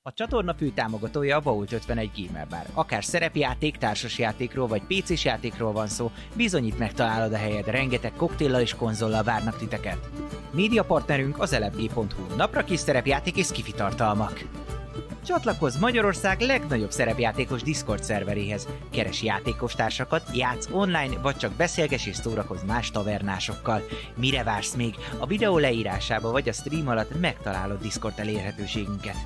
A csatorna fő támogatója a Vault 51 Gamer Bar. Akár szerepjáték, társasjátékról vagy PC-s játékról van szó, bizonyít megtalálod a helyed, rengeteg koktéllal és konzollal várnak titeket. Média partnerünk az elefg.hu, napra kis szerepjáték és skifi tartalmak. Csatlakozz Magyarország legnagyobb szerepjátékos Discord szerveréhez. Keres játékostársakat, játsz online, vagy csak beszélges és szórakozz más tavernásokkal. Mire vársz még? A videó leírásába vagy a stream alatt megtalálod Discord elérhetőségünket.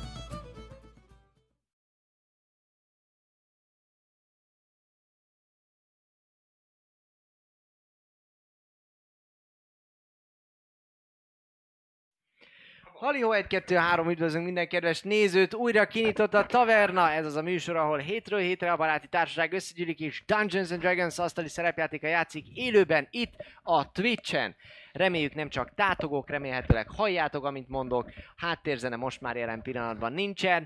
Halihó 1, 2, 3, üdvözlünk minden kedves nézőt, újra kinyitott a Taverna, ez az a műsor, ahol hétről hétre a baráti társaság összegyűlik és Dungeons and Dragons asztali szerepjátéka játszik élőben itt a Twitch-en. Reméljük nem csak tátogok, remélhetőleg halljátok, amint mondok, háttérzene most már jelen pillanatban nincsen.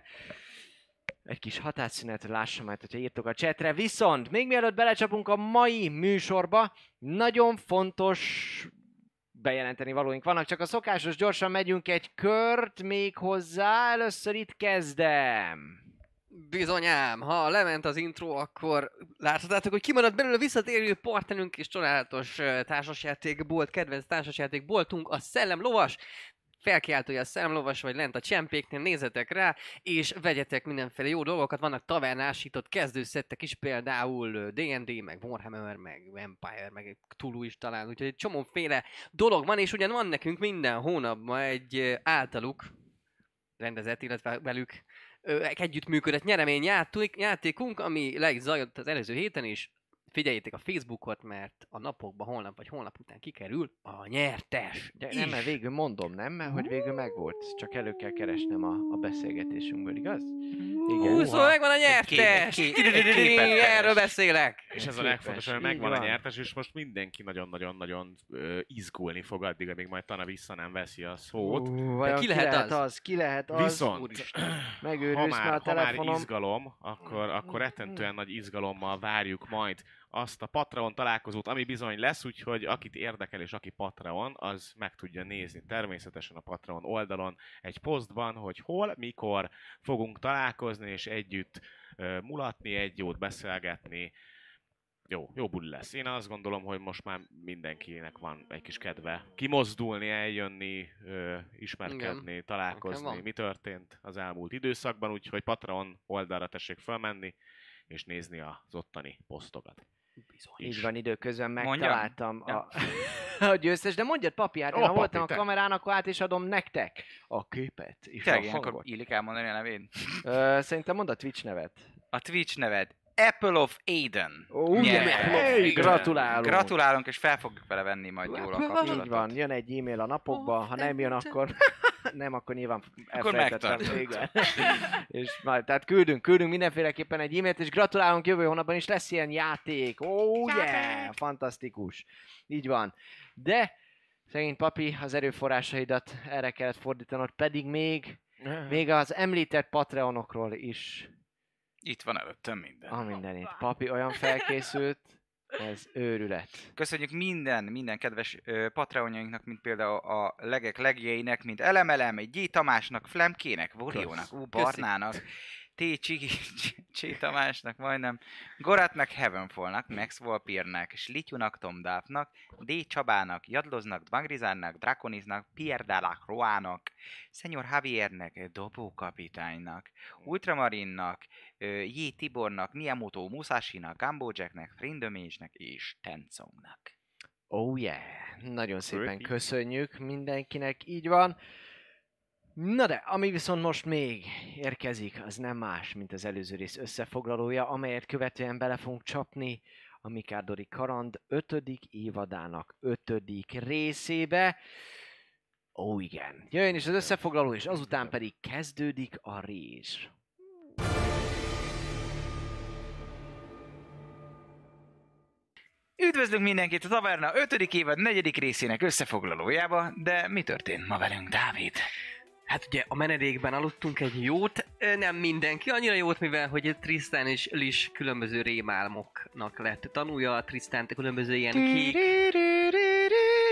Egy kis határszünetre lássam majd, hogyha írtok a chatre. Viszont még mielőtt belecsapunk a mai műsorba, nagyon fontos bejelenteni valóink vannak, csak a szokásos gyorsan megyünk egy kört még hozzá, először itt kezdem. Bizonyám, ha lement az intro, akkor láthatátok, hogy kimaradt belőle visszatérő partnerünk és csodálatos társasjátékbolt, kedvenc társasjátékboltunk, a Szellem Lovas. Felkiáltója a Szellemlovas, vagy lent a csempéknél, nézzetek rá, és vegyetek mindenféle jó dolgokat, vannak tavernásított kezdőszettek is, például D&D, meg Warhammer, meg Vampire, meg Cthulhu is talán, úgyhogy egy csomóféle dolog van, és ugyan van nekünk minden hónapban egy általuk rendezett, illetve velük együttműködött nyereményjátékunk, ami le is zajlott az előző héten is. Figyeljétek a Facebookot, mert a napokban, holnap vagy holnap után kikerül a nyertes. Nem, mert végül mondom, nem? Mert hogy végül megvolt. Csak elő kell keresnem a beszélgetésünkből, igaz? Igen. Szóval megvan a nyertes! Erről beszélek! És ez a legfontosabb, hogy megvan a nyertes, és most mindenki nagyon-nagyon-nagyon izgulni fog addig, amíg majd Tana vissza nem veszi a szót. Ki lehet az? Ki lehet az? Viszont, ha már izgalom, akkor rettentően nagy izgalommal várjuk majd azt a Patreon találkozót, ami bizony lesz, úgyhogy akit érdekel és aki Patreon, az meg tudja nézni természetesen a Patreon oldalon egy posztban, hogy hol, mikor fogunk találkozni és együtt mulatni, egy jót beszélgetni. Jó buli lesz. Én azt gondolom, hogy most már mindenkinek van egy kis kedve kimozdulni, eljönni, ismerkedni, igen, találkozni, mi történt az elmúlt időszakban, úgyhogy Patreon oldalra tessék felmenni és nézni az ottani posztokat. Így van, időközben megtaláltam a győztes, de mondjad papírt, ha voltam a kamerán, akkor át is adom nektek a képet és a hangot. Akkor illik elmondani a nevét? Szerintem mondd a Twitch nevet. A Twitch nevet Apple of Aiden. Gratulálunk! Gratulálunk, és fel fogjuk vele venni majd jól a kapcsolatot. Így van, jön egy e-mail a napokban, ha nem jön, akkor nem, akkor nyilván akkor megtartottam. És majd, tehát küldünk mindenféleképpen egy e-mailt, és gratulálunk, jövő hónapban is lesz ilyen játék. Yeah! Fantasztikus. Így van. De szegény papi, az erőforrásaidat erre kellett fordítanod, pedig még az említett Patreonokról is. Itt van előttem minden. A mindenit. Papi olyan felkészült, ez őrület. Köszönjük minden kedves Patreonjainknak, mint például a legek legjeinek, mint Elemelem, G. Tamásnak, Flemkének, Voriónak, Barnának, T. Csi Tamásnak majdnem, Goratnak, Heavenfallnak, Max Volpírnek, Slityunak, Tom Duffnak, D. Csabának, Jadloznak, Dvangrizánnak, Draconiznak, Pierre Delacroix-nak, Szenyor Javiernek, Dobókapitánynak, Ultramarinnak, J. Tibornak, Miyamoto Musashi-nak, Gumbo Jacknek, Frindömésnek és Tencongnak. Oh yeah! Nagyon szépen köszönjük mindenkinek, így van. Na de, ami viszont most még érkezik, az nem más, mint az előző rész összefoglalója, amelyet követően bele fogunk csapni a Mikárdori Karand 5. évadának 5. részébe. Ó igen, jöjjön is az összefoglaló, és azután pedig kezdődik a rész. Üdvözlünk mindenkit a Taverna 5. évad 4. részének összefoglalójába, de mi történt ma velünk, Dávid? Hát ugye a menedékben aludtunk egy jót, nem mindenki annyira jót, mivel hogy Tristan és Lis különböző rémálmoknak lett tanulja, Tristan különböző ilyen kék...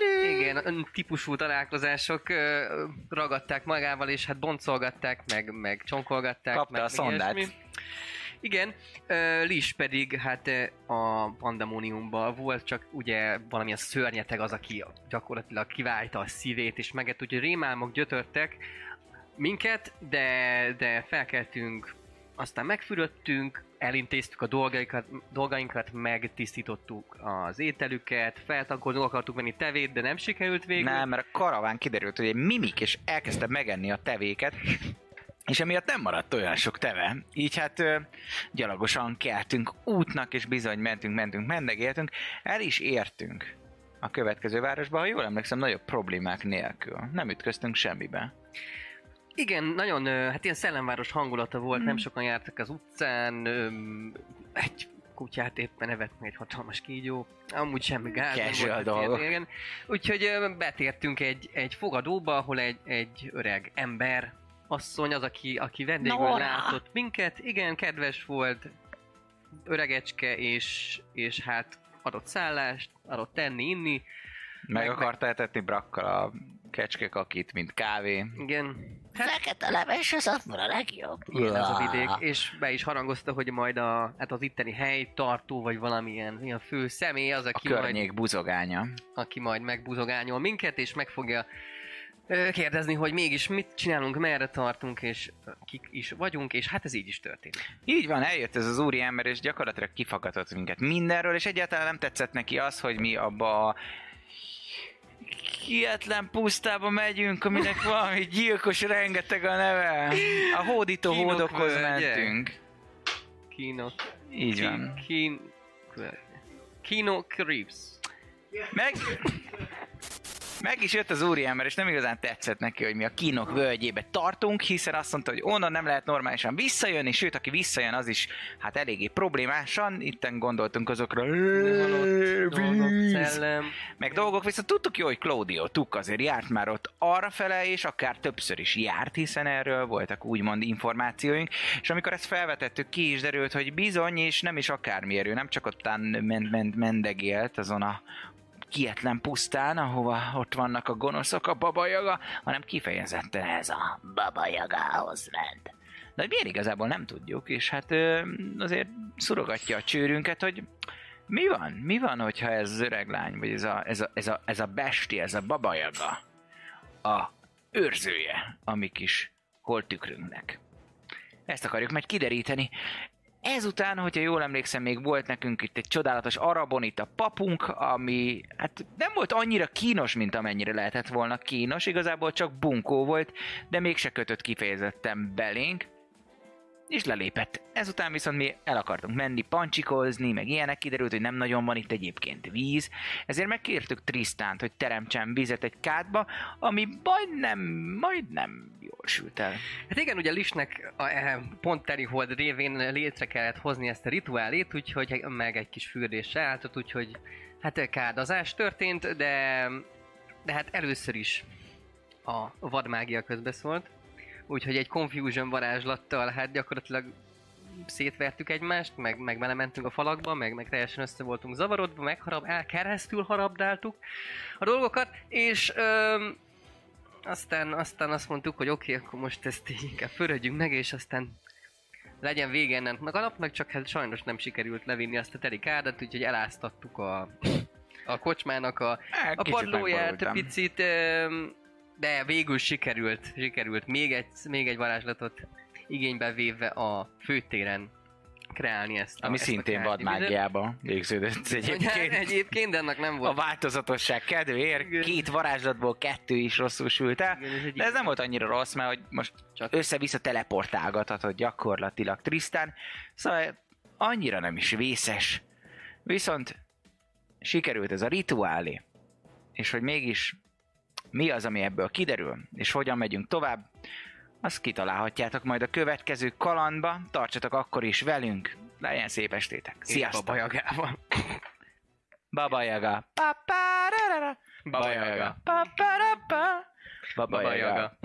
ilyen típusú találkozások ragadták magával, és hát boncolgatták, meg csonkolgatták. Kapta a szondát. Igen, Lis pedig hát a pandemóniumban volt, csak ugye valamilyen szörnyeteg az, aki gyakorlatilag kiválta a szívét, és meget, úgyhogy rémálmok gyötörtek minket, de felkeltünk, aztán megfürödtünk, elintéztük a dolgainkat, megtisztítottuk az ételüket, feltankolni akartuk menni tevét, de nem sikerült végül. Nem, mert a karaván kiderült, hogy egy mimik, és elkezdte megenni a tevéket, és emiatt nem maradt olyan sok teve. Így hát gyalogosan keltünk útnak, és bizony mentünk, mendegéltünk, el is értünk a következő városba, ha jól emlékszem, nagyobb problémák nélkül. Nem ütköztünk semmibe. Igen, nagyon, hát ilyen szellemváros hangulata volt, nem sokan jártak az utcán, egy kutyát éppen evett meg egy hatalmas kígyó, amúgy semmi gáz. Casual dolgok. Igen. Úgyhogy betértünk egy fogadóba, ahol egy öreg ember, asszony az, aki vendégül látott minket, igen, kedves volt, öregecske, és hát adott szállást, adott tenni, inni. Meg akarta etetni brakkal a kecskekakit, mint kávé. Igen. Fekete leves az akkor a legjobb. Igen, ez a vidék. És be is harangozta, hogy majd az itteni helytartó, vagy valamilyen ilyen fő személy az, aki a környék buzogánya. Aki majd megbuzogányol minket, és meg fogja kérdezni, hogy mégis mit csinálunk, merre tartunk, és kik is vagyunk, és hát ez így is történt. Így van, eljött ez az úri ember, és gyakorlatilag kifaggatott minket mindenről, és egyáltalán nem tetszett neki az, hogy mi abba a hihetlen pusztába megyünk, aminek valami gyilkos rengeteg a neve. A hódító hódokhoz mentünk. Kínok. Így van. Kino Creeps. Meg is jött az úriember, és nem igazán tetszett neki, hogy mi a Kínok völgyébe tartunk, hiszen azt mondta, hogy onnan nem lehet normálisan visszajönni, sőt, aki visszajön, az is hát eléggé problémásan. Itten gondoltunk azokra, meg dolgok, viszont tudtuk jó, hogy Claudio Tuk azért járt már ott arrafele, és akár többször is járt, hiszen erről voltak úgymond információink, és amikor ezt felvetettük, ki is derült, hogy bizony, és nem is akármiért, ő nem csak ottán mendegélt azon a kietlen pusztán, ahova ott vannak a gonoszok, a Baba Yaga, hanem kifejezetten ez a Baba Yagahoz ment. De hogy miért igazából nem tudjuk, és hát azért szurogatja a csőrünket, hogy mi van, hogyha ez az öreg lány, vagy ez a besti, ez a Baba Yaga a őrzője a mi kis holttükrünknek. Ezt akarjuk majd kideríteni. Ezután, hogyha jól emlékszem, még volt nekünk itt egy csodálatos arabonita papunk, ami hát nem volt annyira kínos, mint amennyire lehetett volna kínos, igazából csak bunkó volt, de mégse kötött kifejezetten belénk, és lelépett. Ezután viszont mi el akartunk menni pancsikozni, meg ilyenek, kiderült, hogy nem nagyon van itt egyébként víz, ezért megkértük Tristánt, hogy teremtsen vizet egy kádba, ami majdnem jól sült el. Hát igen, ugye Lisnek pont Telihold révén létre kellett hozni ezt a rituálét, úgyhogy meg egy kis fürdésre álltott, úgyhogy hát kádazás történt, de hát először is a vadmágia közbeszólt. Úgyhogy egy confusion varázslattal hát gyakorlatilag szétvertük egymást, meg belementünk a falakba, meg teljesen össze voltunk zavarodva, keresztül harabdáltuk a dolgokat, és aztán azt mondtuk, hogy oké, akkor most ezt inkább fölödjünk meg, és aztán legyen vége ennek a napnak, csak hát sajnos nem sikerült levinni azt a teli kádat, úgyhogy eláztattuk a kocsmának a padlóját picit, de végül sikerült még egy varázslatot igénybe véve a főtéren kreálni ezt. Ami szintén vadmágiába végződött egyébként, de ennek nem volt. A változatosság kedvéért 2 varázslatból 2 is rosszul sült el, de ez nem volt annyira rossz, mert hogy most csak össze-vissza teleportálgathatod gyakorlatilag Tristan, szóval annyira nem is vészes. Viszont sikerült ez a rituálé, és hogy mégis mi az, ami ebből kiderül, és hogyan megyünk tovább, azt kitalálhatjátok majd a következő kalandba, tartsatok akkor is velünk, legyen szép estétek. Sziasztok! Baba Yagával. Baba Yaga. Baba Yaga. Baba Yaga.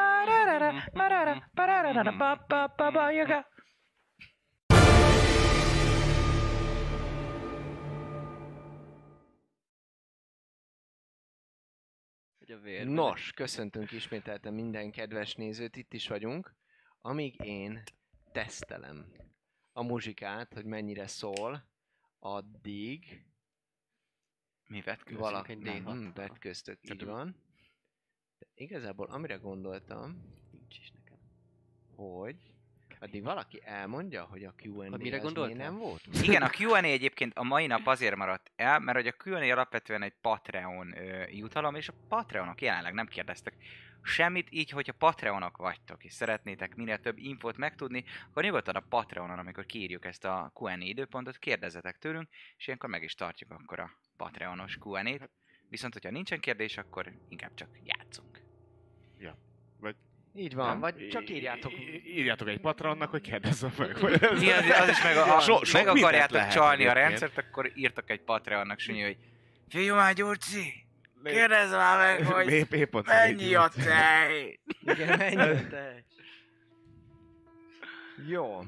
Baba Yaga. Hogy a vérben. Nos, köszöntünk ismételten minden kedves nézőt, itt is vagyunk. Amíg én tesztelem a muzsikát, hogy mennyire szól, addig Mi vetkőzünk? valaki egy D6-tal. nem vetköztök, így van. De igazából amire gondoltam, Nincs is nekem. hogy addig valaki elmondja, hogy a Q&A Mire az miért gondoltál? nem volt? Igen, a Q&A egyébként a mai nap azért maradt el, mert hogy a Q&A alapvetően egy Patreon jutalom, és a Patreonok jelenleg nem kérdeztek semmit, így, hogyha Patreonok vagytok, és szeretnétek minél több infót megtudni, akkor nyugodtan a Patreonon, amikor kiírjuk ezt a Q&A időpontot, kérdezzetek tőlünk, és ilyenkor meg is tartjuk akkor a Patreonos Q&A-t. Viszont, hogyha nincsen kérdés, akkor inkább csak játszunk. Így van, Nem? vagy csak írjátok. Írjátok egy patronnak, hogy kérdezzem meg. Igen, az is meg, Sok meg mindent akarjátok lehet csalni a egyébként. rendszert, akkor írtak egy Patreonnak, Sunyi, hogy figyelj már, Gyurci, kérdezz már meg, hogy Épp mennyi a tej? Igen, menj te. Jó.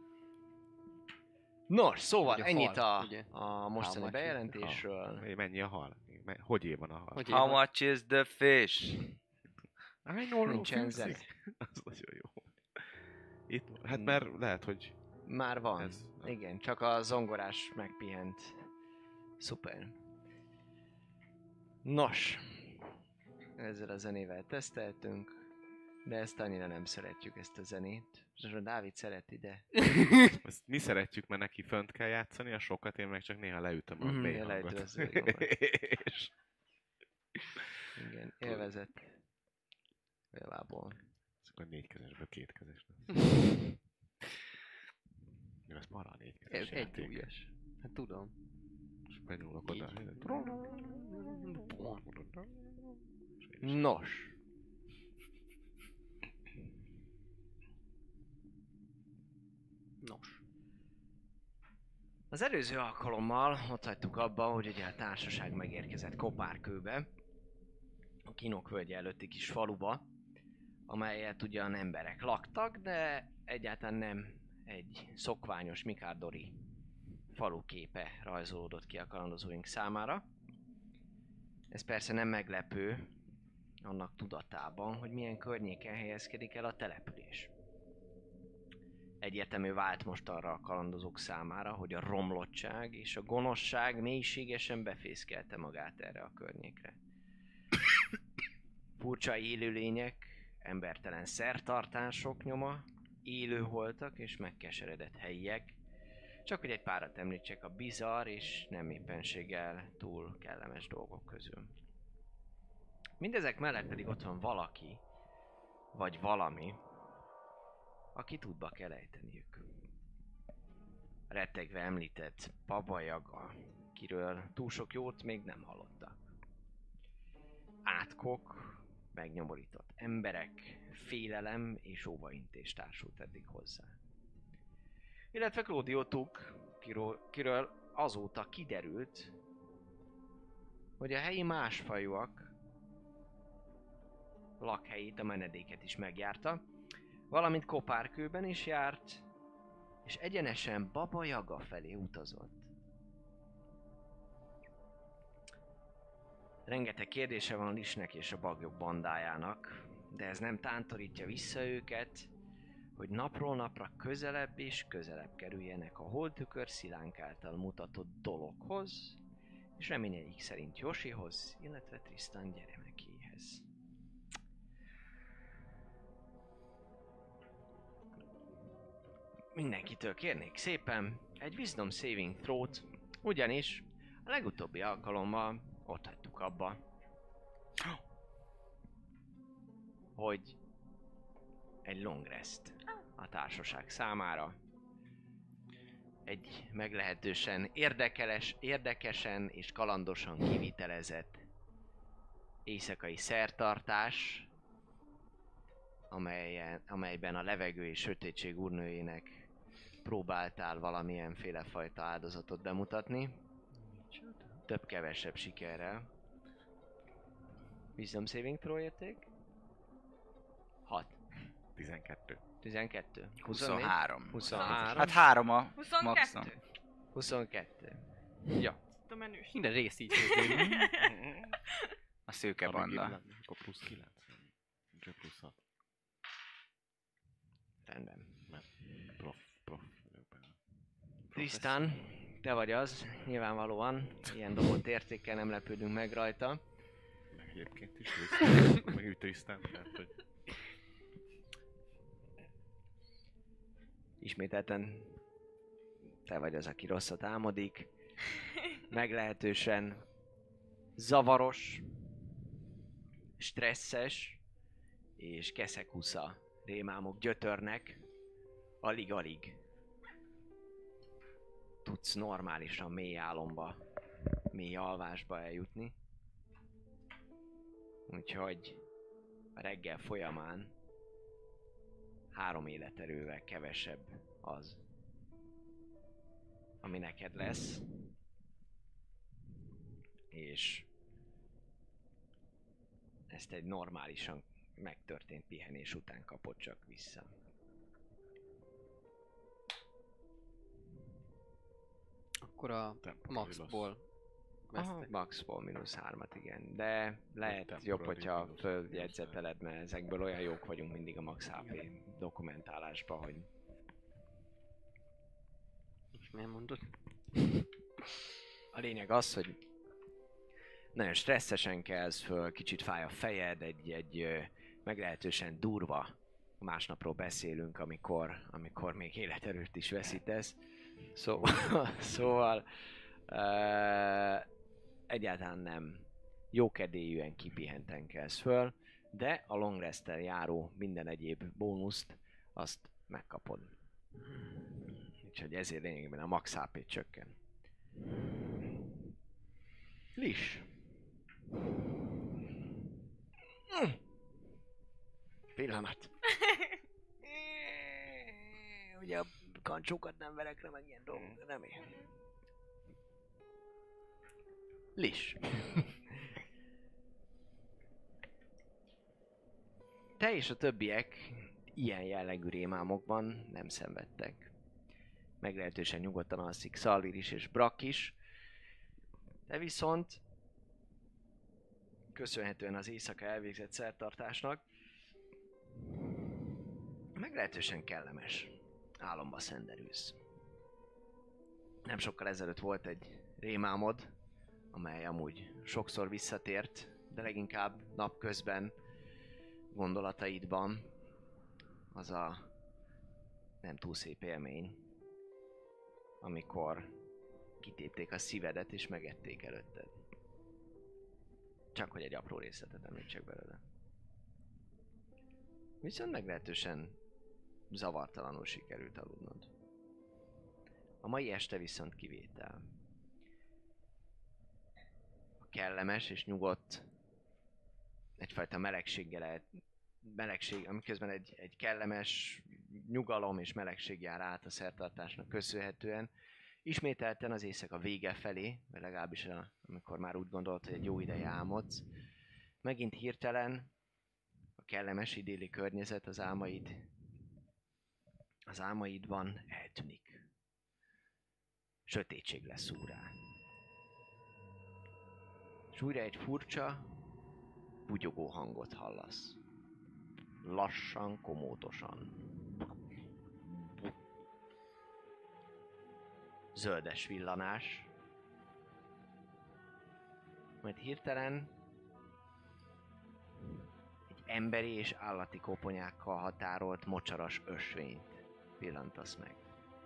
Nos, szóval Ugye ennyit hal, ugye? a mostani much bejelentésről. Mennyi a hal? Hogy év van a hal? Hogy How much is the fish? I know Nincsen few zene. things. Az nagyon jó. Itt, hát mert lehet, hogy Már van. ez... Igen, csak a zongorás megpihent. Szuper. Nos, ezzel a zenével teszteltünk, de ezt annyira nem szeretjük, ezt a zenét. És a Dávid szereti, de Ezt mi szeretjük, mert neki fönt kell játszani, a sokat én meg csak néha leütöm a Mhm, mély leütöd hangot. az ő hangot. És igen, élvezett. Javából. akkor 4 kezesből 2 kezes lesz. Jó, ez para a 4 kezes Ez egy játék. ujjas. Hát tudom. És benyúlok oda. Nos. Nos. Az előző alkalommal ott hagytuk abba, hogy ugye a társaság megérkezett Kopárkőbe, a Kínok völgye előtti kis faluba, amelyet ugyan emberek laktak, de egyáltalán nem egy szokványos Mikárdori faluképe rajzolódott ki a kalandozóink számára. Ez persze nem meglepő annak tudatában, hogy milyen környéken helyezkedik el a település. Egyértelmű vált most arra a kalandozók számára, hogy a romlottság és a gonoszság mélységesen befészkelte magát erre a környékre. Furcsa élőlények, embertelen szertartások nyoma, élőholtak és megkeseredett helyiek, csak hogy egy párat említsek a bizarr és nem éppenséggel túl kellemes dolgok közül. Mindezek mellett pedig ott van valaki, vagy valami, aki tudba kell ejteniük. A rettegve említett Baba Yaga, kiről túl sok jót még nem hallottak. Átkok, megnyomorított emberek, félelem és óvaintés társult eddig hozzá. Illetve Claudio Tuk, kiről azóta kiderült, hogy a helyi másfajúak lakhelyét, a menedéket is megjárta, valamint Kopárkőben is járt, és egyenesen Baba Yaga felé utazott. Rengeteg kérdése van Lisnek és a bagyok bandájának, de ez nem tántorítja vissza őket, hogy napról napra közelebb és közelebb kerüljenek a Holdtükör Szilánk által mutatott dologhoz, és reményeik szerint Yoshihoz, illetve Tristan gyermekéhez. Mindenkitől kérnék szépen egy Wisdom Saving Throw-t, ugyanis a legutóbbi alkalommal ott hagytuk abba, hogy egy long rest a társaság számára. Egy meglehetősen érdekesen és kalandosan kivitelezett éjszakai szertartás, amelyben a levegő és sötétség úrnőjének próbáltál valamilyenféle fajta áldozatot bemutatni. Több-kevesebb sikerrel. Wisdom Saving Throw érték? 6. 12. 12. 23. 23. Hát 3 a 22. maximum. 22. Ja. A menős. Minden rész így történik. A szőke Amíg banda. illetve, akkor plusz 9. Csak plusz 6. Rendben. Mert prof vagyok benne. Tristan, te vagy az, nyilvánvalóan. Ilyen dobott értékkel nem lepődünk meg rajta. Meg egyébként is Tristan. Meg ő Tristan, tehát hogy... Ismételten te vagy az, aki rosszat álmodik. Meglehetősen zavaros, stresszes és keszekusza rémálmok gyötörnek. Alig-alig tudsz normálisan mély álomba, mély alvásba eljutni. Úgyhogy a reggel folyamán 3 életerővel kevesebb az, ami neked lesz. És ezt egy normálisan megtörtént pihenés után kapod csak vissza. Akkor a maxból vesztek. Maxból -3-at, igen. De lehet Temporary jobb, hogyha mínusz. följegyzeteled, mert ezekből olyan jók vagyunk mindig a Max HP dokumentálásban, hogy Most miért mondod? a lényeg az, hogy nagyon stresszesen kelsz föl, kicsit fáj a fejed, egy meglehetősen durva másnapról beszélünk, amikor még életerőt is veszítesz. Szóval egyáltalán nem jókedélyűen kipihenten kelsz föl, de a long rest-tel járó minden egyéb bónuszt azt megkapod. Úgyhogy ezért lényegében a max HP csökken. Lis. Pillanat. Ugye a kancsókat nem verek le, meg ilyen dolgok, nem én. Lis. Te és a többiek ilyen jellegű rémálmokban nem szenvedtek. Meglehetősen nyugodtan alszik Szalvír is és Brak is. De viszont köszönhetően az éjszaka elvégzett szertartásnak meglehetősen kellemes álomba szenderülsz. Nem sokkal ezelőtt volt egy rémálmod, amely amúgy sokszor visszatért, de leginkább napközben gondolataidban az a nem túl szép élmény, amikor kitépték a szívedet és megették előtted. Csak hogy egy apró részletet említsek belőle. Viszont meglehetősen zavartalanul sikerült aludnod. A mai este viszont kivétel. A kellemes és nyugodt egyfajta melegség, amiközben egy kellemes nyugalom és melegség jár át a szertartásnak köszönhetően. Ismételten az éjszaka vége felé, vagy legalábbis amikor már úgy gondolod, hogy egy jó ideje álmodsz, megint hirtelen a kellemes idilli környezet az álmaidban eltűnik. Sötétség leszúr rá. És újra egy furcsa, bugyogó hangot hallasz. Lassan, komótosan. Zöldes villanás. Majd hirtelen egy emberi és állati koponyákkal határolt mocsaras ösvényt pillantasz meg.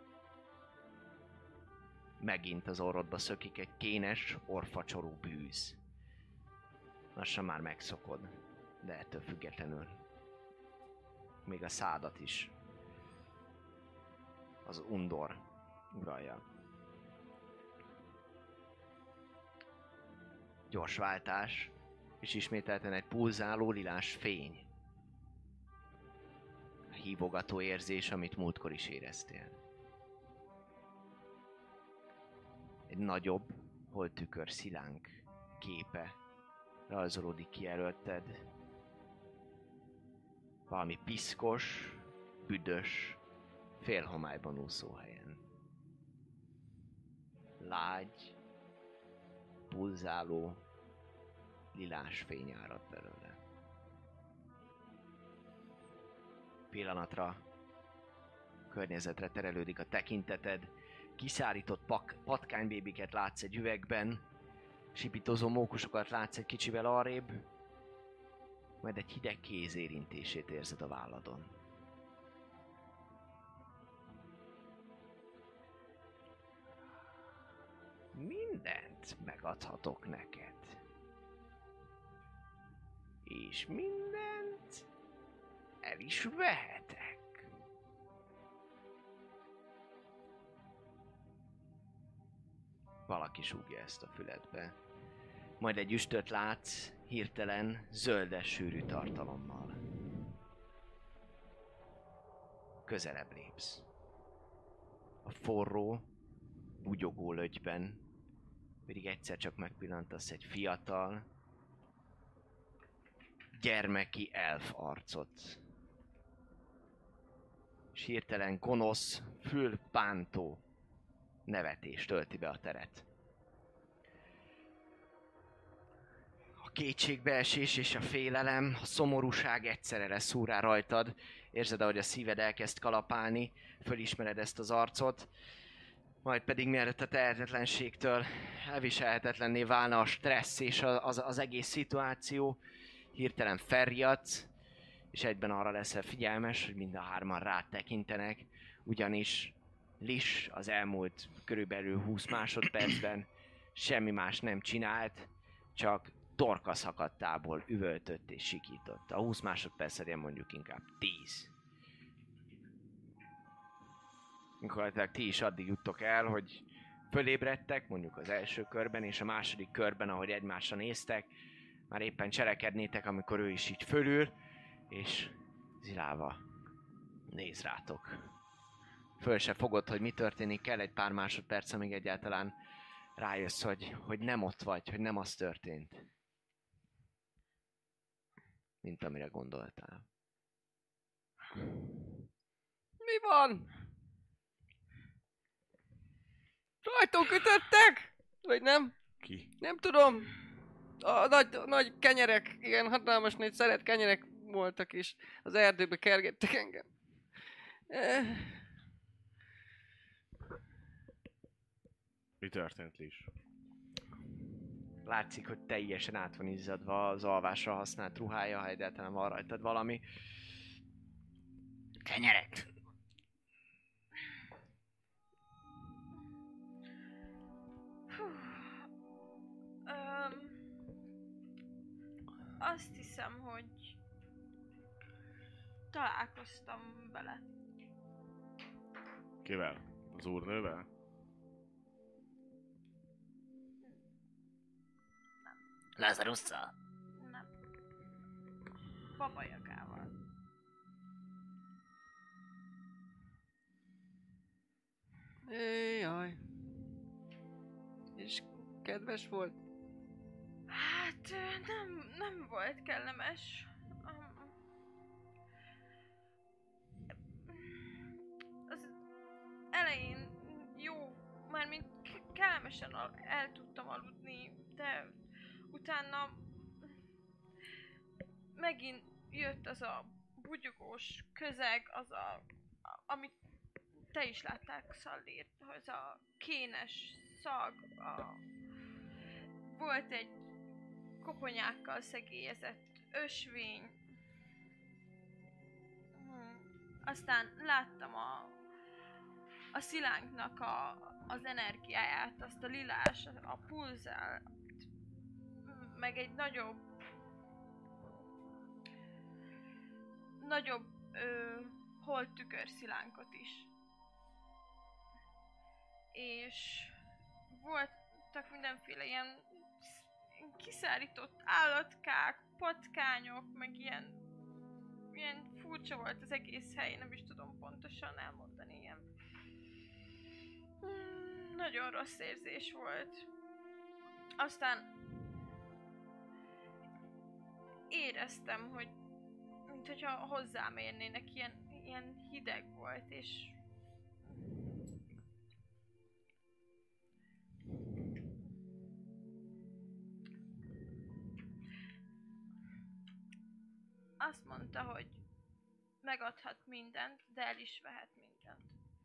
Megint az orrodba szökik egy kénes, orfacsorú bűz. Lassan már megszokod, de ettől függetlenül még a szádat is az undor uralja. Gyors váltás, és ismételten egy pulzáló lilás fény. A hívogató érzés, amit múltkor is éreztél. Egy nagyobb, holttükör szilánk képe rajzolódik ki előtted. Valami piszkos, büdös, félhomályban úszó helyen. Lágy, pulzáló, lilás fény árad belőle. Pillanatra környezetre terelődik a tekinteted, kiszárított patkánybébiket látsz egy üvegben, sipítozó mókusokat látsz egy kicsivel arrébb, majd egy hideg kéz érintését érzed a válladon. Mindent megadhatok neked. És mindent el is vehetek. Valaki súgja ezt a füledbe. Majd egy üstöt látsz, hirtelen zöldes sűrű tartalommal. Közelebb lépsz. A forró, bugyogó lögyben pedig egyszer csak megpillantasz egy fiatal, gyermeki elf arcot. És hirtelen gonosz, fülpántó nevetés tölti be a teret. A kétségbeesés és a félelem, a szomorúság egyszerre leszúr rá rajtad. Érzed, ahogy a szíved elkezd kalapálni, fölismered ezt az arcot, majd pedig mielőtt a tehetetlenségtől elviselhetetlenné válna a stressz és az egész szituáció, hirtelen felriadsz, és egyben arra leszel figyelmes, hogy mind a hárman rád tekintenek, ugyanis Lis az elmúlt körülbelül 20 másodpercben semmi más nem csinált, csak torka szakadtából üvöltött és sikított. A 20 másodpercre mondjuk inkább 10. Mikor ti is addig juttok el, hogy fölébredtek, mondjuk az első körben, és a második körben, ahogy egymásra néztek, már éppen cselekednétek, amikor ő is így fölül, és zilálva néz rátok. Föl se fogod, hogy mi történik, kell egy pár másodperc, amíg egyáltalán rájössz, hogy nem ott vagy, hogy nem az történt, mint amire gondoltál. Mi van? Rajtunk ütöttek? Vagy nem? Ki? Nem tudom. A nagy kenyerek, ilyen hatalmas nagy szeret kenyerek voltak is. Az erdőbe kergettek engem. Mi történt, Lis? Látszik, hogy teljesen át van izzadva az alvásra használt ruhája, ha egyáltalán van rajtad valami. Kenyerek. Azt hiszem, hogy találkoztam vele. Kivel? Az úrnővel? Lazarusszal. Nem. Babajagával. Jaj. És kedves volt? Hát nem volt kellemes. Az elején jó, mármint kellemesen el tudtam aludni, de utána megint jött az a bugyogós közeg, amit te is láttál, Szallírt, az a kénes szag, volt egy koponyákkal szegélyezett ösvény. Aztán láttam a szilánknak az energiáját, azt a lilás, a pulzál, meg egy nagyobb holdtükörszilánkot is. És voltak mindenféle ilyen kiszárított állatkák, patkányok, meg ilyen furcsa volt az egész hely, nem is tudom pontosan elmondani, ilyen nagyon rossz érzés volt. Aztán éreztem, hogy mintha hozzám érnének, ilyen hideg volt, és azt mondta, hogy megadhat mindent, de el is vehet mindent.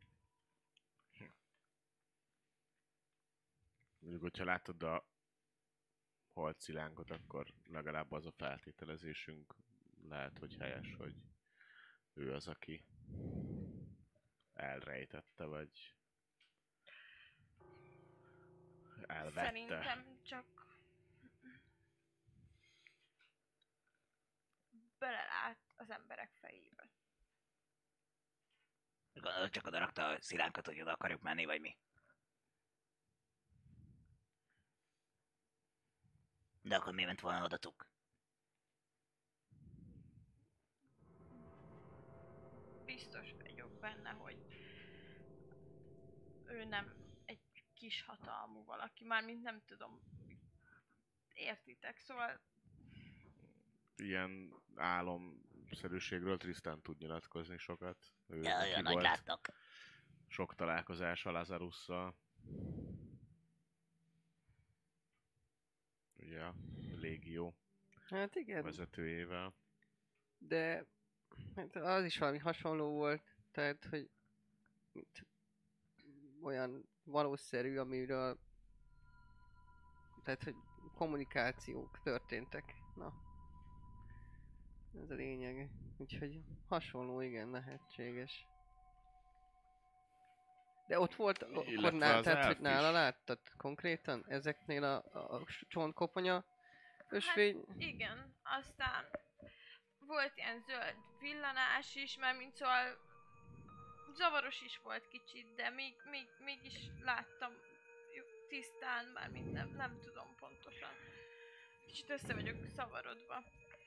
Mondjuk, hogyha látod a holtszilánkot, akkor legalább az a feltételezésünk lehet, hogy helyes, hogy ő az, aki elrejtette, vagy elvette. Szerintem csak belelát az emberek fejébe. Gondolod, csak oda rakta a szilánkat, hogy oda akarjuk menni, vagy mi? De akkor mi ment volna odatuk? Biztos vagyok benne, hogy ő nem egy kis hatalmú valaki, mármint nem tudom, értitek, szóval Ilyen álomszerűségről Tristan tud nyilatkozni sokat. Ő Ja, neki olyan nagy volt látnak. sok találkozása Lazarusszal. Ugye a légió Hát igen, vezetőjével. de hát az is valami hasonló volt, tehát, hogy olyan valószerű, amiről tehát, hogy kommunikációk történtek. Na, ez a lényeg. Úgyhogy hasonló, igen, lehetséges. De ott volt, akkor Illetve az tehát, hogy elf nála is. láttad konkrétan ezeknél a csontkoponya ösvény? hát igen, aztán volt ilyen zöld villanás is, mert mint szóval zavaros is volt kicsit, de mégis láttam tisztán, mármint nem tudom pontosan. Kicsit össze vagyok szavarodva.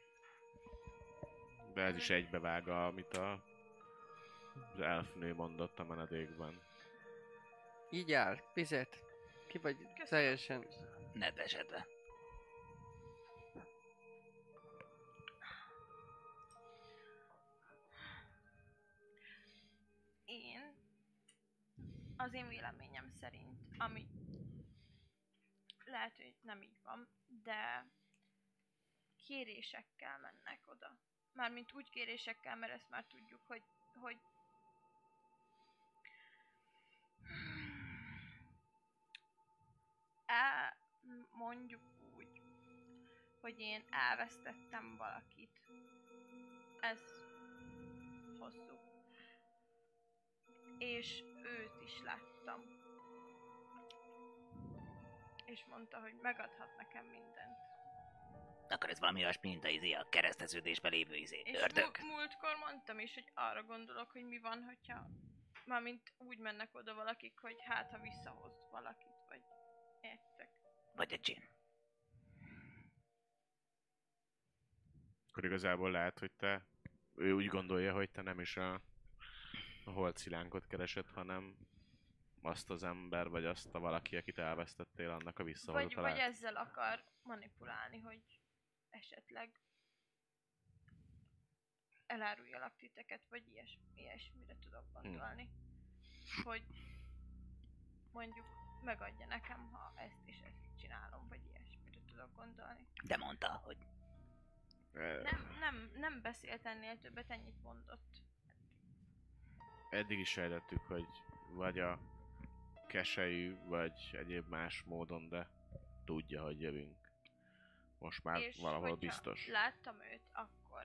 De ez is egybevág, amit az elfnő mondott a menedékben. Így áll, fizet. Ki vagy teljesen... Nedvesedve. Az én véleményem szerint, ami lehet, hogy nem így van, de kérésekkel mennek oda. Mármint úgy kérésekkel, mert ezt már tudjuk, hogy mondjuk úgy, hogy én elvesztettem valakit. Ez hosszú. És őt is láttam. És mondta, hogy megadhat nekem mindent. Akkor ez valami olyasmi, mint a kereszteződésben lévő És ördög. múltkor mondtam is, hogy arra gondolok, hogy mi van, hogyha mármint úgy mennek oda valakik, hogy hát ha visszahoz valakit, vagy értek. Vagy a dzsin. Akkor igazából lehet, hogy ő úgy gondolja, hogy te nem is a holtszilánkot keresed, hanem azt az ember, vagy azt a valaki, akit elvesztettél, annak a visszahozatalát. Vagy ezzel akar manipulálni, hogy esetleg eláruljalak titeket, vagy ilyesmire tudok gondolni. Hogy mondjuk megadja nekem, ha ezt és ezt csinálom, vagy ilyesmire tudok gondolni. De mondta, hogy Nem beszélt ennél többet, ennyit mondott. Eddig is sejtettük, hogy vagy a keselyű, vagy egyéb más módon, de tudja, hogy jövünk. Most már És valahol hogyha biztos. láttam őt, akkor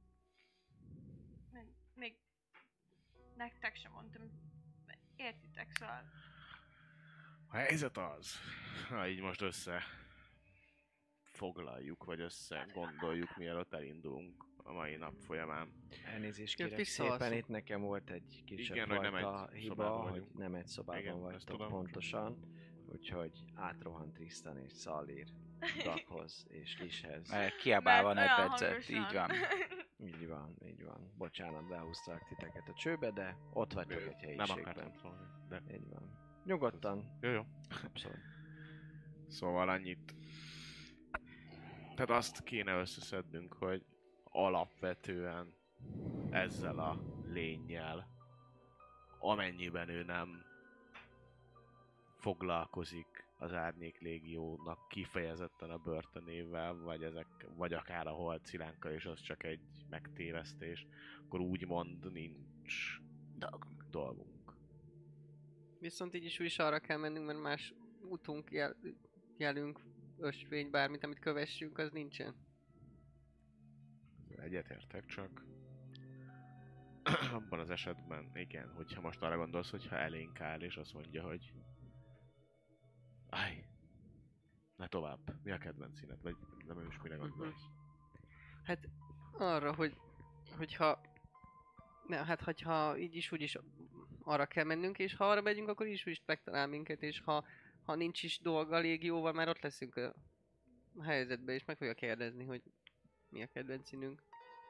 még nektek sem mondtam, értitek, szóval A helyzet az, ha így most foglaljuk, vagy gondoljuk, mielőtt elindulunk a mai nap folyamán. Elnézést Jött kérek vissza szépen, az. itt nekem volt egy kisebb Igen, hogy nem fajta egy hiba, szobában hogy vagyunk. nem egy szobában Igen, ezt vagytok tudom. pontosan, úgyhogy átrohant Tristan és Szalír Drakhoz és Lishez. Mert kiabálva Mert olyan nedvedzett, hangosan. így van. Így van, így van. Bocsánat, behúztalak titeket a csőbe, de ott vagytok egy Nem helyiségben. akartam szólni, de Így van. Nyugodtan, jó. abszolút. Szóval annyit. Tehát azt kéne összeszednünk, hogy alapvetően ezzel a lénnyel, amennyiben ő nem foglalkozik az Árnyék Légiónak kifejezetten a börtönével, vagy akár a Holt Szilánkkal, és az csak egy megtévesztés, akkor úgymond nincs dolgunk. Viszont így is úgy is arra kell mennünk, mert más útunk, jelünk, ösvény, bármit, amit kövessünk, az nincsen. Egyetértek, csak abban az esetben, igen, hogyha most arra gondolsz, hogyha elénk áll, és azt mondja, hogy ne tovább, mi a kedvenc színed? Vagy nem is mire gondolsz? Hát arra, hogyha így is úgy is arra kell mennünk, és ha arra megyünk, akkor így is megtalál minket, és ha nincs is dolga a légióval, már ott leszünk a helyzetben, és meg fogja kérdezni, hogy mi a kedvenc színünk.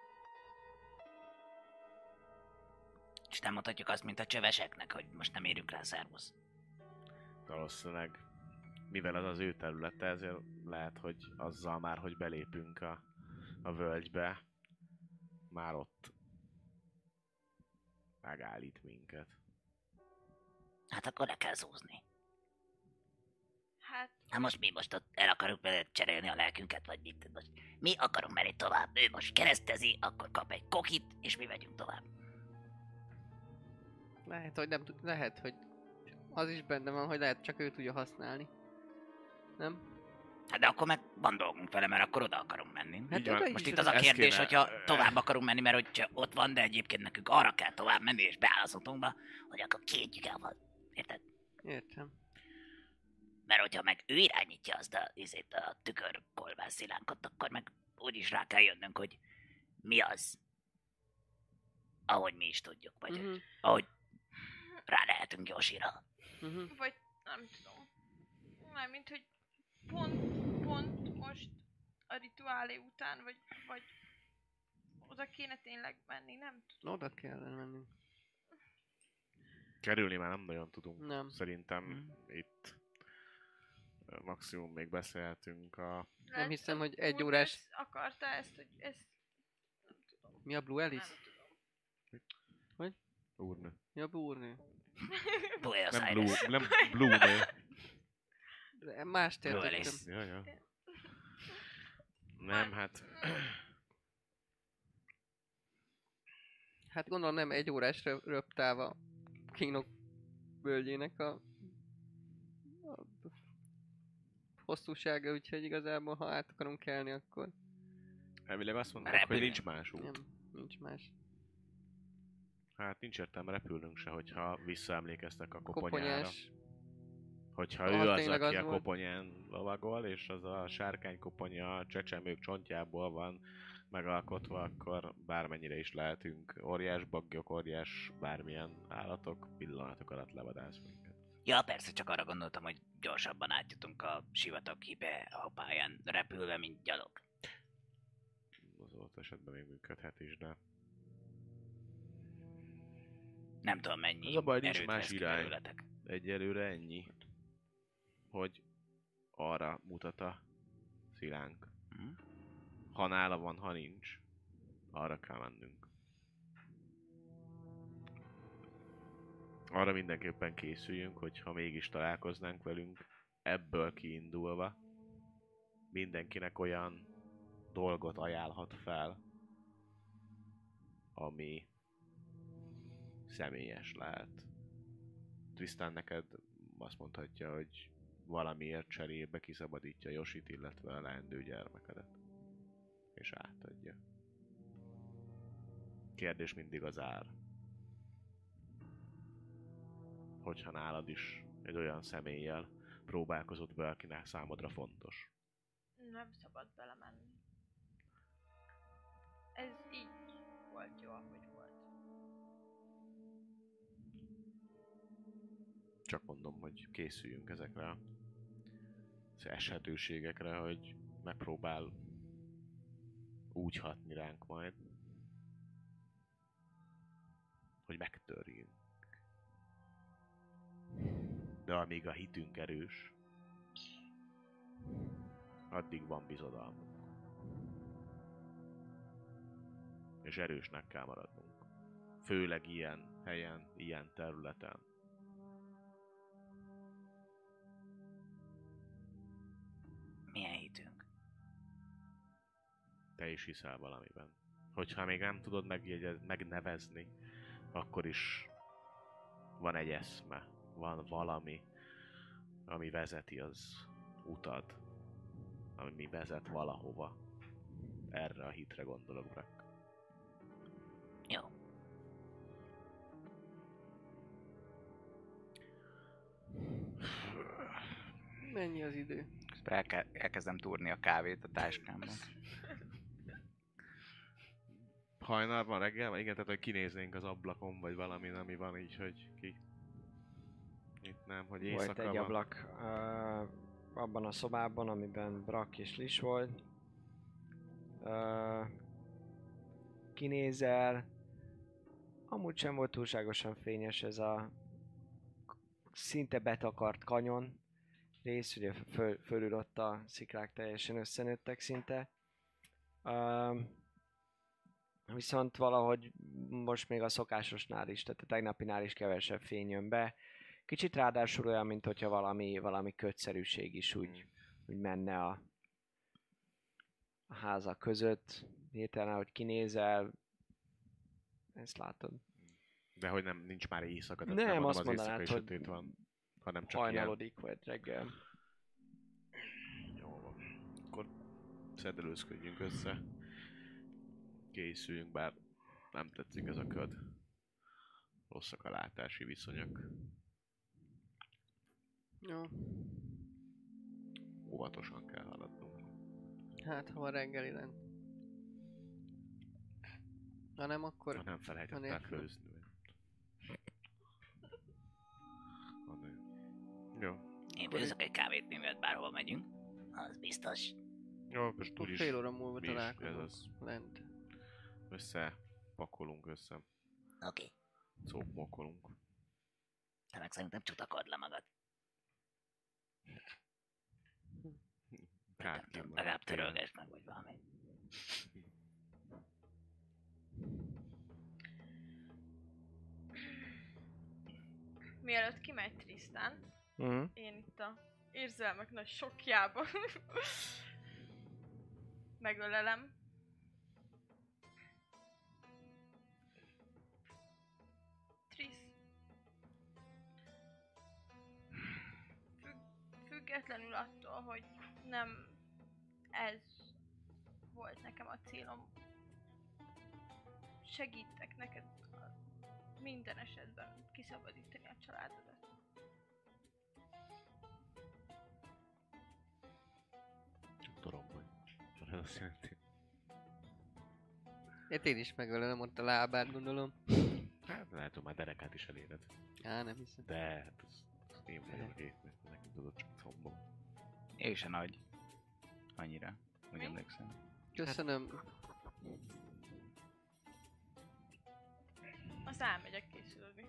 És nem mondhatjuk azt, mint a csöveseknek, hogy most nem érünk rá, szervusz. Valószínűleg, mivel az az ő területe, ezért lehet, hogy azzal már, hogy belépünk a völgybe, már ott megállít minket. Hát akkor le kell zúzni. Hát, Hát most mi most ott el akarunk vele cserélni a lelkünket, vagy mit? Most mi akarunk menni tovább, ő most keresztezi, akkor kap egy kokit, és mi megyünk tovább. Lehet, hogy nem tud, lehet, hogy az is benne van, hogy lehet csak ő tudja használni. Nem? Hát de akkor meg van dolgunk vele, mert akkor oda akarunk menni. Hát Így van. oda is Most itt oda- az a Ezt kérdés, kéne- hogyha tovább akarunk menni, mert hogyha ott van, de egyébként nekünk arra kell tovább menni, és beáll az utunkba, hogy akkor kérjük el van. Érted? Értem. Mert hogyha meg ő irányítja azt a tükörkolvás szilánkot, akkor meg úgyis rá kell jönnünk, hogy mi az, ahogy mi is tudjuk, vagy Mhm. ahogy rá lehetünk Josira. vagy nem tudom. Mármint, hogy pont most a rituálé után, vagy oda kéne tényleg menni, nem tudom. Oda kellene mennünk. Kerülni már nem nagyon tudunk. Nem. Szerintem itt maximum még beszélhetünk Nem hiszem, a hogy egy Urnes órás- akarta ezt, hogy ezt nem tudom. Mi a Blue Nem Alice? tudom. úrnő. Mi a Blue Buenos Nem Aires. Blue, nem Blue nő. Más Blue értettem. Alice. Ja. Nem, hát Hát gondolom nem egy órás röptáva Kínok völgyének a hosszúsága, úgyhogy igazából ha át akarunk kelni, akkor elvileg azt mondták, hogy Repülni. nincs más út. nem, nincs más. Hát nincs értelme repülnünk se, hogyha visszaemlékeztek a koponyára. Koponyás. Hogyha Az ő az, tényleg aki az a volt. koponyán lovagol, és az a sárkánykoponya a csecsemők csontjából van megalkotva, akkor bármennyire is lehetünk óriás baggyok, óriás bármilyen állatok, pillanatok alatt levadász minket. Ja, persze, csak arra gondoltam, hogy gyorsabban átjutunk a sivatag hibe a pályán repülve, mint gyalog. Az ott esetben még működhet is, de Nem tudom mennyi Az a baj, nincs erőt más vesz ki irány. belőletek. egyelőre ennyi, hogy arra mutat a szilánk. Mhm. Ha nála van, ha nincs, arra kell mennünk. Arra mindenképpen készüljünk, hogy ha mégis találkoznánk velünk, ebből kiindulva mindenkinek olyan dolgot ajánlhat fel, ami személyes lehet. Tristan neked azt mondhatja, hogy valamiért cserébe kiszabadítja Yoshit, illetve a leendő gyermekedet. És átadja. Kérdés mindig az ár. Hogyha nálad is egy olyan személlyel próbálkozott be, akinek számodra fontos. Nem szabad belemenni. Ez így volt jó, ahogy volt. Csak mondom, hogy készüljünk ezekre az eshetőségekre, hogy megpróbál úgy hatni ránk majd, hogy megtörjünk. De amíg a hitünk erős, addig van bizodalmunk. És erősnek kell maradnunk. Főleg ilyen helyen, ilyen területen. te is hiszel valamiben. Hogyha még nem tudod megnevezni, akkor is van egy eszme, van valami, ami vezeti az utad, ami vezet valahova. Erre a hitre gondolok, Brack. Jó. Mennyi az idő? Közben elkezdem túrni a kávét a táskámban. Hajnal van, reggel van? Igen, tehát hogy kinéznénk az ablakon, vagy valami, ami van így, hogy ki... Itt nem, hogy éjszaka Volt egy van. ablak abban a szobában, amiben Brack és Lis volt. Kinézel. Amúgy sem volt túlságosan fényes ez a szinte betakart kanyon rész, ugye fölül ott a sziklák teljesen összenőttek szinte. Viszont valahogy most még a szokásosnál is, tehát a tegnapinál is kevesebb fény jön be. Kicsit ráadásul olyan, mint hogyha valami kötszerűség is úgy menne a házak között. Hirtelen, hogy kinézel, ezt látod. De hogy nem, nincs már éjszaka, tehát Nem, mondom, azt az mondanád, éjszakai hogy sötét van, hanem csak hajnalodik, vagy reggel. ilyen... Jó van. Akkor szedelőzködjünk össze. Készüljünk, bár nem tetszik ez a köd. Rosszak a látási viszonyok. Jó. Óvatosan kell haladnunk. Hát, ha van reggeli lent. Ha nem, akkor... Ha nem Ha felejtettek nélkül. lőzni. Jó. Én főzök egy kávét, mielőtt bárhol megyünk. Az biztos. Jó, most Akkor úgyis fél óra múlva mi is, ez találkozunk az. lent. Összepakolunk, Oké. szókmokolunk. Te meg szerintem csutakod le magad. Hát Nem tudom, legalább törölgesd meg, vagy valami. Mielőtt kimegy Tristan, Mhm. én itt a érzelmek nagy sokjában megölelem. Trisz. Függetlenül attól, hogy nem ez volt nekem a célom, segítek neked minden esetben kiszabadítani a családodat. Tudom, hogy ez azt jelenti. Hát én is megölelem ott a lábát, gondolom. Hát lehet, hogy már derekát is eléred. Á, nem hiszem. De hát az én vagyok itt, mert nekem tudod csak combom. Ő se nagy. Annyira. Úgy Mi? emlékszem. Köszönöm. Azt elmegyek készülni.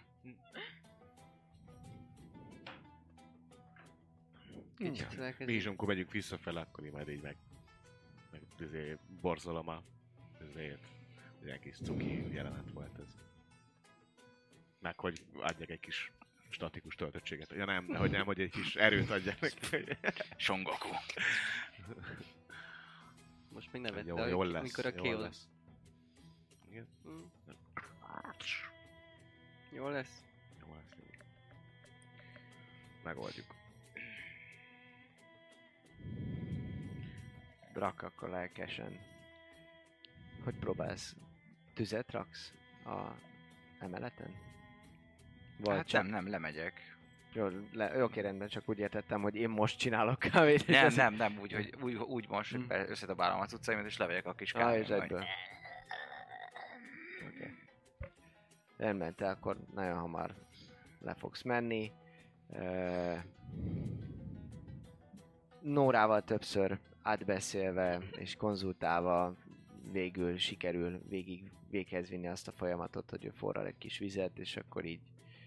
Kicsit Mi lelkezik. is, amikor megyünk visszafele, akkor én majd így meg borzolom a ilyen kis cuki jelenet volt ez. Meg hogy adjak egy kis statikus töltöttséget. Ja nem, de hogy nem, hogy egy kis erőt adjak neki. Son Goku. Most még nevette, Jó, jól lesz, amikor a jól kill. lesz. Igen? Mm. Jó lesz. Jó lesz. Megoldjuk. Brack akkor lelkesen. Hogy próbálsz? Tüzet raksz a emeleten? Vagy Hát csak... nem, lemegyek. Jó, oké, rendben, csak úgy értettem, hogy én most csinálok kávét. és Nem, ez- nem, úgy, hogy úgy most Hm. összedobálom a cuccaimat és levegyek a kis Ah, és kávét. egyből. Oké. Rendben, te akkor nagyon hamar le fogsz menni. Nórával többször átbeszélve és konzultálva végül sikerül véghez vinni azt a folyamatot, hogy ő forral egy kis vizet, és akkor így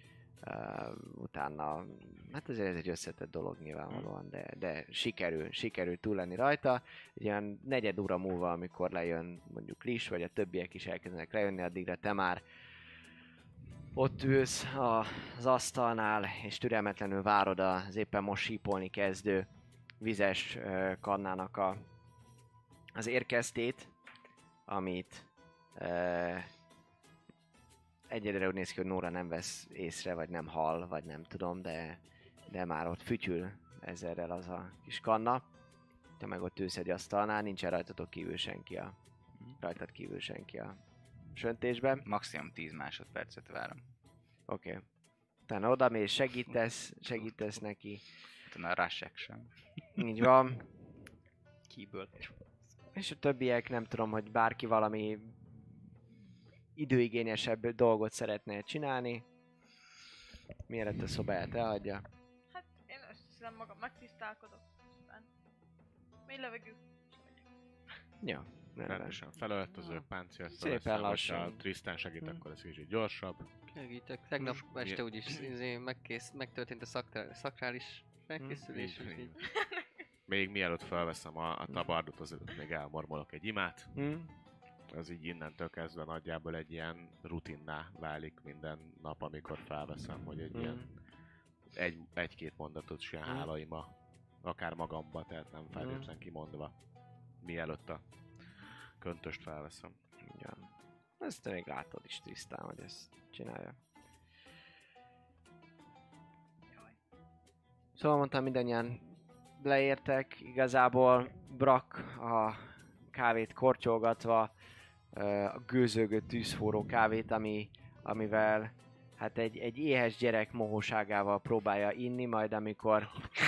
utána, hát azért ez egy összetett dolog nyilvánvalóan, de sikerül túl lenni rajta. Egy olyan 4 óra múlva, amikor lejön mondjuk Lis, vagy a többiek is elkezdenek lejönni, addigra te már ott ülsz az asztalnál, és türelmetlenül várod az éppen most sípolni kezdő vizes kannának az érkeztét, amit egyelőre úgy néz ki, hogy Nóra nem vesz észre, vagy nem hall, vagy nem tudom, de már ott fütyül ezerrel az a kis kanna. Te meg ott ülsz egy asztalnál, nincsen rajtad kívül senki a söntésben. Maximum 10 másodpercet várom. Oké. Utána odamész, segítesz neki. Utána a rush action. Így van. Kiből. És a többiek, nem tudom, hogy bárki valami időigényesebb dolgot szeretne csinálni. Mielőtt a szobáját elhagyja. Hát én összeszedem magam, megtisztálkodok. Aztán mély levegő. és megyek. Ja, rendben. Rendesen felöltöző, páncél, Szépen lassan. Ha Tristan segít, akkor ez kicsit gyorsabb. Segítek. Tegnap Most este úgyis megtörtént a szakrális felkészülés, Így, úgyhogy... így. Még mielőtt felveszem a tabardot, azért még elmormolok egy imát. Az így innentől kezdve nagyjából egy ilyen rutinná válik minden nap, amikor felveszem, hogy egy ilyen egy-két mondatot is ilyen hálaima, akár magamba, tehát nem feltétlen kimondva, mielőtt a köntöst felveszem. Ja. Ezt te még látod is tisztán, hogy ezt csinálja. Szóval mondtam, mindannyian leértek, igazából Brak a kávét kortyolgatva, a gőzölgő tűzforró kávét, amivel hát egy éhes gyerek mohóságával próbálja inni, majd amikor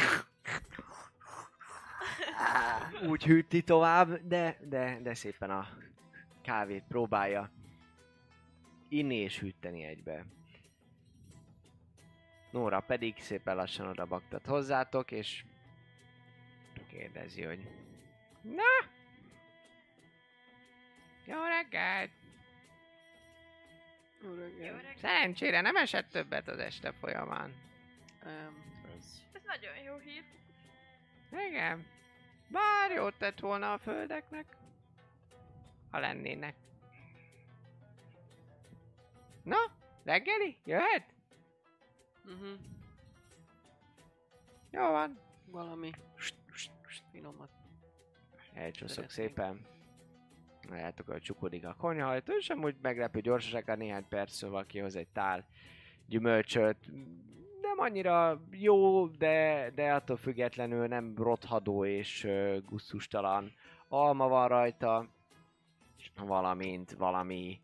úgy hűti tovább, de szépen a kávét próbálja inni és hűteni egybe. Nóra pedig szépen lassan oda baktat hozzátok, és kérdezi, hogy na! Jó reggelt! Jó reggel. Szerencsére nem esett többet az este folyamán. Ez nagyon jó hír. Igen. Bár jót tett volna a földeknek, ha lennének. Na, reggeli? Jöhet? Jó van. Valami finomat. Elcsúszok Szeretnék. szépen. Látjátok, hogy csukodik a konyhajtó, és amúgy meglepő gyorsasággal néhány perc szóval kihoz egy tál gyümölcsöt. Nem annyira jó, de attól függetlenül nem rothadó és gusztustalan. Alma van rajta, valamint valami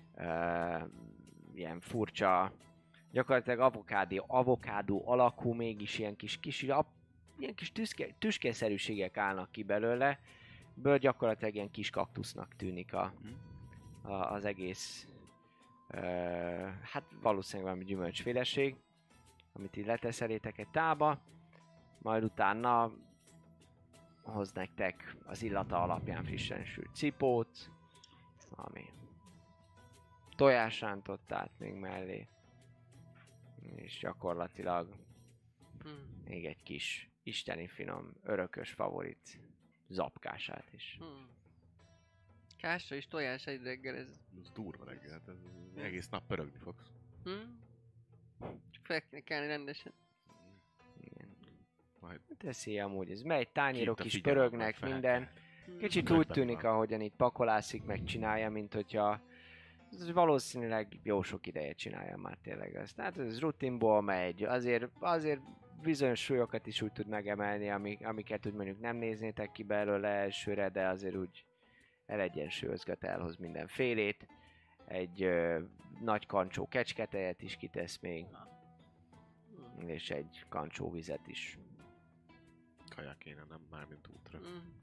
ilyen furcsa, gyakorlatilag avokádó alakú, mégis ilyen kis tüskeszerűségek állnak ki belőle. Ből gyakorlatilag ilyen kis kaktusznak tűnik az egész, hát valószínűleg valami gyümölcsféleség, amit így leteszelétek egy tálba, majd utána hoz nektek az illata alapján frissen sült cipót, valami tojásrántottát még mellé, és gyakorlatilag még egy kis isteni finom, örökös favorit zapkását is. Kásra és tojás egy reggel, ez... Ez durva reggel, hát ez egész nap pörögni fogsz. Csak fel kéne kelni rendesen. Igen. Majd Teszi amúgy, ez megy, tányérok Kint a is figyelem, pörögnek, majd minden. Kicsit Közben úgy tűnik, van. ahogyan itt pakolászik, meg csinálja, mint hogyha ez valószínűleg jó sok ideje csinálja már tényleg ezt. Tehát ez rutinból megy, azért bizonyos súlyokat is úgy tud megemelni, amiket úgy mondjuk nem néznétek ki belőle elsőre, de azért úgy elegyensúlyozgat, elhoz mindenfélét. Egy nagy kancsó kecsketejet is kitesz még, és egy kancsó vizet is. kaja kéne, nem mármint útra.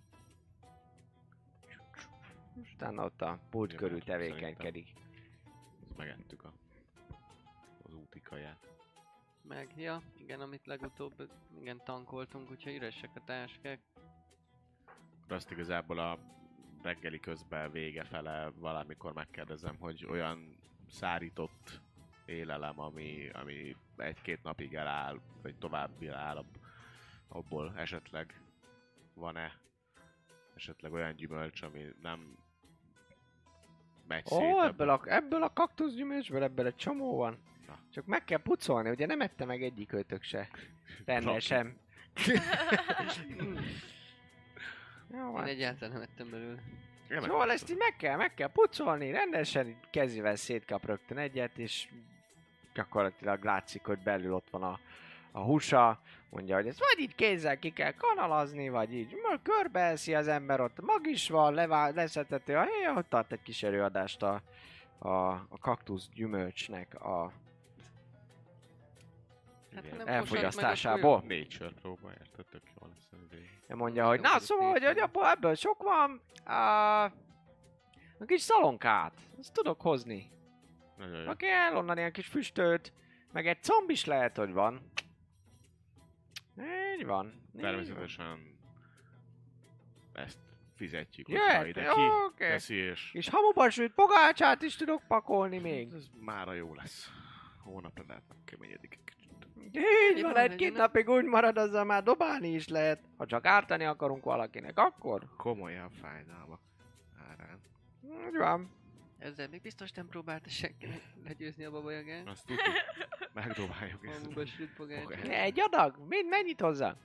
Utána ott a pult Igen, körül szerintem. tevékenykedik. Ezt megettük az úti kaját. Meg, ja, igen, amit legutóbb, igen, tankoltunk, úgyhogy üresek a táskák. De azt igazából a reggeli közben vége fele valamikor megkérdezem, hogy olyan szárított élelem, ami egy-két napig eláll, vagy tovább eláll, abból esetleg van-e esetleg olyan gyümölcs, ami nem megy szét. Ó, ebből a kaktuszgyümölcsből ebből egy csomó van. Na. Csak meg kell pucolni, ugye nem ette meg egyik ötök se. Benne Rocky. sem. Jó Jó, Én egyáltalán nem ettem belőle. jó, ezt így meg kell pucolni, rendesen így kezével szétkap rögtön egyet, és gyakorlatilag látszik, hogy belül ott van a húsa, mondja, hogy ezt vagy így kézzel ki kell kanalazni, vagy így körbeeszi az ember, ott mag is van, leszeteti a hely, ott tart egy kis előadást a kaktusz gyümölcsnek a Hát, ha nem elfogyasztásából. Nature próba, érted? Tök jó lesz az idő. Mondja, hogy na szóval, hogy apa, ebből sok van, a kis szalonkát, azt tudok hozni. Nagyon jó. Aki el onnan ilyen kis füstöt, meg egy comb is lehet, hogy van. Így van. Természetesen ezt fizetjük, Jöhet, hogyha ide jó, ki oké. teszi, és És hamuban sült pogácsát is tudok pakolni még. ez mára jó lesz. Hónapra lehet megkeményedik egy kicsit. Így van, egy-két napig úgy marad, azzal már dobálni is lehet. Ha csak ártani akarunk valakinek, akkor... Komolyan fájdalmak árán. Úgy van. Ezzel még biztos nem próbálta senki legyőzni a babajagát. Azt tudjuk. Megdobáljuk ezt. Magunkba sült pogácsát. Pogács. Egy adag? Mennyit hozzá?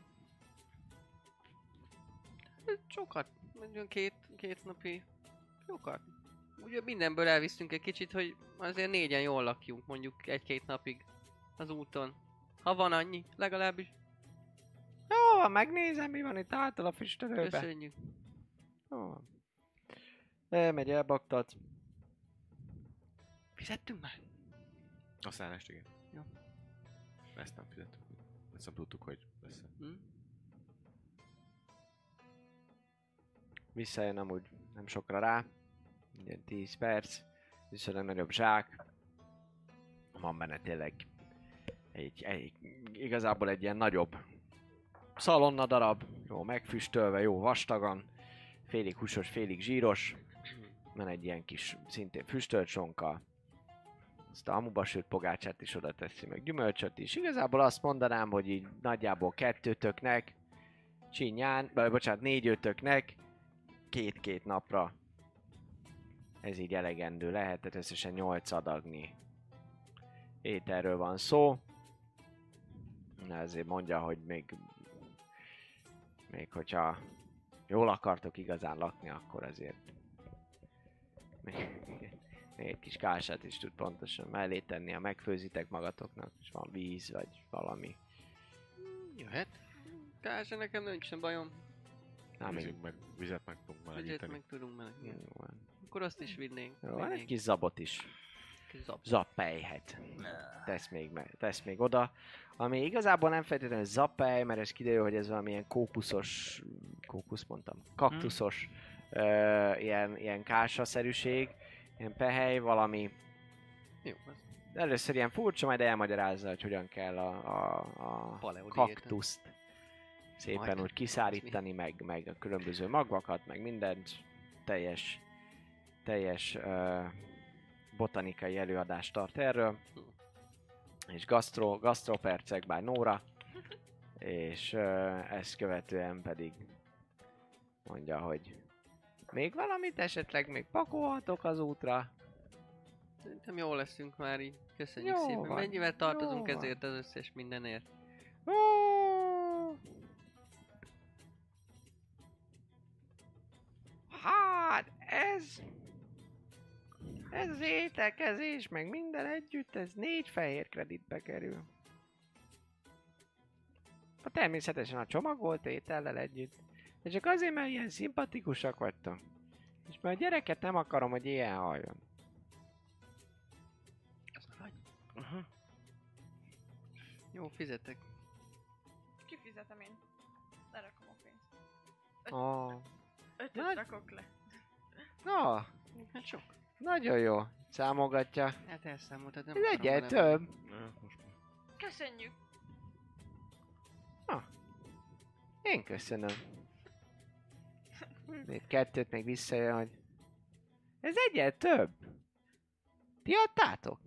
Sokat. Mondjuk két napi. Sokat. Ugye mindenből elvisztünk egy kicsit, hogy azért négyen jól lakjunk, mondjuk egy-két napig az úton. Ha van annyi, legalábbis. Jó, megnézem, mi van itt által a füstölőbe. Köszönjük. Jó van. Elmegy, elbaktat. Fizettünk már? A szállást, igen. Jó. Ezt nem fizettük. Ezt nem tudtuk, hogy lesz. Hm? Visszajön amúgy nem sokra rá. Ilyen 10 perc. Viszonylag nagyobb zsák. Van benne tényleg igazából egy ilyen nagyobb szalonna darab. Jó megfüstölve, jó vastagan. Félig húsos, félig zsíros. Van egy ilyen kis szintén füstölt sonka. Azt a hamuba sült pogácsát is oda teszi, meg gyümölcsöt is. Igazából azt mondanám, hogy így nagyjából 2-töknek, csinyán, bocsánat, 4-5-öknek, 2-2 napra ez így elegendő lehet, tehát összesen 8 adagnyi ételről van szó. Na ezért mondja, hogy még hogyha jól akartok igazán lakni, akkor azért még egy kis kását is tud pontosan mellé tenni, ha megfőzitek magatoknak, és van víz, vagy valami. Jöhet. Kársa, nekem nincsen bajom. Vizet meg tudunk Vizet melegíteni. meg tudunk melegíteni. Jó van. Akkor azt is vinnénk. Jó, van egy kis zabot is. Kis zap. Zappelyhet. Tesz még oda. Ami igazából nem feltétlenül zappely, mert ez kiderül, hogy ez valamilyen kaktuszos, ilyen kásaszerűség, ilyen pehely, valami. Jó, az Először ilyen furcsa, majd elmagyarázza, hogy hogyan kell a Paleo-diéta. kaktuszt szépen Majd. úgy kiszárítani, meg a különböző magvakat, meg mindent. Teljes botanikai előadást tart erről. És gasztropercek by Nóra. És ezt követően pedig mondja, hogy még valamit esetleg még pakolhatok az útra. Szerintem jól leszünk már így. Köszönjük Jó szépen. van, Mennyivel tartozunk jó van. ezért az összes mindenért? Ó! Hát ez az ételkezés, meg minden együtt, ez 4 fehér kreditbe kerül. Természetesen a csomagolt étellel együtt. De csak azért, mert ilyen szimpatikusak vagytok. És mert a gyereket nem akarom, hogy ilyen halljon. Az nagy. Jó, fizetek. Kifizetem én. Lerakom a pénzt. Oh. 5-öt Nagy- rakok le. Na, Hát sok. nagyon jó. Számogatja. Hát elszámoltad, nem Ez akarom egyel velem. több. Most Köszönjük. Én köszönöm. Még 2 még visszajön, hogy... Ez egyel több. Ti adtátok?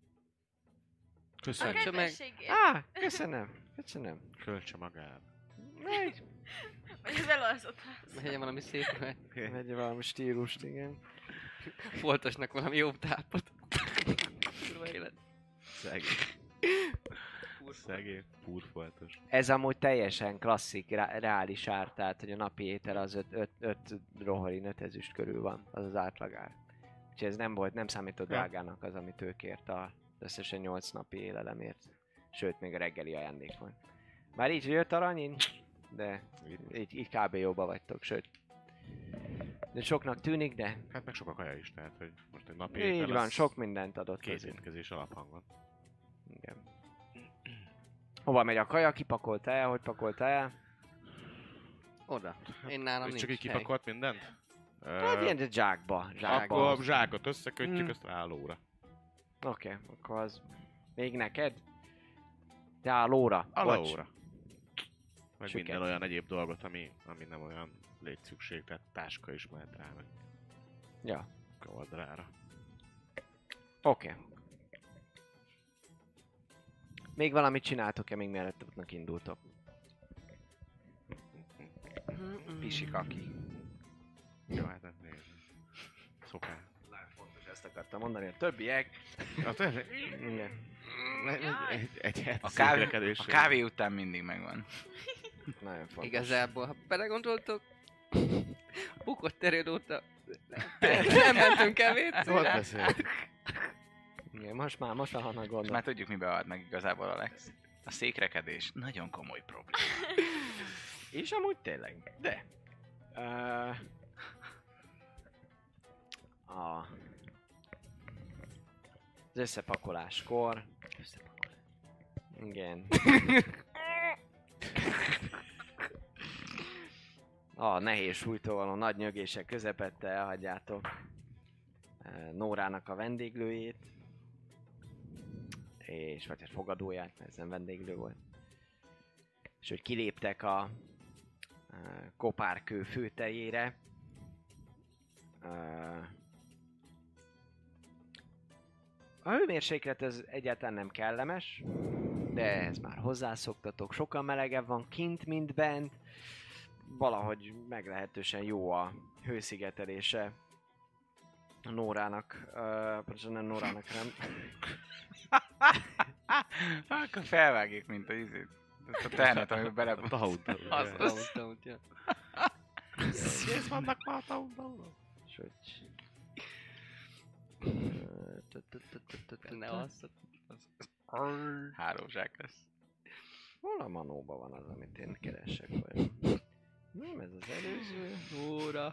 A köszönjük. meg. kedvességért. Köszönöm. Költse magára. Megy. Vagy az elalszott ház. Legyen valami szép, mert Megy valami stílust, igen. foltosnak valami jobb tápot. Kurva élet. Szegény. Szegény, purfoltos. Ez amúgy teljesen klasszik, reális ár, tehát hogy a napi étel az 5 roharin, 5 ezüst körül van, az az átlagár. Úgyhogy ez nem számított drágának az, amit ő kért az összesen 8 napi élelemért. Sőt, még a reggeli ajándék van. Már így jött arany, de így kb. Jóba vagytok, sőt. De soknak tűnik, de... Hát meg sok a kaja is, tehát hogy most egy napi Így étel van, az sok mindent adott két közé. étkezés alaphangon. Igen. Hova megy a kaja? Kipakolta el? Hogy pakolta el? Oda. Én nálam És nincs csak így hely. kipakolt mindent? Hát ilyen zsákba. Akkor a zsákot összekötjük, azt állóra. Oké, akkor az még neked? De a lóra. A Bocs. lóra. Meg Süket. minden olyan egyéb dolgot, ami nem olyan létszükség, tehát táska is mehet rá, meg Ja, kavadrára. oké. Még valamit csináltok-e, még mielőtt útnak indultok? Pisikaki. Jó, hát nem nézd. Szokás. Fontos, ezt akartam mondani, a többiek... Igen. Egy heti A székrekedéssel. kávé után mindig megvan. Nagyon fontos. Igazából, ha belegondoltok, bukott terüld óta nem mentünk el Ott vécére. beszéltük. Igen, most már annak Most gondol. már tudjuk, mibe ad meg igazából Alex. A székrekedés nagyon komoly probléma. És amúgy tényleg. De. Az összepakoláskor. Igen. A nehéz súlytól való nagy nyögések közepette elhagyjátok Nórának a vendéglőjét. És vagy hát fogadóját, mert ez nem vendéglő volt. És hogy kiléptek a kopárkő főtejére. A hőmérséklet ez egyáltalán nem kellemes, de ez már hozzászoktatok. Sokkal melegebb van kint, mint bent. Valahogy meglehetősen jó a hőszigetelése a Nórának, pontosan nem Nórának, hanem Akkor felvágjuk, mint a izét. Ezt a ternet, amiben bele... Az. Kész vannak már a tauntaunok? és hogy... Ne alszod. 3 zsák lesz. Hol a manóban van az, amit én keresek, vagy? Nem, ez az előző. Óra.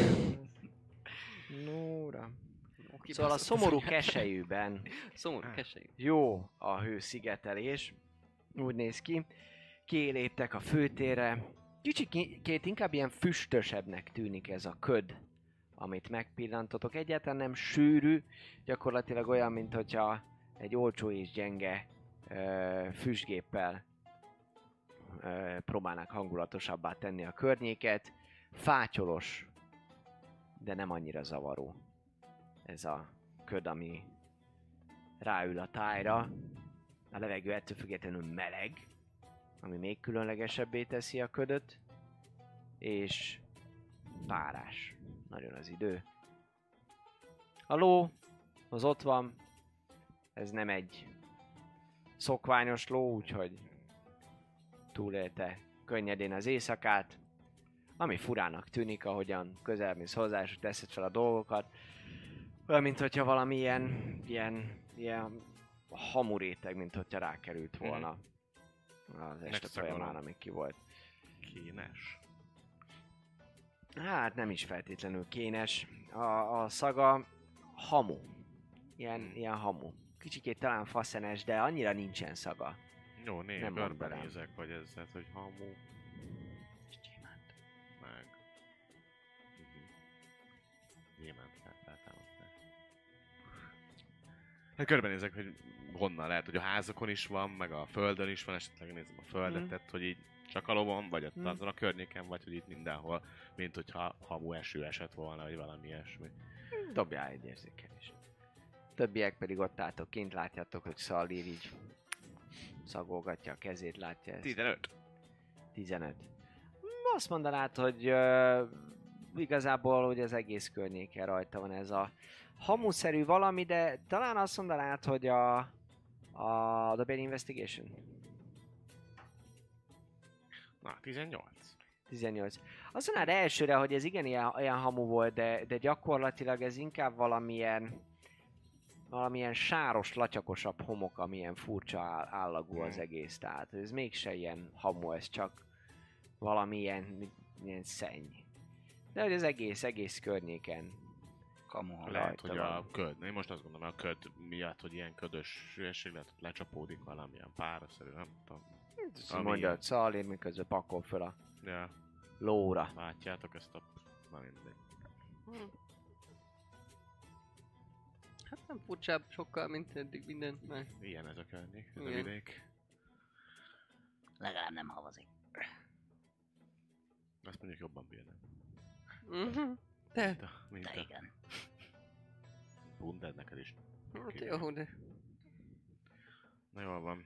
Nóra. Szóval a szomorú keselyűben Szomorú keselyű. jó a hőszigetelés. Úgy néz ki. Kiléptek a főtérre. Kicsikét inkább ilyen füstösebbnek tűnik ez a köd, amit megpillantotok. Egyáltalán nem sűrű, gyakorlatilag olyan, mint hogyha egy olcsó és gyenge füstgéppel próbálnak hangulatosabbá tenni a környéket. Fátyolos, de nem annyira zavaró ez a köd, ami ráül a tájra. A levegő ettől függetlenül meleg, ami még különlegesebbé teszi a ködöt, és párás nagyon az idő. A ló az ott van, ez nem egy szokványos ló, úgyhogy túlélte könnyedén az éjszakát, ami furának tűnik, ahogyan közelmész hozzá, és teszed fel a dolgokat. Olyan, mint hogyha valami ilyen hamuréteg, mint hogyha rákerült volna az este folyamán, ami ki volt. Kénes. Hát nem is feltétlenül kénes. A szaga hamu. Ilyen hamu. Kicsikét talán faszenes, de annyira nincsen szaga. Jó, Nem körbenézek, vagy ez, tehát, hogy hamu. Meg. Gyémánt feltámadták. Hát körbenézek, hogy honnan lehet, hogy a házakon is van, meg a földön is van, esetleg nézem a földet, tehát hogy így csak a lovon, vagy azon a környéken, vagy hogy itt mindenhol, mint hogyha hamu eső esett volna, vagy valami ilyesmi. Dobjál egy érzékelést. Többiek pedig ott álltok kint, látjátok, hogy Szallír így szagolgatja a kezét, látja ezt. 15. 15. Azt mondanád, hogy igazából hogy az egész környéken rajta van ez a hamuszerű valami, de talán azt mondanád, hogy a dobj egy investigation. Na, 18. 18. Azt mondanád elsőre, hogy ez igen ilyen hamu volt, de gyakorlatilag ez inkább valamilyen sáros, latyakosabb homok, amilyen furcsa állagú az egész. Tehát ez mégse ilyen hamu, ez csak valamilyen ilyen szenny. De hogy az egész környéken Kamu. Lehet, hogy van. a köd. Én most azt gondolom, a köd miatt, hogy ilyen ködös hülyeség lehet, hogy lecsapódik valamilyen páraszerű, nem tudom. Ami Mondja, ilyen. hogy Szalir miközben pakol föl a Ja, lóra. látjátok ezt a... Na mindegy. Hát nem furcsább sokkal, mint eddig minden. Mert... Ilyen ez a környék, ez a Igen. vidék. Legalább nem havazik. Azt mondjuk jobban bírnám. De, Mint De a igen. bunded neked is. hát jó, de... Na jól van.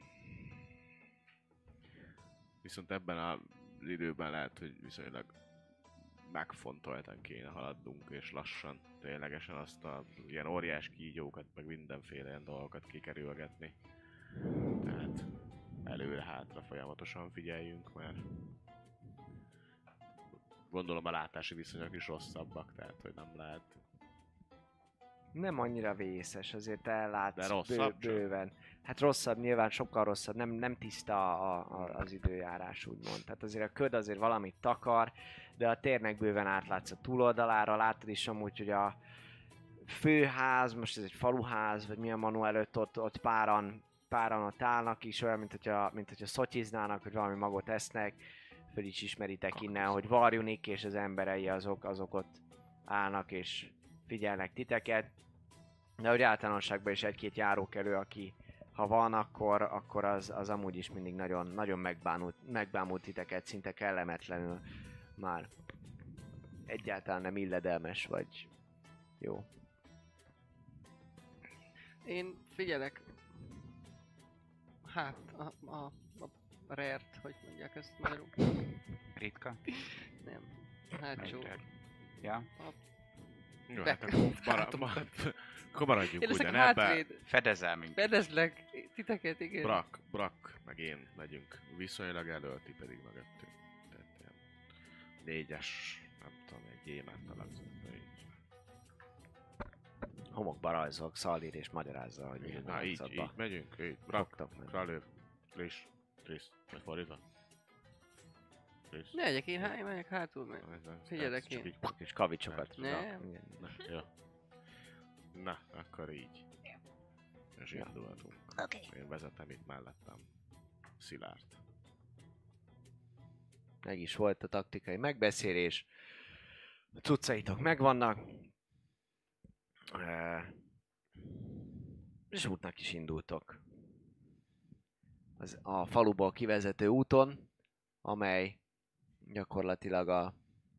Viszont ebben az időben lehet, hogy viszonylag megfontoltan kéne haladnunk, és lassan ténylegesen azt a ilyen óriás kígyókat, meg mindenféle ilyen dolgokat kikerülgetni. Tehát előre-hátra folyamatosan figyeljünk, mert gondolom a látási viszonyok is rosszabbak, tehát hogy nem lehet. Nem annyira vészes, azért ellátsz De rosszabb csak? bőven. Hát rosszabb, nyilván sokkal rosszabb, nem tiszta az időjárás úgymond. Tehát azért a köd azért valamit takar, de a térnek bőven átlátsz a túloldalára, látod is amúgy, hogy a főház, most ez egy faluház, vagy mi a Manu előtt, ott páran ott állnak is, olyan, mint hogyha szotyiznának, hogy valami magot esznek. Föl is ismeritek innen, hogy Varjunik és az emberei azok ott állnak és figyelnek titeket. De hogy általánosságban is egy-két járókelő, aki ha van, akkor az amúgy is mindig nagyon, nagyon megbámult titeket, szinte kellemetlenül. Már egyáltalán nem illedelmes vagy jó. Én figyelek. Hát, a rare-t, hogy mondják ezt magyarul? Ritka? Nem. Hátsó. Ja. Jó, hát akkor maradjunk Én leszek ugyanebben. hátvéd. Fedezel minket. Fedezlek titeket, igen. Brak, meg én megyünk viszonylag elől, ti pedig mögöttünk. Tehát ilyen 4-es, nem tudom, egy gyémánt alakzott, így. Homokba rajzolok, Szalir és magyarázza, hogy mi Na így megyünk, így. Brak, Fogtok meg. Kralőr, Triss, vagy fordítva. Triss. Ne legyek én, megyek hátul meg. Figyelek csak én. így. és kavicsokat. Nem. Igen. Na, jó. Na, akkor így. És indulhatunk. Oké. Én vezetem itt mellettem. Szilárd. Meg is volt a taktikai megbeszélés. A cuccaitok megvannak. És útnak is indultok. A faluból kivezető úton, amely gyakorlatilag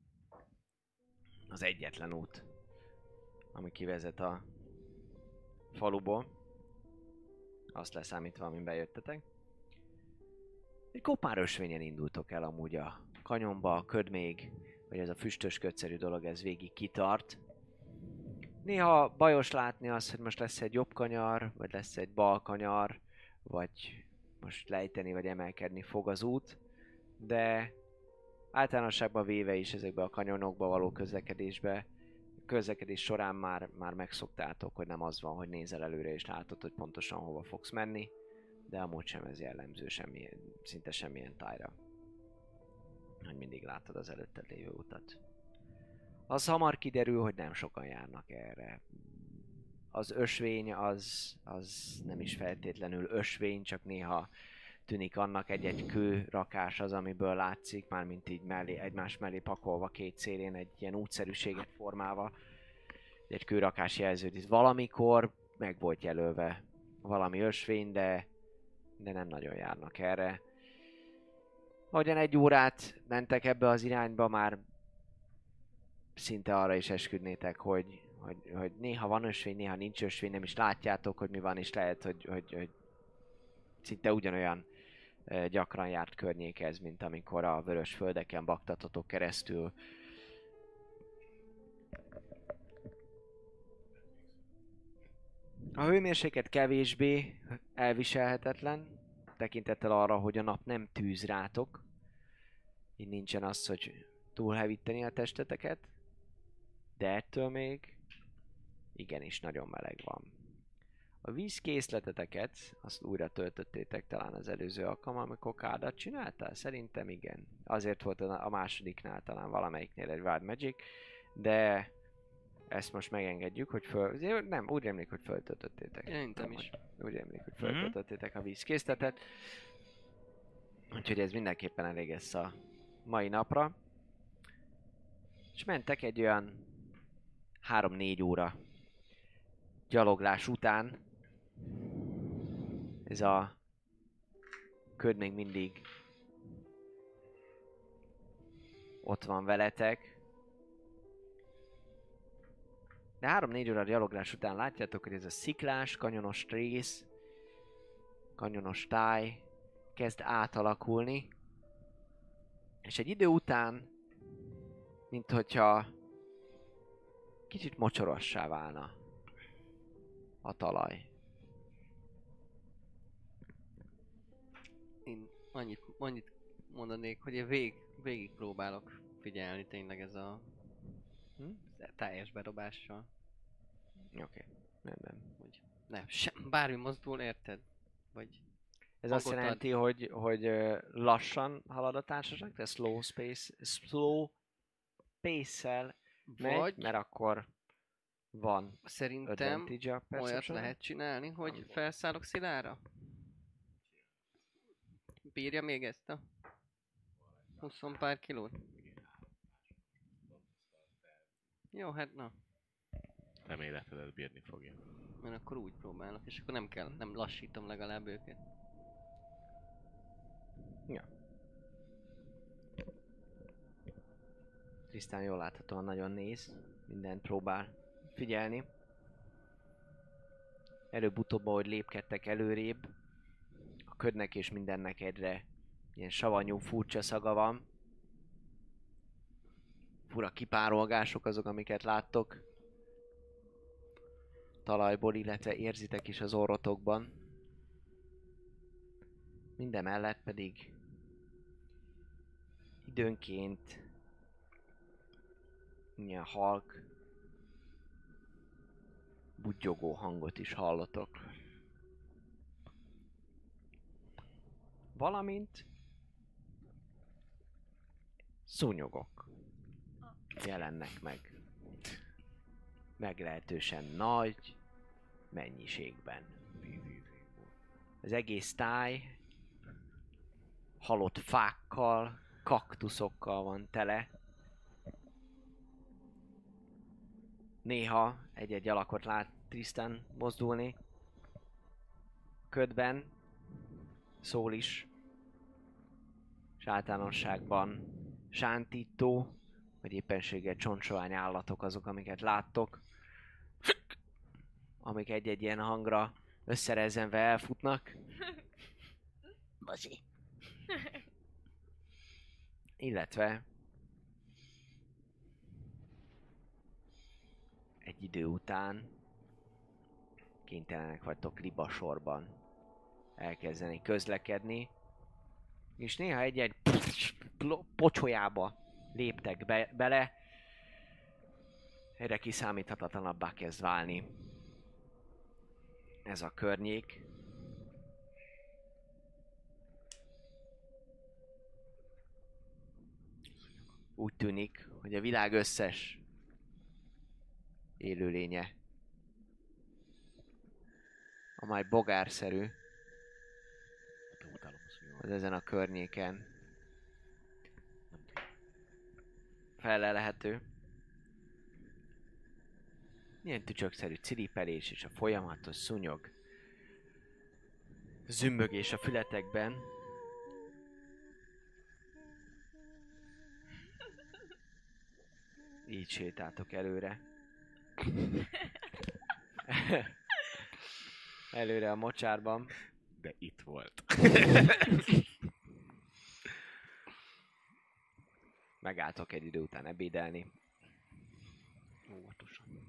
az egyetlen út, ami kivezet a faluból. Azt leszámítva, amin bejöttetek. Egy kopár ösvényen indultok el amúgy a kanyonba, a köd még, vagy ez a füstös ködszerű dolog, ez végig kitart. Néha bajos látni azt, hogy most lesz egy jobb kanyar, vagy lesz egy bal kanyar, vagy most lejteni, vagy emelkedni fog az út, de általánosságban véve is ezekbe a kanyonokba való közlekedés során már megszoktátok, hogy nem az van, hogy nézel előre és látod, hogy pontosan hova fogsz menni, de amúgy sem ez jellemző szinte semmilyen tájra, hogy mindig látod az előtted lévő utat. Az hamar kiderül, hogy nem sokan járnak erre. Az ösvény az nem is feltétlenül ösvény, csak néha tűnik annak egy-egy kőrakás az, amiből látszik, mármint így egymás mellé pakolva két szélén egy ilyen útszerűséget formálva. Egy kőrakás jelződik. Valamikor meg volt jelölve valami ösvény, de nem nagyon járnak erre. Ahogyan egy órát mentek ebbe az irányba, már szinte arra is esküdnétek, hogy néha van ösvény, néha nincs ösvény, nem is látjátok, hogy mi van, és lehet, hogy szinte ugyanolyan gyakran járt környék ez, mint amikor a vörös földeken baktatotok keresztül. A hőmérséklet kevésbé elviselhetetlen, tekintettel arra, hogy a nap nem tűz rátok. így nincsen az, hogy túlhevíteni a testeteket, de ettől még igenis nagyon meleg van. A vízkészleteteket, azt újra töltöttétek talán az előző alkalommal, amikor kádat csináltál? Szerintem igen. Azért volt a másodiknál talán valamelyiknél egy Wild Magic, de ezt most megengedjük, hogy nem, úgy emlék, hogy föltöltöttétek. Szerintem is. Úgy emlék, hogy föltöltöttétek a vízkészletet. Úgyhogy ez mindenképpen elég lesz a mai napra. És mentek egy olyan 3-4 óra gyaloglás után. Ez a köd még mindig ott van veletek. De 3-4 óra gyaloglás után látjátok, hogy ez a sziklás, kanyonos rész, kanyonos táj kezd átalakulni. És egy idő után, mint hogyha kicsit mocsorossá válna a talaj. Én annyit mondanék, hogy én végig próbálok figyelni tényleg ez a teljes bedobással. Oké, rendben. Hogy bármi mozdul, érted? Vagy Ez azt jelenti, hogy lassan halad a társaság, tehát slow pace-szel megy, mert akkor van szerintem advantage a olyat perception. lehet csinálni, hogy felszállok Szilára? Bírja még ezt a 20 pár kilót? Jó, hát na. Reméletedet bírni fogja. Mert akkor úgy próbálok, és akkor nem lassítom legalább őket. Ja. Trisztán jól láthatóan nagyon néz, mindent próbál figyelni. Előbb-utóbb, ahogy lépkedtek előrébb, a ködnek és mindennek egyre ilyen savanyú, furcsa szaga van. Fura kipárolgások azok, amiket láttok talajból, illetve érzitek is az orrotokban. Mindemellett pedig időnként ilyen halk, buggyogó hangot is hallotok. Valamint szúnyogok jelennek meg. Meglehetősen nagy mennyiségben. Az egész táj halott fákkal, kaktuszokkal van tele. Néha egy-egy alakot lát Tristan mozdulni ködben, szól is, és általánosságban sántító, vagy éppenséggel csontsovány állatok azok, amiket láttok, amik egy-egy ilyen hangra összerezzenve elfutnak. Bocsi. Illetve egy idő után kénytelenek vagytok libasorban elkezdeni közlekedni, és néha egy-egy pocsolyába léptek bele, egyre kiszámíthatatlanabbá kezd válni ez a környék. Úgy tűnik, hogy a világ összes élőlénye, amely bogárszerű, az ezen a környéken felelhető. Milyen tücsökszerű ciripelés és a folyamatos szúnyog, zümmögés a fületekben. Így sétáltok előre. Előre a mocsárban. De itt volt. Megálltok egy idő után ebédelni. Óvatosan.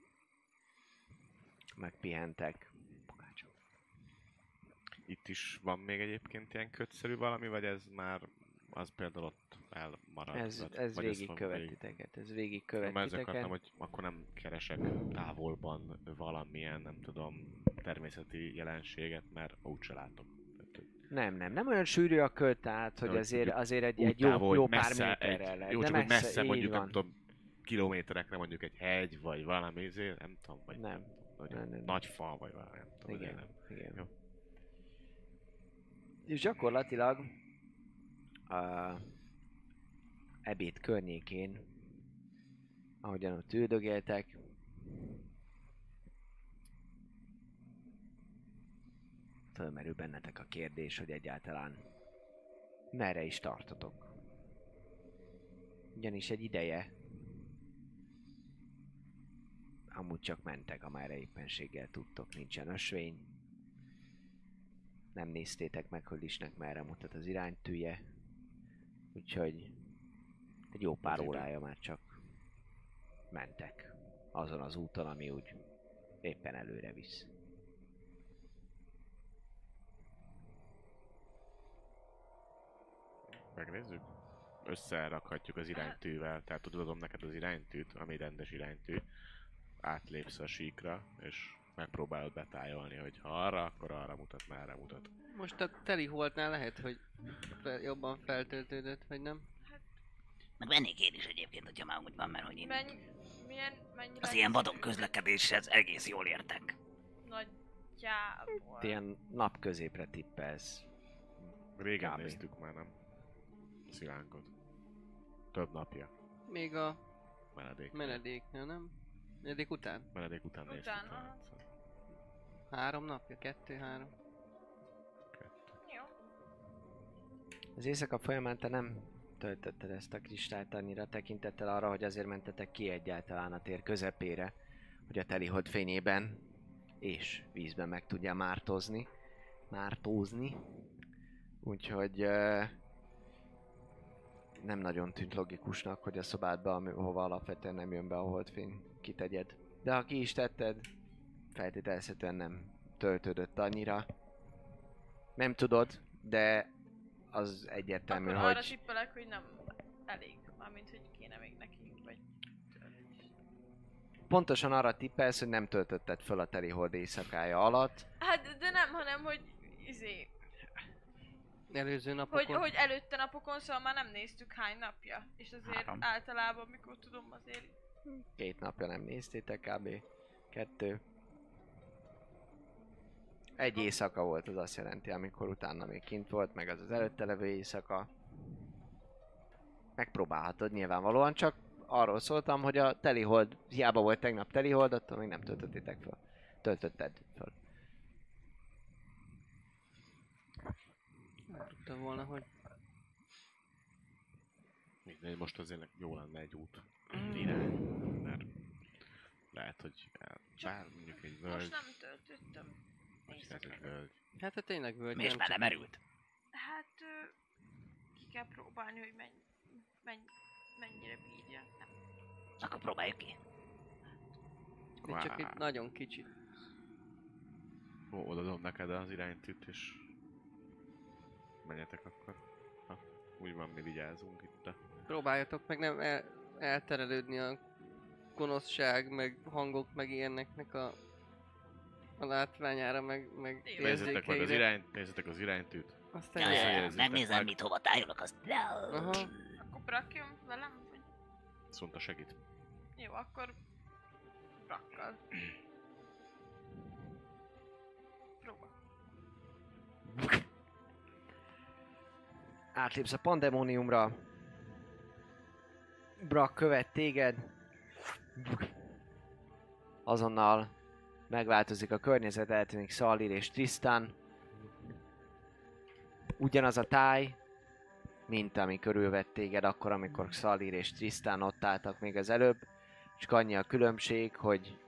Megpihentek. Itt is van még egyébként ilyen kötszerű valami, vagy ez már az például ott elmarad. Ez vagy ezt végigkövet végig- titeket, ez végigkövet Mert ezzel akartam, titeket. hogy akkor nem keresek távolban valamilyen, nem tudom, természeti jelenséget, mert úgyse látok. Nem olyan sűrű a köd, tehát hogy Hogy azért egy Úgy jó, távol, jó hogy pár messze méterrel lehet. Jó, De csak hogy messze így mondjuk, van. nem tudom, kilométerekre mondjuk egy hegy, vagy valami izé, nem tudom, vagy Nem. vagy Nem. nagy fa, vagy valami, nem tudom, Igen, nem. igen. Jó. És gyakorlatilag ebéd környékén, ahogyan ott üldögéltek, fölmerül bennetek a kérdés, hogy egyáltalán merre is tartotok. Ugyanis egy ideje amúgy csak mentek, amerre éppenséggel tudtok, nincsen ösvény. Nem néztétek meg, hogy Lisnek merre mutat az iránytűje. Úgyhogy egy jó pár órája már csak mentek azon az úton, ami úgy éppen előre visz. Megnézzük? Összerakhatjuk az iránytűvel, tehát tudod neked az iránytűt, ami rendes iránytű. Átlépsz a síkra, és megpróbálod betájolni, hogy ha arra, akkor arra mutat, merre mutat. Most a teli holtnál lehet, hogy jobban feltöltődött, vagy nem? Meg vennék én is egyébként, hogyha már úgy van, mert hogy én Mennyi az ilyen vadon közlekedéshez egész jól értek. Nagyjából. Ilyen napközépre tippelsz. Régen Kb. néztük már, nem? Szilánkot. Több napja. Még a Menedék. menedéknél, nem? Menedék után? Menedék után néztük. Utána. talán, szóval. 3 napja? 2-3? Jó. Az éjszaka folyamán te nem töltötted ezt a kristályt annyira tekintettel arra, hogy azért mentetek ki egyáltalán a tér közepére, hogy a telihold fényében és vízben meg tudja mártózni. Úgyhogy nem nagyon tűnt logikusnak, hogy a szobádba, ahova alapvetően nem jön be a holdfény, kitegyed. De ha ki is tetted, feltételezhetően nem töltődött annyira. Nem tudod, de az egyértelmű, Akkor arra hogy tippelek, hogy nem elég. Mármint, hogy kéne még nekik, vagy... pontosan arra tippelsz, hogy nem töltötted föl a telihold éjszakája alatt. Hát, de nem, hanem, hogy Előző napokon? hogy előtte napokon, szóval már nem néztük hány napja. És azért 3. általában, mikor tudom, azért... 2 napja nem néztétek kb. 2. Egy éjszaka volt, az azt jelenti, amikor utána még kint volt, meg az előtte levő éjszaka. Megpróbálhatod nyilvánvalóan, csak arról szóltam, hogy a telihold, hiába volt tegnap telihold, attól még nem töltöttétek föl. Töltötted föl. Nem tudtam volna, hogy... Mindegy, most azért jó lenne egy út irány, mert lehet, hogy bár mondjuk egy Most völgy, nem töltöttem. vagy ez éjszaka. egy völgy. Hát ha tényleg völgy, És már csak- lemerült. Hát, ki kell próbálni, hogy mennyire bírja. Nem. Akkor próbáljuk ki. Még csak egy nagyon kicsit. Ó, odadom neked az iránytűt, és menjetek akkor. Ha, úgy van, mi vigyázunk itt a... Próbáljatok meg nem elterelődni a gonoszság, meg hangok, meg ilyeneknek a látványára, meg Nézzetek meg az érzékeire. nézzetek az iránytűt. Aztán Ja, Viszont ja, érezzétek megnézem, meg. mit hova tájolok, azt... Aha. Akkor brakjon velem? Vagy... Szonta segít. Jó, akkor... Brakkal. Próbál. Átlépsz a pandemóniumra. Brak követ téged. Azonnal megváltozik a környezet, eltűnik Szalír és Tristan. Ugyanaz a táj, mint ami körülvett téged akkor, amikor Szalír és Tristan ott álltak még az előbb. Csak annyi a különbség, hogy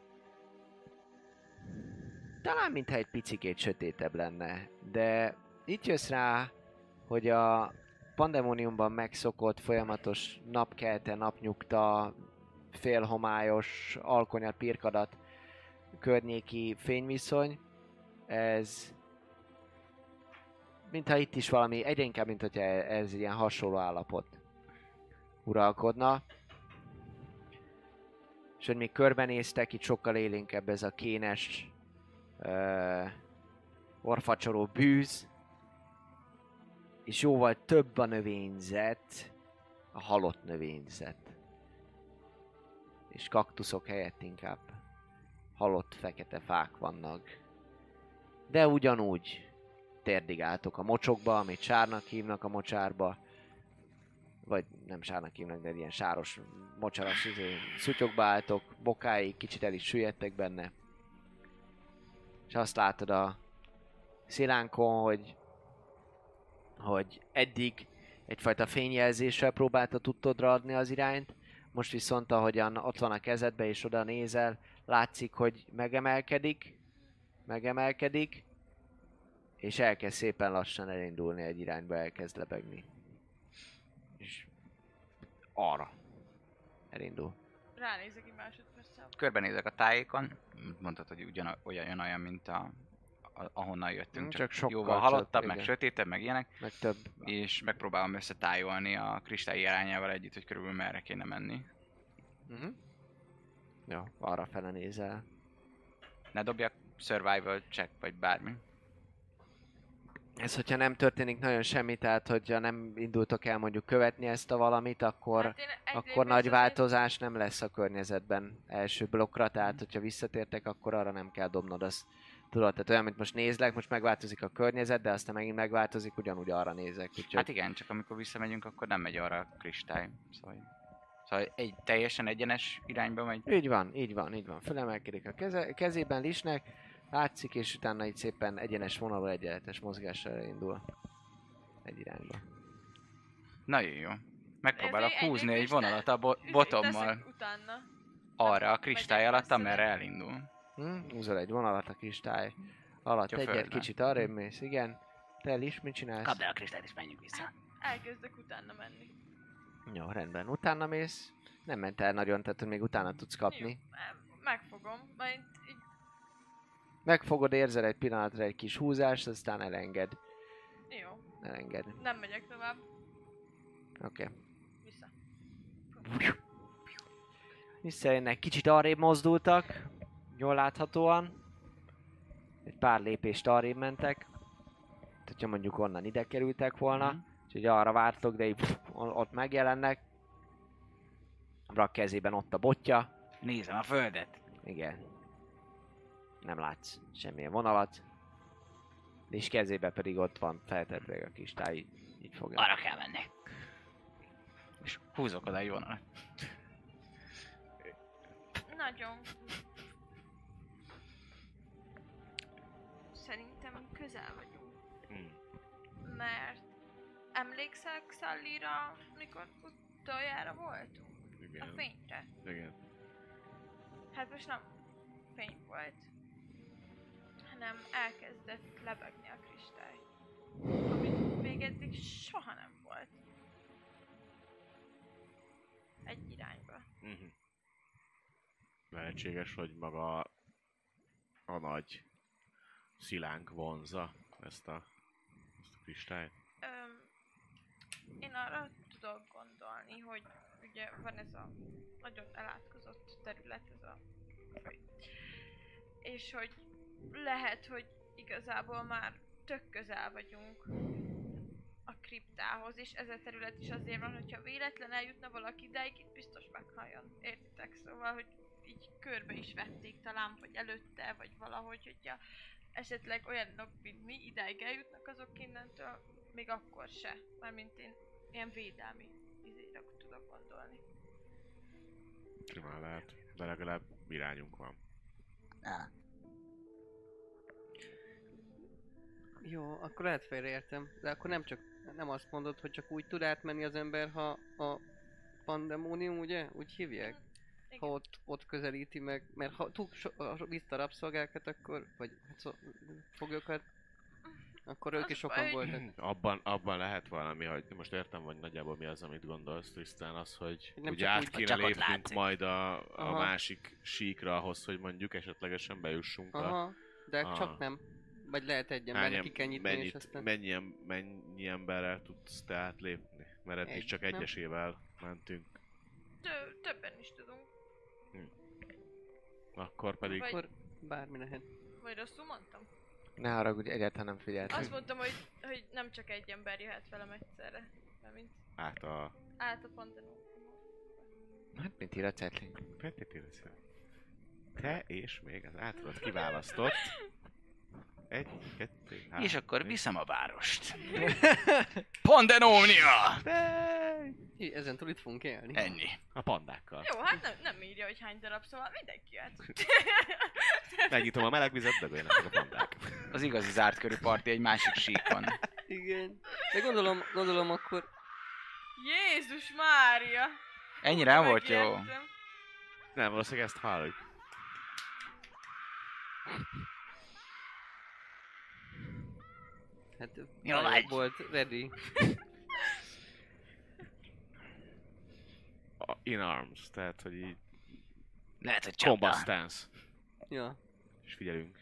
talán mintha egy picikét sötétebb lenne, de itt jössz rá, hogy a pandemóniumban megszokott folyamatos napkelte, napnyugta, félhomályos, alkonyat, pirkadat környéki fényviszony, ez mintha itt is valami, egyre inkább, mint hogyha ez ilyen hasonló állapot uralkodna. És hogy még körbenéztek, itt sokkal élénkebb ez a kénes, orfacsoró bűz, és jóval több a növényzet, a halott növényzet. És kaktuszok helyett inkább halott fekete fák vannak. De ugyanúgy térdigáltok a mocsokba, amit sárnak hívnak a mocsárba. Vagy nem sárnak hívnak, de ilyen sáros, mocsaras szutyokba álltok, bokáig, kicsit el is süllyedtek benne. És azt látod a szilánkon, hogy eddig egyfajta fényjelzéssel próbálta tudtodra adni az irányt, most viszont ahogyan ott van a kezedbe és oda nézel, látszik, hogy megemelkedik, és elkezd szépen lassan elindulni egy irányba, elkezd lebegni. És arra elindul. Ránézek egy másodperccel. Körbenézek a tájékon, mondtad, hogy ugyanolyan, mint ahonnan jöttünk, Csak csak sokkal jóval halottabb, több, meg igen. sötétebb, meg ilyenek, Meg több. és megpróbálom összetájolni a kristály irányával együtt, hogy körülbelül merre kéne menni. Jó, arra fele nézel. Ne dobjak survival check, vagy bármi. Ez, hogyha nem történik nagyon semmi, tehát hogyha nem indultok el mondjuk követni ezt a valamit, akkor, Hát én egy akkor lépést nagy azért- változás nem lesz a környezetben első blokkra, tehát hogyha visszatértek, akkor arra nem kell dobnod azt. Tudod, tehát olyan, mint most nézlek, most megváltozik a környezet, de aztán megint megváltozik, ugyanúgy arra nézek. Úgyhogy Hát igen, csak amikor visszamegyünk, akkor nem megy arra a kristály. Szóval egy teljesen egyenes irányba megy. így van. Fölemelkedik a kezében Lisnek, látszik, és utána így szépen egyenes vonalon egyenletes mozgással indul egy irányba. Nagyon jó. Megpróbálok Ezért egy húzni egy lépést vonalat a teszek botommal utána. arra a Nem kristály megyek alatt, messzire. amerre elindul. Húzol egy vonalat a kristály alatt, Hogyha egyet földre. kicsit arrébb mész, igen. Te is, mit csinálsz? Kapd el a kristályt és menjünk vissza. Elkezdek utána menni. Jó, rendben. Utána mész. Nem ment el nagyon, tehát hogy még utána tudsz kapni. Jó, megfogom, majd így Megfogod, érzel egy pillanatra egy kis húzást, aztán elenged. jó. Elenged. Nem megyek tovább. Oké. Vissza. Visszajönnek, kicsit arrébb mozdultak. Jól láthatóan. Egy pár lépést arrébb mentek. Tehát, hogyha mondjuk onnan ide kerültek volna. Úgyhogy arra vártok, de így ott megjelennek. Brak kezében ott a botja. Nézem a földet. Igen. Nem látsz semmilyen vonalat. És kezébe pedig ott van feltetve a kis táj, így fogja. Arra kell menni. És húzok oda egy vonalat. Nagyon. Szerintem közel vagyunk. Mert emlékszel Xallira, mikor utoljára voltunk? A Igen. fényre. Igen. Hát most nem fény volt, hanem elkezdett lebegni a kristály. Ami még eddig soha nem volt. Egy irányba. Lehetséges, hogy maga a nagy szilánk vonzza ezt a kristályt. Én arra tudok gondolni, hogy ugye van ez a nagyon elátkozott terület, ez a föld. És hogy lehet, hogy igazából már tök közel vagyunk a kriptához, és ez a terület is azért van, hogyha véletlen eljutna valaki ideig, itt biztos meghalljon. Értitek? Szóval, hogy így körbe is vették talán, vagy előtte, vagy valahogy, hogyha esetleg olyanok, mint mi ideig eljutnak, azok innentől még akkor se. Mármint én ilyen védelmi izére tudok gondolni. Simán lehet, de legalább irányunk van. Jó, akkor lehet félreértem. De akkor nem azt mondod, hogy csak úgy tud átmenni az ember, ha a pandemónium, ugye? Úgy hívják? Igen. Ha ott közelíti meg, mert ha vissza rabszolgákat, akkor, vagy foglyokat, akkor ők Az is baj, sokan hogy- voltak. Abban lehet valami, hogy most értem, hogy nagyjából mi az, amit gondolsz, Trisztán, az, hogy Nem ugye csak át úgy, kéne csak ott lépnünk látszik. majd a Aha. másik síkra ahhoz, hogy mondjuk esetlegesen bejussunk a... Aha, de Ah. csak nem. Vagy lehet egy embernek kikenyíteni, és aztán... Mennyi emberrel tudsz te átlépni? Mert eddig csak nem? egyesével mentünk. Többen is tudunk. Akkor pedig... Vagy- Akkor bármi lehet. Vagy rosszul mondtam? Ne haragudj, egyáltalán nem figyeltem. Azt mondtam, hogy nem csak egy ember jöhet velem egyszerre. Mármint át a Pantheon. Hát mint ír a cetli. Te és még az általad kiválasztott. 1, 2, 3. És akkor viszem a várost. Pandenomnia! Hí, ezentúl itt fogunk élni. Ennyi. A pandákkal. Jó, hát nem írja, hogy hány darab, szóval mindenki jöhet. Megnyitom a melegvizet, dögöljenek meg a pandák. Az igazi zárt körű parti egy másik síkon. Igen. De gondolom akkor... Jézus Mária! Ennyire nem volt jó. Megijedtem. Nem, valószínűleg ezt halljuk. Hát Jó nagyon vagy. volt ready. In arms, tehát hogy így Lehet, hogy combat csapda. stance. Ja. És figyelünk.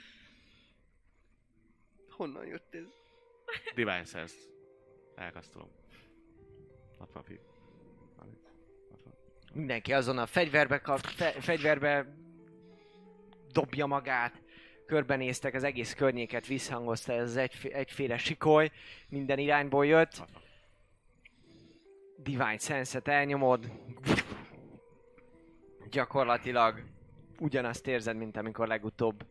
Honnan jött ez? Divine Sense. Elkasztolom. 60 feet. 60. Mindenki azon a fegyverbe dobja magát. Körbenéztek, az egész környéket visszhangozta, ez egyféle sikoly. Minden irányból jött. 60. Divine Sense-et elnyomod. Gyakorlatilag ugyanazt érzed, mint amikor legutóbb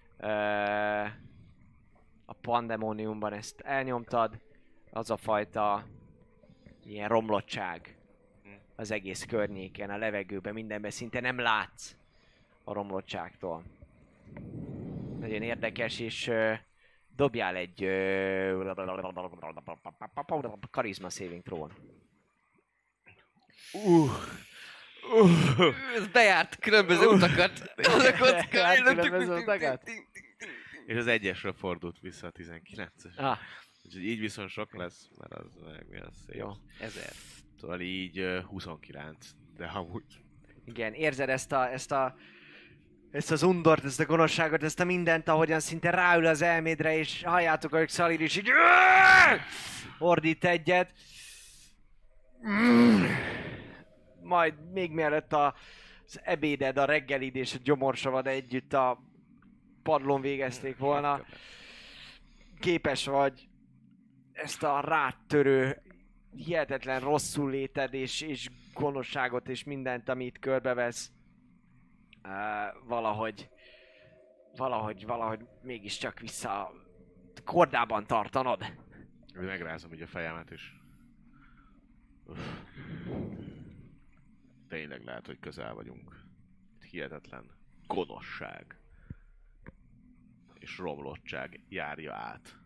a Pandemoniumban ezt elnyomtad. Az a fajta ilyen romlottság az egész környéken, a levegőben, mindenben szinte nem látsz a romlottságtól. Nagyon érdekes, és dobjál egy charisma saving throw-on. Ez bejárt különböző utakat. Az a kocka. Bejárt különböző utakat? És az egyesről fordult vissza a 19-es. Ah, Úgyhogy így viszont sok lesz, mert az meg mi az szép. jó. 1000. Szóval így 29, de amúgy... Igen, érzed ezt az undort, ezt a gonoszságot, ezt a mindent, ahogyan szinte ráül az elmédre, és halljátok, hogy Xalir is így ordít egyet. Majd még mielőtt az ebéded, a reggelid és a gyomorsavad együtt a padlón végezték volna, képes vagy ezt a ráttörő, hihetetlen rosszul léted és gonoszságot és mindent, amit körbevesz, valahogy mégiscsak vissza kordában tartanod. Megrázom így a fejemet, és... Tényleg lehet, hogy közel vagyunk. Hihetetlen gonoszság és romlottság járja át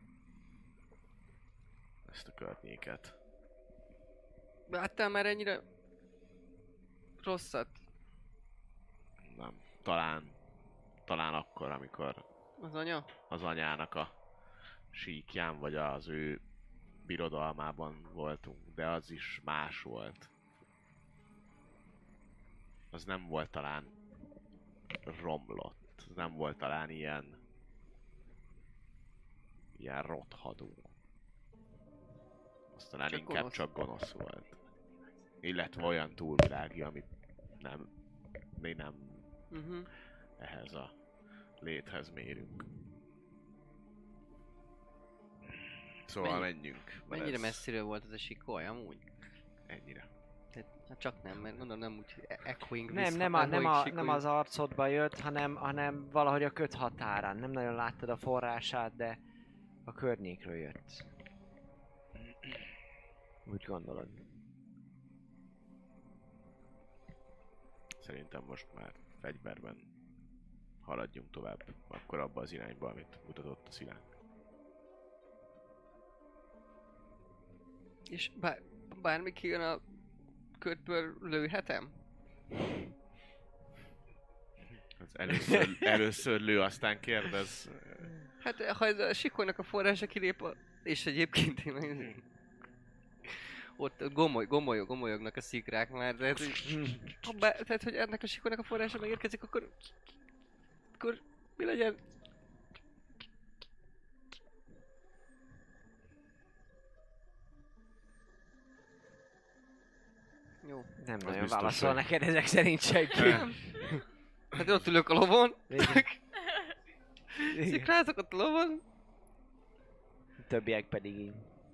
ezt a környéket. Láttál már ennyire rosszat? Nem. Talán akkor, amikor Az anya? az anyának a síkján, vagy az ő birodalmában voltunk, de az is más volt. Az nem volt talán romlott, az nem volt talán ilyen rothadó. Az talán Csak inkább gonosz. csak gonosz volt. Illetve olyan túlvilági, amit mi nem ehhez a léthez mérünk. Szóval menjünk. mert Mennyire ez messziről volt ez a sikoly amúgy? Ennyire. Tehát, hát csak nem, mert mondom nem úgy echoing Nem az arcodba jött, hanem valahogy a köt határán. Nem nagyon láttad a forrását, de a környékről jött. Úgy gondolod. Szerintem most már fegyverben haladjunk tovább, akkor abba az irányba, amit mutatott a Szilánk. És bármi kijön a ködből lőhetem? Az először lő, aztán kérdez. Hát ha ez a sikolynak a forrása kilép, és egyébként én meg... Ott gomolyognak a szikrák már, tehát, tehát hogy ennek a sikolynak a forrása megérkezik, akkor mi legyen? Jó. Nem Az nagyon biztos, válaszol hogy- neked ezek szerint senki. Hát ott ülök a lovon. Igen. Szikrázok ott a lovon. Többiek pedig így.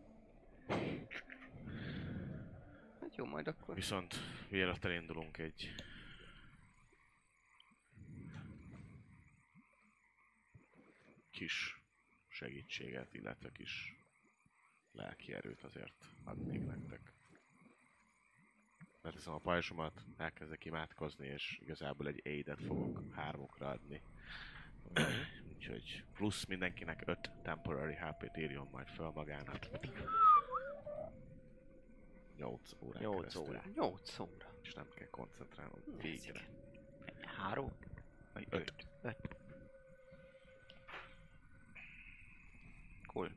Hát jó, majd akkor. Viszont mielőtt elindulunk egy kis segítséget, illetve kis lelki erőt azért adnék nektek. Leteszem a pajzsomat, elkezdek imádkozni, és igazából egy aidet fogok hármukra adni. Úgyhogy plusz mindenkinek 5 temporary HP-t írjon majd fel magának. 8 órán 8 keresztül. órá. 8 óra. És nem kell koncentrálnom végre. 3. Vagy 5. Cool.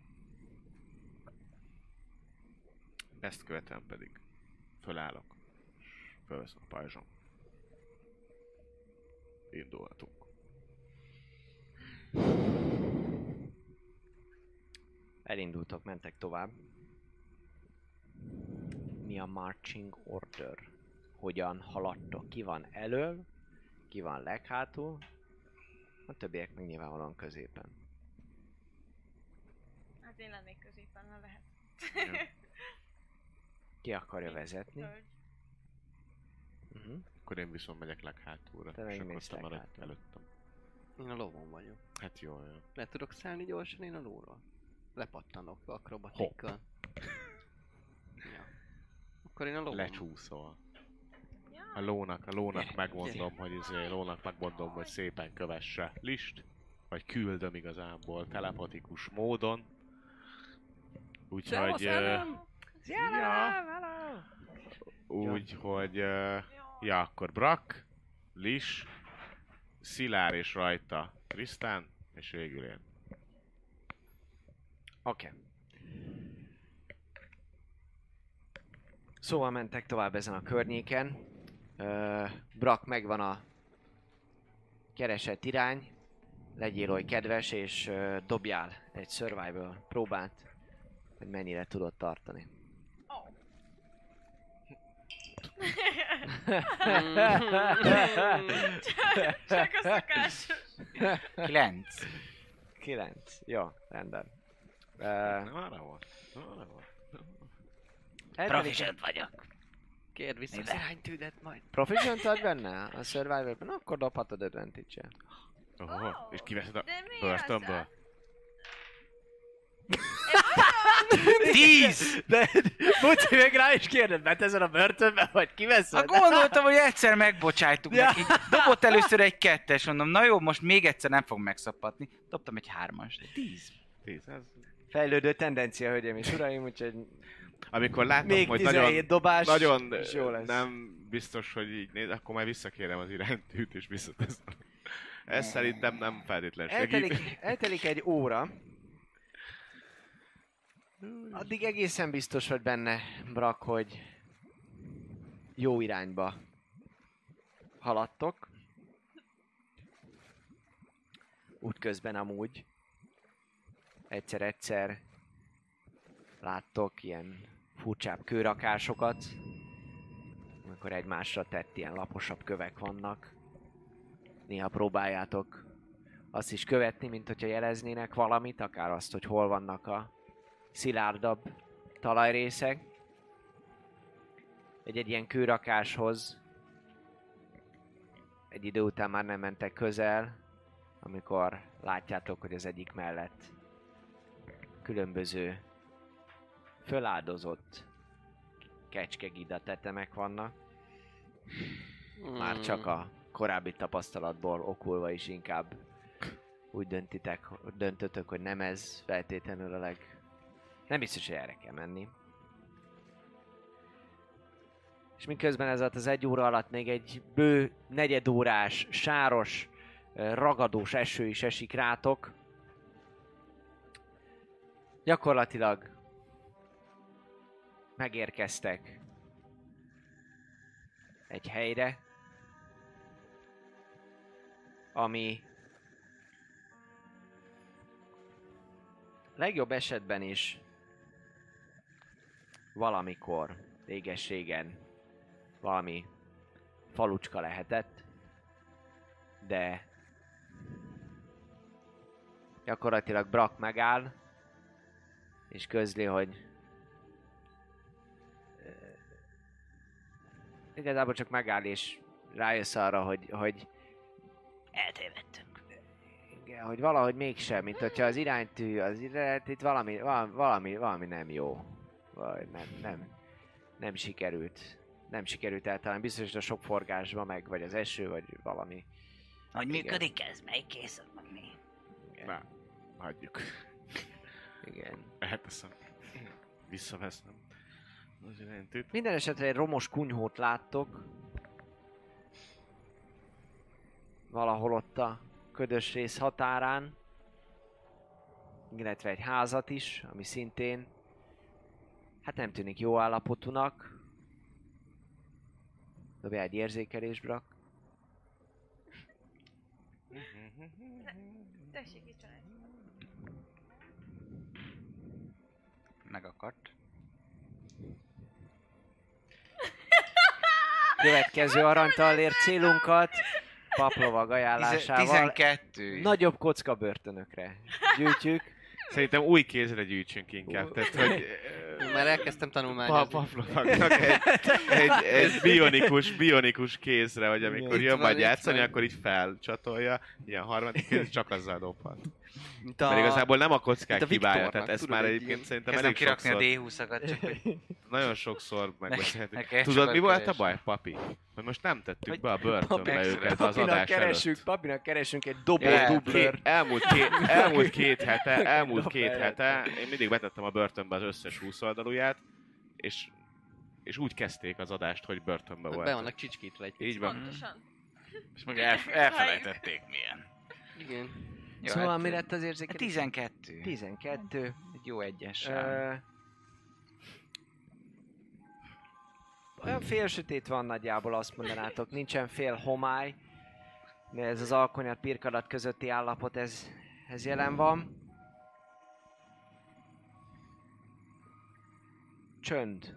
Ezt követően pedig fölállok, és fölveszem a pajzsom. Indulhatunk. Elindultok, mentek tovább. Mi a marching order? Hogyan haladtok? Ki van elől? Ki van leghátul? A többiek meg nyilvánvalóan középen. Hát én lennék középen, ha lehet. Ki akarja vezetni? Hölgy. Akkor én viszont megyek leghátulra, Te és akkor megmész te maradj leghátul. előttem. Én a lovon vagyok. Hát jó. Le tudok szállni gyorsan én a lóról? Lepattanok akrobatikkal. Ja. Akkor én a lovon. Lecsúszol. Ja. A lónak megmondom, hogy szépen kövesse List, vagy küldöm igazából telepatikus módon. Úgyhogy... Úgyhogy... Ja, akkor Brak, Lis, Szilár és rajta Trisztán, és végül én. Oké. Szóval mentek tovább ezen a környéken. Brak, megvan a keresett irány. Legyél oly kedves, és dobjál egy survival próbát, hogy mennyire tudod tartani. Csak a szokásos. 9. 9. Jó, rendben. Arra volt. Proficient vagyok. Kérd vissza az Miben? iránytűdet majd. Proficient vagy benne a survival-ben? Akkor dobhatod advantage-el. És kiveszed a De mi börtönből? az? 10! De Buci meg rá is kérdez, mert ezen a börtönben vagy kiveszed? Hát gondoltam, hogy egyszer megbocsájtuk Ja. neki. Dobott először egy 2-es, mondom, na jó, most még egyszer nem fog megszapatni. Dobtam egy 3-as. 10. 10, ez... Fejlődő tendencia, hölgyeim és uraim, úgyhogy Amikor láttam, még hogy 17 dobás, nagyon és jó lesz. nem biztos, hogy így néz, akkor már visszakérem az iránytűt és visszateszem. Ez szerintem nem feltétlen segít. Eltelik egy óra. Addig egészen biztos vagy benne, Brak, hogy jó irányba haladtok. Útközben amúgy egyszer-egyszer láttok ilyen furcsább kőrakásokat, amikor egymásra tett ilyen laposabb kövek vannak. Néha próbáljátok azt is követni, mint hogyha jeleznének valamit, akár azt, hogy hol vannak a szilárdabb talajrészek. Egy ilyen kőrakáshoz egy idő után már nem mentek közel, amikor látjátok, hogy az egyik mellett különböző föláldozott kecskegida tetemek vannak. Már csak a korábbi tapasztalatból okulva is inkább úgy döntötök, hogy nem ez feltétlenül a nem biztos, hogy erre kell menni. És miközben ez alatt az 1 óra alatt még egy bő negyedórás, sáros, ragadós eső is esik rátok. Gyakorlatilag megérkeztek egy helyre, ami legjobb esetben is valamikor, réges-régen valami falucska lehetett, de gyakorlatilag Brak megáll, és közli, hogy igazából csak megáll, és rájössz arra, hogy Eltévedtünk. igen, hogy valahogy mégsem, mint hogyha az iránytű, itt valami nem jó. Vagy nem sikerült. Nem sikerült eltalálni, biztos, hogy a sok forgásban meg, vagy az eső, vagy valami. Hogy Igen. működik ez? Melyik kész? Mi? Na, hagyjuk. Igen. Elteszem. Visszaveszem. Az iránytűt. Minden esetre egy romos kunyhót láttok. Valahol ott a ködös rész határán. Illetve egy házat is, ami szintén hát nem tűnik jó állapotúnak. Dobjál egy érzékelés, Brak. Tessék, itt csinálj. Megakadt. Következő aranytallér célunkat paplovag ajánlásával 12. nagyobb kocka börtönökre gyűjtjük. Szerintem új kézre gyűjtsünk inkább, tehát hogy Már elkezdtem tanulmányozni. Pavlovnak egy bionikus kézre, hogy amikor Itt jön van, majd itt játszani, van. akkor így felcsatolja, ilyen harmadik kéz, csak azzal dobhat. Mint Mert igazából nem a kockák mint a hibája, Viktornak, tehát ezt tudod, már egy egyébként ilyen- szerintem Kezdem elég kirakni a sokszor, D20-akat, csak hogy nagyon sokszor megbeszéltük. nekem Tudod, sokat mi volt a keres. baj, papi? Hogy most nem tettük Hogy be a börtönbe őket az Papinak adás előtt. Papinak keresünk egy dobó Ja, dublőr. Elmúlt két hete, én mindig betettem a börtönbe az összes 20 oldalúját, és úgy kezdték az adást, hogy börtönbe Be voltak. vannak csicskítve egy Így van. Pontosan. És meg elfelejtették milyen. Igen. Jó, Szóval hát, mi lett az érzékelés? 12. 12. Egy jó egyes. Olyan fél sötét van nagyjából, azt mondanátok. Nincsen fél homály. De ez az alkonyat pirkadat közötti állapot, ez jelen van. Csönd.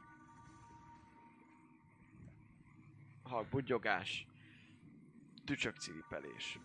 Halk budjogás. Tücsök ciripelés.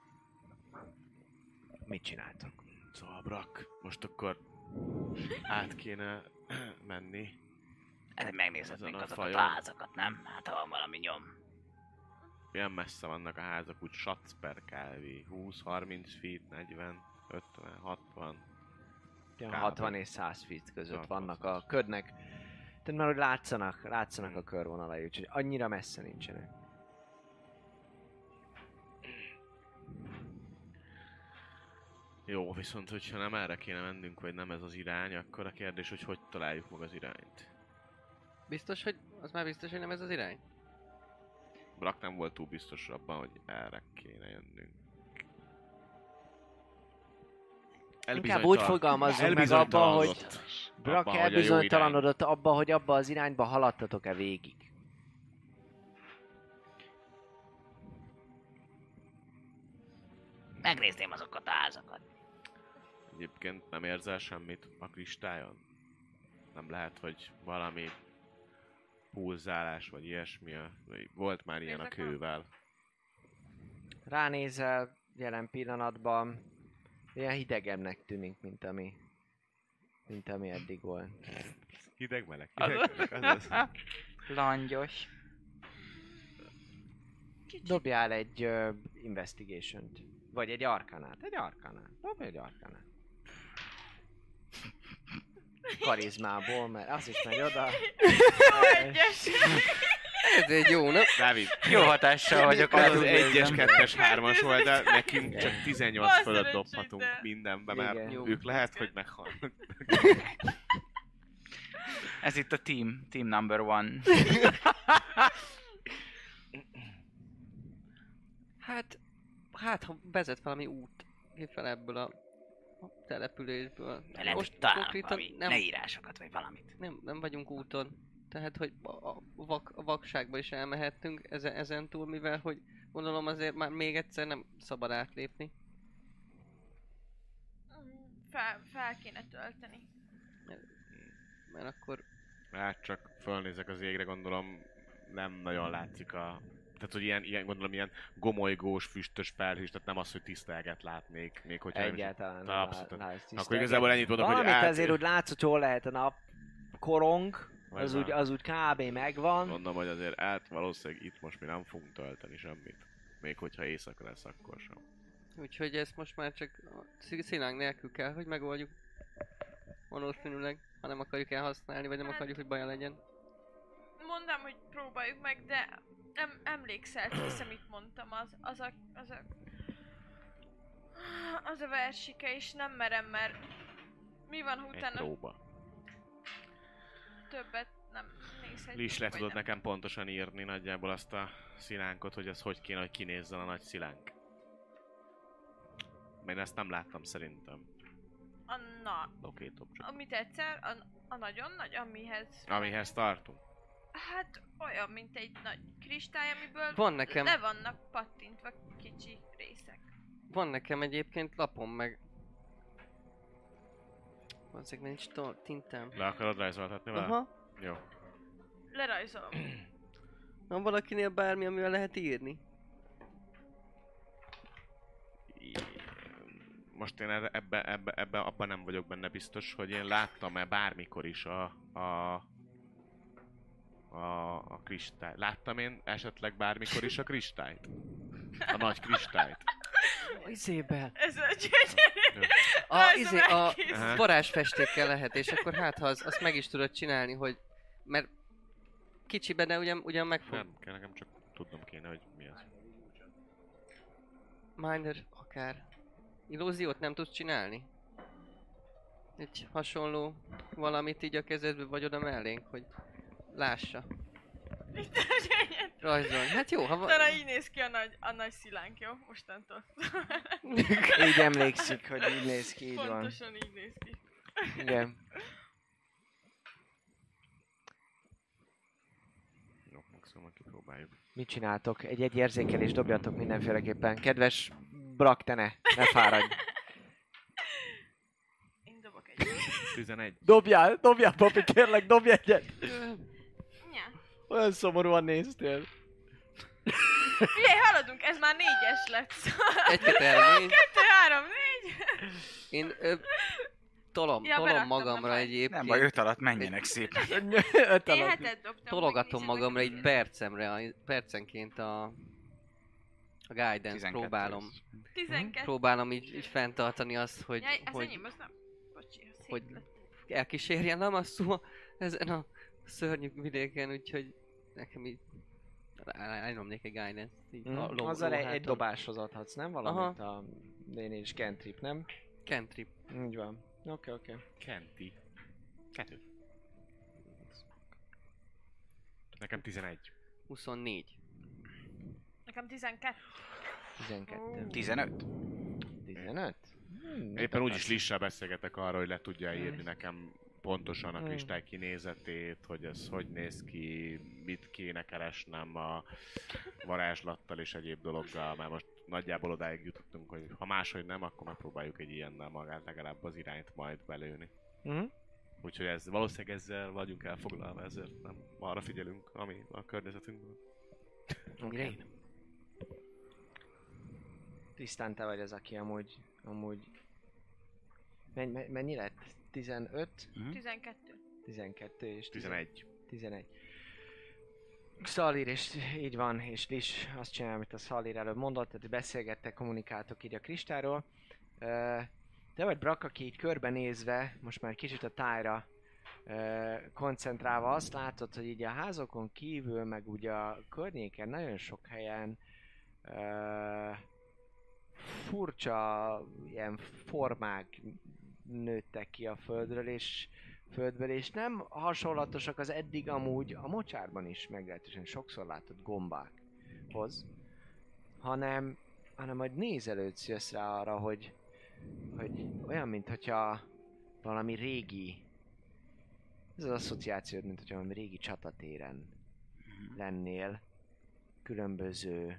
Mit csináltok? Szóval Brak, most akkor át kéne menni. Hát megnézhetnénk Ezen a azokat a fajon. házakat, nem? Hát ha van valami nyom. Milyen messze vannak a házak, úgy satsz per kávé. 20-30 feet, 40, 50, 60. Olyan Kb. 60 és 100 feet között 60, vannak a ködnek. Tehát már hogy látszanak a körvonalai, úgyhogy annyira messze nincsenek. Jó, viszont hogyha nem erre kéne mennünk, vagy nem ez az irány, akkor a kérdés, hogy találjuk meg az irányt. Biztos, hogy az már biztos, hogy nem ez az irány? Brak nem volt túl biztos abban, hogy erre kéne jönnünk. Inkább úgy fogalmazzunk meg abba, hogy Brak elbizonytalanodott abba, hogy abba az irányba haladtatok-e végig. Megnézném azokat a házakat. Egyébként nem érzel semmit a kristályon? Nem lehet, hogy valami pulzálás vagy ilyesmi, vagy volt már ilyen a Érzek kővel. Ránézel jelen pillanatban, ilyen hidegebbnek tűnik, mint ami eddig volt. Hideg-meleg, azaz. Langyos. Dobjál egy investigation-t. Vagy egy arkanát. Dobj egy arkanát. Karizmából, mert az is megy oda. Egyes. Ez egy jó, nem? Dávid, Jó hatással vagyok az rá. az úgy 1-es, érzem. 2-es, 3-as oldal, nekünk csak 18 Basz fölött szerencsét, dobhatunk de- mindenbe, mert Igen. ők lehet, hogy meghalnak. Ez itt a team number one. Hát, ha vezet valami út kifele ebből a településből. Lehet, hogy találunk valami leírásokat, vagy valamit. Nem vagyunk úton. Tehát, hogy a vakságba is elmehettünk ezen túl, mivel, hogy gondolom azért már még egyszer nem szabad átlépni. Fel kéne tölteni. Mert akkor Hát csak fölnézek az égre, gondolom nem nagyon látszik tehát, hogy ilyen gondolom, ilyen gomolygós, füstös felhős, tehát nem az, hogy tisztelget látnék, még hogyha Egyáltalán nem abszolút. látsz Akkor igazából ennyit mondok, hogy valamit azért úgy látsz, hogy hol lehet a nap korong, Megvan. az úgy kb. Megvan. Mondom, hogy azért valószínűleg itt most mi nem fogunk tölteni semmit. Még hogyha éjszaka lesz, akkor sem. Úgyhogy ezt most már csak szilánk nélkül kell, hogy megoldjuk. Valószínűleg, ha nem akarjuk elhasználni, vagy nem akarjuk, hogy baja legyen. Mondom, hogy próbáljuk meg, de nem emlékszel vissza, mit mondtam, az a versike, és nem merem, mert mi van, ha Egy utána próba. többet nem nézhetjük. Lis, le vagy tudod nem. nekem pontosan írni nagyjából azt a szilánkot, hogy ez hogy kéne, hogy kinézzen a nagy szilánk. Én ezt nem láttam szerintem. Oké, amit egyszer, a nagyon nagy, Amihez tartunk. Hát olyan, mint egy nagy kristály, amiből Van nekem. le vannak pattintva kicsi részek. Van nekem egyébként lapom, meg... Valószínűleg nincs tintám. Le akarod rajzoltatni vele? Aha. Jó. Lerajzolom. Van valakinél bármi, amivel lehet írni? Most én abban nem vagyok benne biztos, hogy én láttam-e bármikor is a kristályt. Láttam én esetleg bármikor is a kristályt? A nagy kristályt. Izébel. Ez a gyönyörű. A varázsfestékkel lehet, és akkor hát ha azt meg is tudod csinálni, hogy... Mert kicsiben, de ugyan meg fog... Nem kell, nekem csak tudnom kéne, hogy mi az. Miner akár. Illúziót nem tudsz csinálni? Egy hasonló valamit így a kezedbe vagy oda mellénk, hogy lássa. Itt a gyönyörű. Rajzolni. Hát jó, ha Talán így néz ki a nagy szilánk, jó? Mostantól. Így emlékszik, hogy így néz ki, így van. Pontosan így néz ki. Igen. Jó, maximum kipróbáljuk. Mit csináltok? Egy érzékelést dobjatok mindenféleképpen. Kedves Brak, te ne fáradj. Én dobok egy. 11. Dobjál, papi, kérlek, dobj egyet. Ja. Olyan szomorúan néztél. Figyelj, haladunk, ez már 4-es lett. Egy-két eredmény. 2, 3, 4. Én tolom beraktam magamra a egyébként. Nem baj, 5 alatt menjenek szépen. Én 7-et dobtam. Tologatom megnézed, magamra hogy egy percenként a guidance 12. próbálom. 12. Próbálom így fenntartani azt, hogy, Jaj, ez hogy enyém, az nem. Bocsi, az hogy- szép lett. elkísérjen Lamassu ezen a szörnyű vidéken, úgyhogy nekem így elnyomnék egy guidance. Így a Azzal egy lóháton. dobáshoz adhatsz, nem? Valamit a néni is cantrip, nem? Cantrip. Így van. Oké. Kenti. 2. Nekem 11. 24. Nekem 12. 12. 15. 15? Éppen úgyis Lissel beszélgetek arra, hogy le tudja írni nekem pontosan a kristály kinézetét, hogy ez hogy néz ki, mit kéne keresnem a varázslattal és egyéb dologgal, mert most nagyjából odáig jutottunk, hogy ha máshogy nem, akkor megpróbáljuk egy ilyennel magát legalább az irányt majd belőni. Úgyhogy valószínűleg ezzel vagyunk elfoglalva, ezért nem arra figyelünk, ami a környezetünkben. Oké. Tisztán te vagy az, aki amúgy... Mennyi lett? 15? 12. 12 és 11. 11. Szalír, és így van, és Lis azt csinál, amit a Szalír előbb mondott, tehát beszélgettek, kommunikáltok így a kristáról. Te vagy Brak, aki így körbenézve, most már kicsit a tájra koncentrálva azt látod, hogy így a házokon kívül, meg ugye a környéken nagyon sok helyen furcsa ilyen formák nőttek ki a földből, és nem hasonlatosak az eddig amúgy a mocsárban is meglehetősen sokszor látott gombákhoz, hanem majd nézelődsz, jössz rá arra, hogy olyan, mintha valami régi, ez az asszociációd, mint hogyha valami régi csatatéren lennél, különböző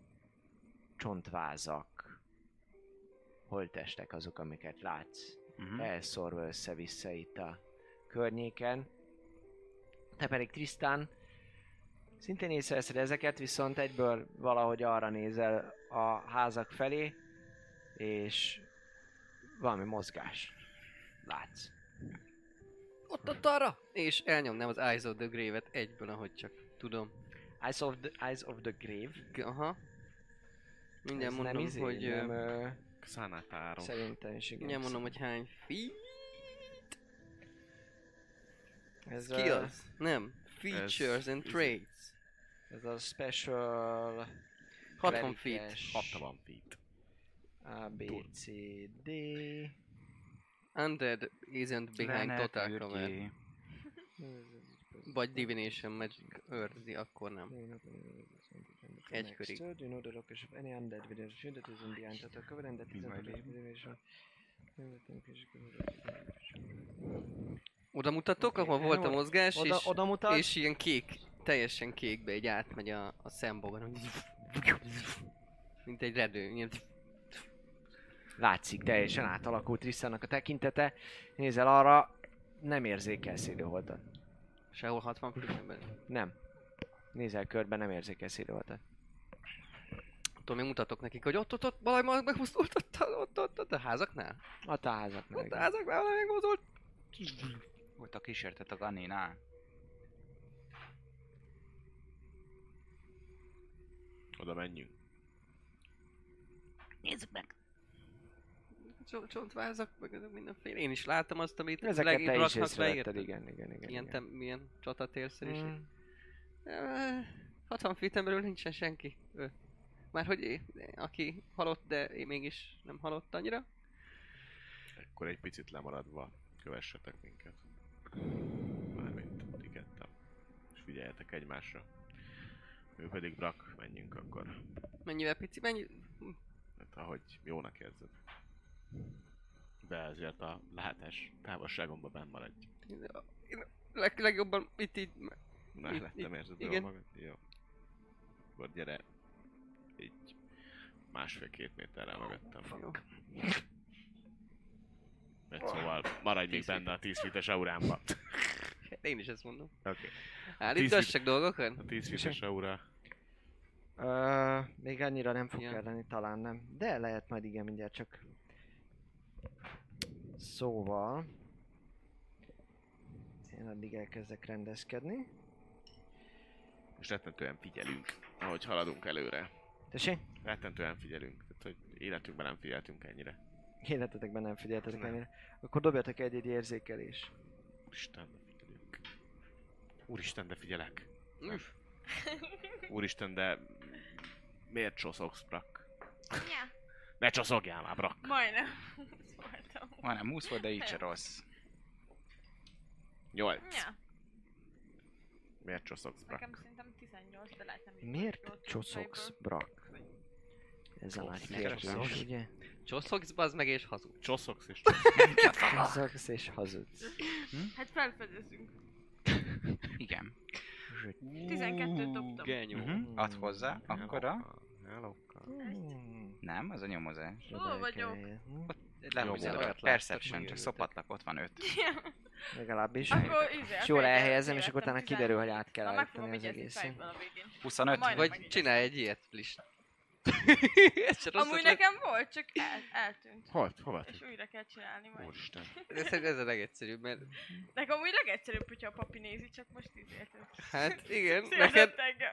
csontvázak, holttestek azok, amiket látsz, elszórva össze-vissza itt a környéken. Te pedig Tristan Szintén észreveszed ezeket, viszont egyből valahogy arra nézel a házak felé, és valami mozgás látsz. Ott arra! És elnyomnám az Eyes of the Grave-et egyből, ahogy csak tudom. Eyes of the Grave. Aha. Mindjárt Ez mondom, nem hogy... nem, Xanatárom. szerintem is igen. mindjárt mondom, hogy hány feet. Ez Skills. Nem. Features and ez- traits. ez a special 60 feet. cleric-es 60 feet. A, B, C, D. Undead isn't behind Total Command. Fürgé. Vagy Divination Magic őrzi, akkor nem. Egy körig. You know the location of any undead within the shield that is in behind total cover and that is not a divination. Oda mutatok, ahol volt a mozgás, Oda mutat. és ilyen kék, teljesen kékbe így átmegy a szembogon, hogy mint egy redő, ilyen Látszik, teljesen átalakult Tristának a tekintete. Nézel arra, nem érzékelsz időholtat. sehol 60 feet-ben. Nem. Nézel körben, nem érzékelsz időholtat. Attól még mutatok nekik, hogy ott, valami megmozdult, ott, a házaknál. A házak Ott a házaknál valami megmozdult. Ott a kísértet a Ganninál. Oda menjünk. Nézzük meg. Csontvázak, meg ezek mindenféle. Én is láttam azt, amit Ezeket te is raknak le, észrevetted, érted? igen. Milyen csatatérször is. Mm. 60 feet-en belül nincsen senki. Márhogy aki halott, de én mégis nem halott annyira. Akkor egy picit lemaradva kövessetek minket. Mármint ti ketten. És figyeljetek egymásra. Ő pedig Brak, menjünk akkor. Mennyivel pici, mennyi... Hát ahogy jónak érzed. De ezért a látás távolságomban benn maradj. Én legjobban itt így... Mellettem érzed jól igen. magad? Jó. Akkor gyere. Így 1,5-2 méterrel mögöttem. Jó. Egy szóval maradj még 10 benne a 10 feet-es aurámba. Én is ezt mondom. Oké. Állítassak dolgokat? A 10 feet-es aura. Még annyira nem fog Ja. kelleni, talán nem. De lehet majd igen, mindjárt csak. Szóval... Én addig elkezdek rendezkedni. És rettentően figyelünk, ahogy haladunk előre. Tessék? Rettentően figyelünk. Tehát, hogy életünkben nem figyeltünk ennyire. Életetekben nem figyeltetek Nem. ennyire. Akkor dobjatok egy érzékelés. Úristen, de figyelünk. Úristen, de figyelek. Üff. Úristen, de... Miért csoszogsz, Brak? Ja, Ne csoszogjál már, Brak! majdnem. Voltam. Majdnem 20 volt, de így se rossz. 8. Ja, Miért csoszogsz, Brak? nekem szerintem 18, de lehet nem így Miért volt csoszogsz, fejből. Brak? Ez a nagy keresem. kérdés, ugye? Csoszogsz, bazd meg és hazudsz. Csoszogsz és Csoszogsz és hazudsz. Hát felfedezünk. Igen. 12-t dobtam. Genyó. Add hozzá, akkor a... Hello. Nem, az a nyomozás. Hol vagyok? Lehúzzad Olyat a láttak, Perception, csak megértek. szopatlak, ott van 5. Legalábbis. Akkor És jól elhelyezem, és akkor utána kiderül, hogy át kell Na, meg fogom állítani az vigyezni egészet. fejből a végén. 25? Majdnem Vagy megígyeztem. csinálj egy ilyet, list. Ez se rossz Amúgy ötlet. nekem volt, csak eltűnt. Hova? És újra kell csinálni majd. Úristen. Ez a legegyszerűbb, mert Nekem amúgy legegyszerűbb, hogyha a papi nézi, csak most ízért. hát igen, neked Széledett engem.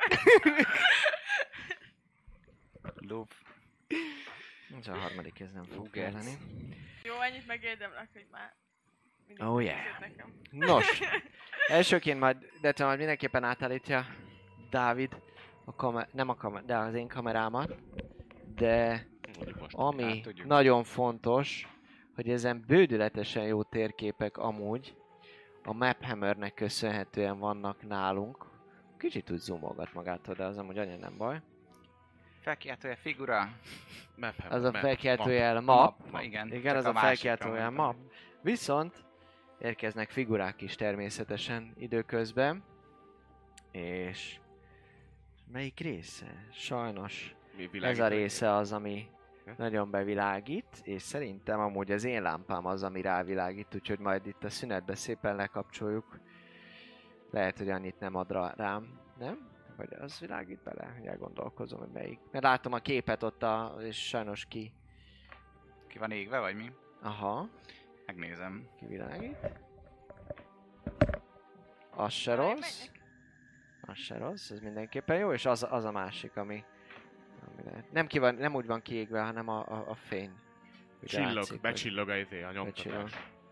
Loop. Ez a harmadik, ez nem fog Ugetsz. kelleni. Jó, ennyit megérdemlek, hogy már mindig Oh, yeah. nézed nekem. Nos, elsőként majd, de te majd mindenképpen átállítja Dávid nem a de az én kamerámat, de Mondjuk most. ami hát tudjuk. nagyon fontos, hogy ezen bődületesen jó térképek amúgy a Map Hammernek köszönhetően vannak nálunk. Kicsit úgy zoomolgat magától, de az amúgy annyira nem baj. Felkiáltója figura. Az a felkiáltójel map. Ma igen. Igen, csak az a másikra felkiáltójel mondtam. map. Viszont érkeznek figurák is természetesen időközben. És melyik része? Sajnos ez a része az, ami nagyon bevilágít, és szerintem amúgy az én lámpám az, ami rávilágít, úgyhogy majd itt a szünetbe szépen lekapcsoljuk. Lehet, hogy annyit nem ad rám, nem? Vagy az világít bele, hogy elgondolkozom, hogy melyik. Mert látom a képet ott, és sajnos ki. Ki van égve, vagy mi? Aha, Megnézem. kivilágít. Az se Jaj, rossz. menjek. Az se rossz, ez mindenképpen jó, és az a másik, ami lehet. Nem úgy van kiégve, hanem a fény. Ugye Csillog, látszik, hogy becsillog a becsillog. nyomtatás.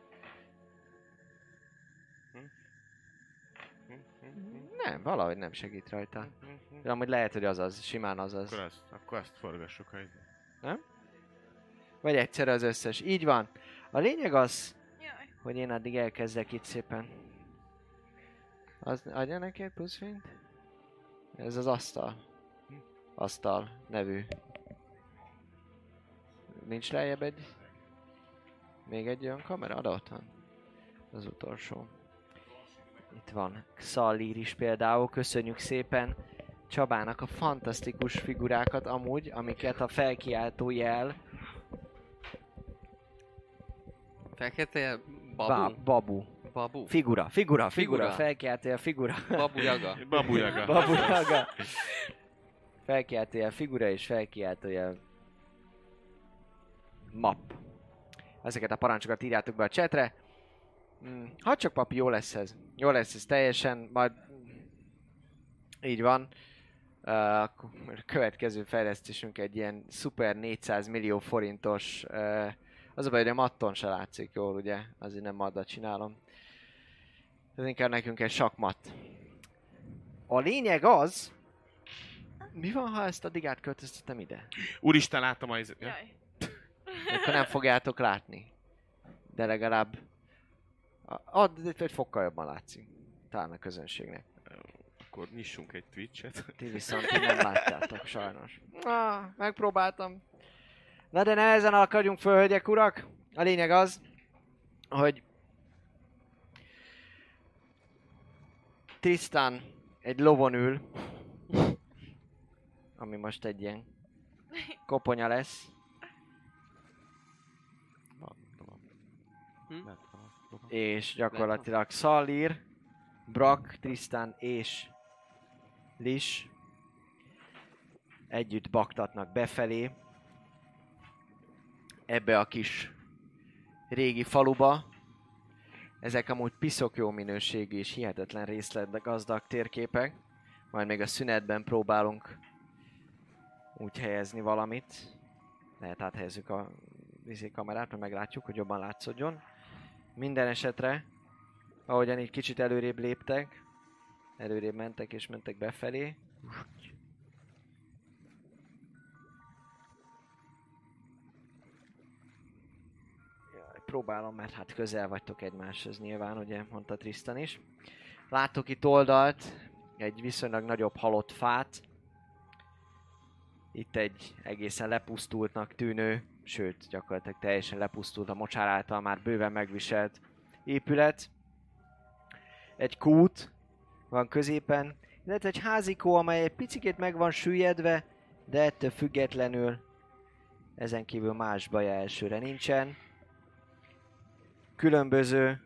Nem, valahogy nem segít rajta. De amúgy lehet, hogy azaz, simán azaz. Akkor ezt forgassuk a Vagy egyszer az összes. Így van. A lényeg az, Jaj. hogy én addig elkezdek itt szépen. Az adja neki egy plusz fényt? Ez az asztal. Asztal nevű. Nincs lejjebb egy... Még egy olyan kamera? Ott van. Az utolsó. Itt van Xallír is például. Köszönjük szépen Csabának a fantasztikus figurákat amúgy, amiket a felkiáltó jel Fekete babu? Babu. Babu? Figura. Figura. Felkiáltója figura. Babu Jaga. Babujaga. Babu Jaga. Felkiáltója figura és felkiáltója map. Ezeket a parancsokat írjátok be a chatre. Ha csak papi, jó lesz ez. Jó lesz ez teljesen, majd így van. A következő fejlesztésünk egy ilyen szuper 400 millió forintos, az a baj, hogy a matton se látszik jól, ugye? Azért nem maddat csinálom. Ez inkább nekünk egy sakmat. A lényeg az... Mi van, ha ezt addig átköltöztetem ide? Úristen, láttam a... Ja. Jaj. Akkor nem fogjátok látni. De legalább... egy fokkal jobban látszik. Talán a közönségnek. Akkor nyissunk egy Twitch-et. Ti viszont nem láttátok, sajnos. Megpróbáltam. Na de ne ezen akadjunk föl, hölgyek, urak. A lényeg az, hogy Tristan egy lovon ül, ami most egy ilyen koponya lesz. És gyakorlatilag Xallír, Brak, Tristan és Lis együtt baktatnak befelé ebbe a kis régi faluba. Ezek amúgy piszok jó minőségű és hihetetlen részletbe gazdag térképek. Majd még a szünetben próbálunk úgy helyezni valamit. Lehet áthelyezzük a kamerát, mert meglátjuk, hogy jobban látszódjon. Minden esetre, ahogyan így kicsit előrébb léptek, előrébb mentek és mentek befelé. Jaj, próbálom, mert hát közel vagytok egymáshoz nyilván, ugye mondta Tristan is. Láttok itt oldalt egy viszonylag nagyobb halott fát. Itt egy egészen lepusztultnak tűnő, sőt, gyakorlatilag teljesen lepusztult a mocsár által már bőven megviselt épület. Egy kút van középen, illetve egy házikó, amely egy picikét meg van süllyedve, de ettől függetlenül ezen kívül más baja elsőre nincsen. Különböző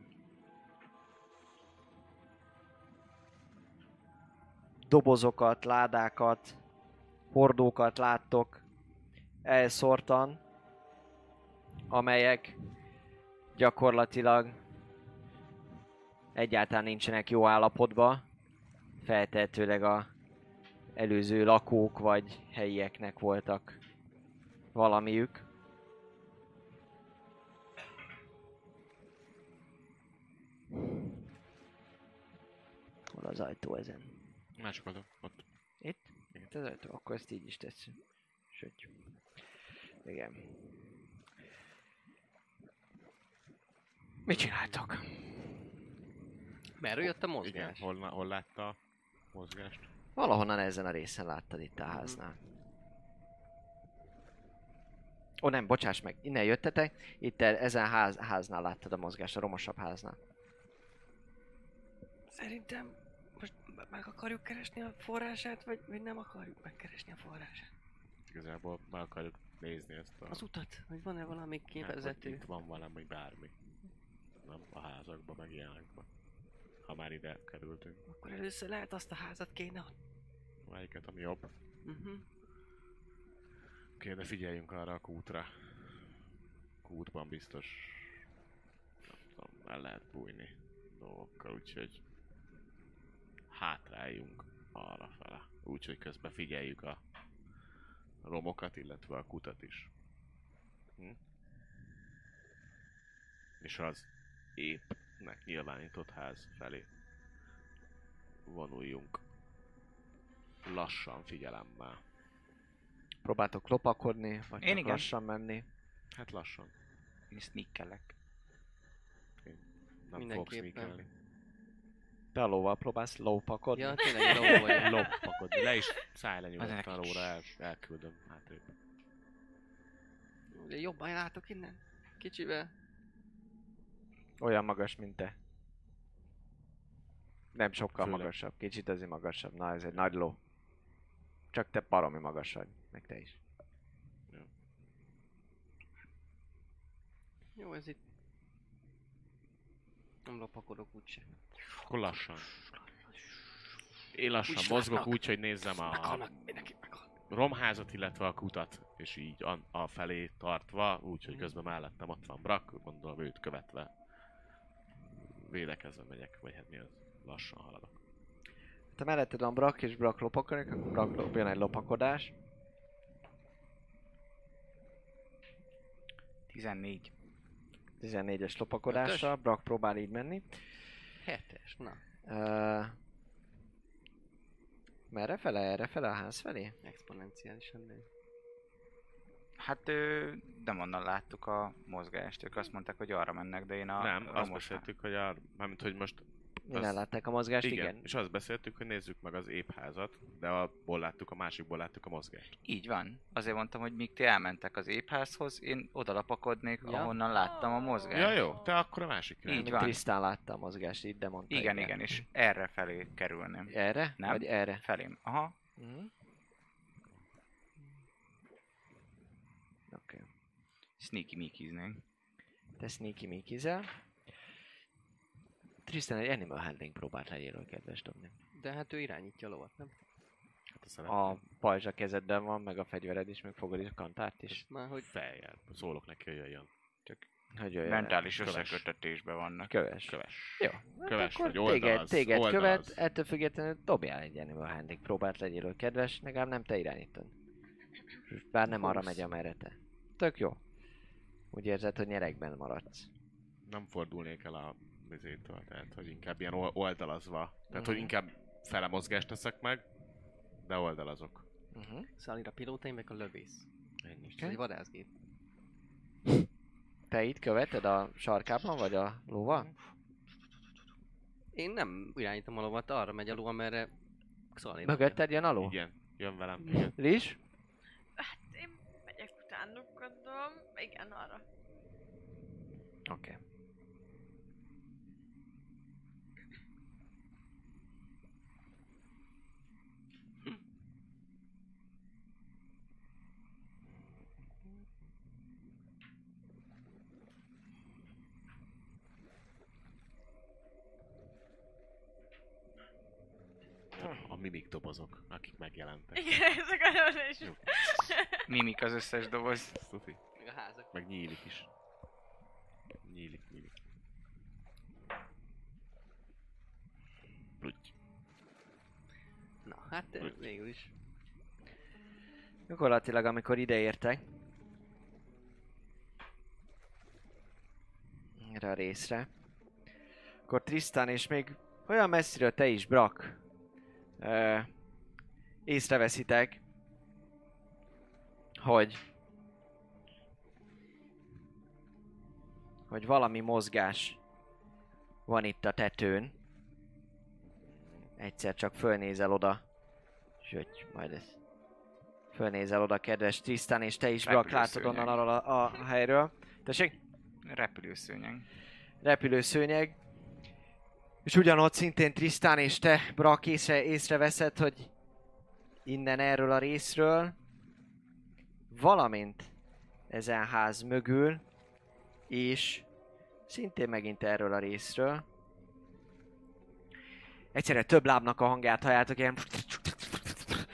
dobozokat, ládákat, hordókat láttok elszórtan, amelyek gyakorlatilag egyáltalán nincsenek jó állapotban. Feltehetőleg a előző lakók vagy helyieknek voltak valamiük. Hol az ajtó ezen? Mások oldal, ott. Itt? Itt az ajtó? Akkor ezt így is tesszük. Sőt. Igen. Mit csináltok? Merről jött a Igen, mozgás? hol látta a mozgást? Valahonnan ezen a részen láttad itt a háznál. Ó nem, bocsáss meg, innen jöttetek, itt ezen háznál láttad a mozgást, a romosabb háznál. Szerintem most meg akarjuk keresni a forrását, vagy nem akarjuk megkeresni a forrását? Igazából meg akarjuk nézni ezt a... Az utat, hogy van-e valami Hát, hogy kivezető? itt van valami bármi. Nem a házakban, meg ilyenekben. Ha már ide kerültünk. Akkor először lehet azt a házat kéne melyiket, ami jobb. Oké, de figyeljünk arra a kútra. Kútban biztos nem tudom, el lehet bújni dolgokkal, úgyhogy hátráljunk arra fele. Úgyhogy közben figyeljük a romokat, illetve a kutat is. És az épnek nyilvánított ház felé vonuljunk lassan figyelemmel. Próbáltok lopakodni, vagy Én csak igen. lassan menni? Hát lassan. Én sneakelek. Nem fogok Mindenképpen. sneakelni. Te a lóval próbálsz lopakodni? Ja, tényleg egy ló vagy. Loppakodni. Le is szállj le Az nyugodtan ennek- alóra, elküldöm hátrébb. Ugye jobban látok innen? Kicsivel. Olyan magas, mint te. Nem sokkal Főleg. magasabb, kicsit azért magasabb. Na, ez egy nagy ló. Csak te baromi magas vagy, meg te is. Jó, ez itt... Nem lopakodok úgyse. Akkor lassan. Én lassan Úgy mozgok látnak. úgy, hogy nézzem a Meghalnak, mindenki meghal. romházat, illetve a kutat, és így a felé tartva, úgyhogy közben mellettem ott van Brak, gondolom őt követve védekezve megyek, vagy hát mi az, lassan haladok. Te melletted van Brak és Brak lopakodik, akkor Brak jön egy lopakodás. 14. 14-es lopakodással, Brak próbál így menni. 7-es, na. Merre fele? Erre fele a ház felé? Exponenciálisan, de... Hát nem onnan láttuk a mozgást, ők azt mondták, hogy arra mennek, de én a Nem, azt romos- beszéltük, hogy mármint, hogy most Innen látták a mozgást, igen. és azt beszéltük, hogy nézzük meg az épházat, de abból láttuk, a másikból láttuk a mozgást. Így van. Azért mondtam, hogy míg ti elmentek az épházhoz, én oda lapakodnék, Ja. ahonnan láttam a mozgást. Ja jó, te akkor a másik irányba. Így Mint van. Trisztán látta a mozgást így, de mondta. Igen, igen, és erre felé kerülném. Erre? Nem. Vagy erre? Felém. Aha. Mhm. Oké. Sneaky mikiznénk. Te sneaky mikizel. Tristan egy animal handling próbált legyél, kedves dobni. De hát ő irányítja a lovat, nem? Hát azt szeretném. A pajzs a kezedben van, meg a fegyvered is, meg fogod is a kantárt is. Már hogy... Feljel, szólok neki, hogy jöjjön. Hogy jöjjön el. Mentális Köves. összekötetésben vannak. Köves. Köves. Jó. Köves akkor vagy, oldalaz, téged oldalaz. követ, ettől függetlenül dobjál egy animal handling próbált legyél, kedves, legalább nem te irányítod. Bár nem arra megy, amerre te. Tök jó. Úgy érzed, hogy nyerekben maradsz. Nem fordulnék el a vizétől, tehát hogy inkább ilyen oldalazva. Tehát, hogy Mhm. inkább fele mozgást teszek meg, de oldalazok. Szalír a pilóta, én meg a lövész. Ennyi. Ez egy vadászgép. Te itt követed a sarkában, vagy a lóval? Én nem irányítom a lovat, arra megy a ló, amerre Szalír. Mögötted jön a ló? Igen, jön velem. Igen. Lis? Hát én megyek utánuk, gondolom. Igen, arra. Oké. A mimik dobozok, akik megjelentek. Igen, ezek a is. Jó. Mimik az összes doboz. Ez tuti. Meg a házak. Meg nyílik is. Nyílik. Úgy. Na, hát végül is. Gyakorlatilag, amikor ideértek erre a részre, akkor Tristan és még olyan messziről te is, Brak, észreveszitek, hogy valami mozgás van itt a tetőn. Egyszer csak fölnézel oda, sőt, majd ez fölnézel oda, kedves Tristan, és te is, Brak, látod onnan arról a helyről. Tessék? Repülőszőnyeg. Repülőszőnyeg. És ugyanott szintén Tristan és te, Brak, észreveszed, hogy innen erről a részről, valamint ezen ház mögül, és szintén megint erről a részről, egyszerre több lábnak a hangját halljátok, ilyen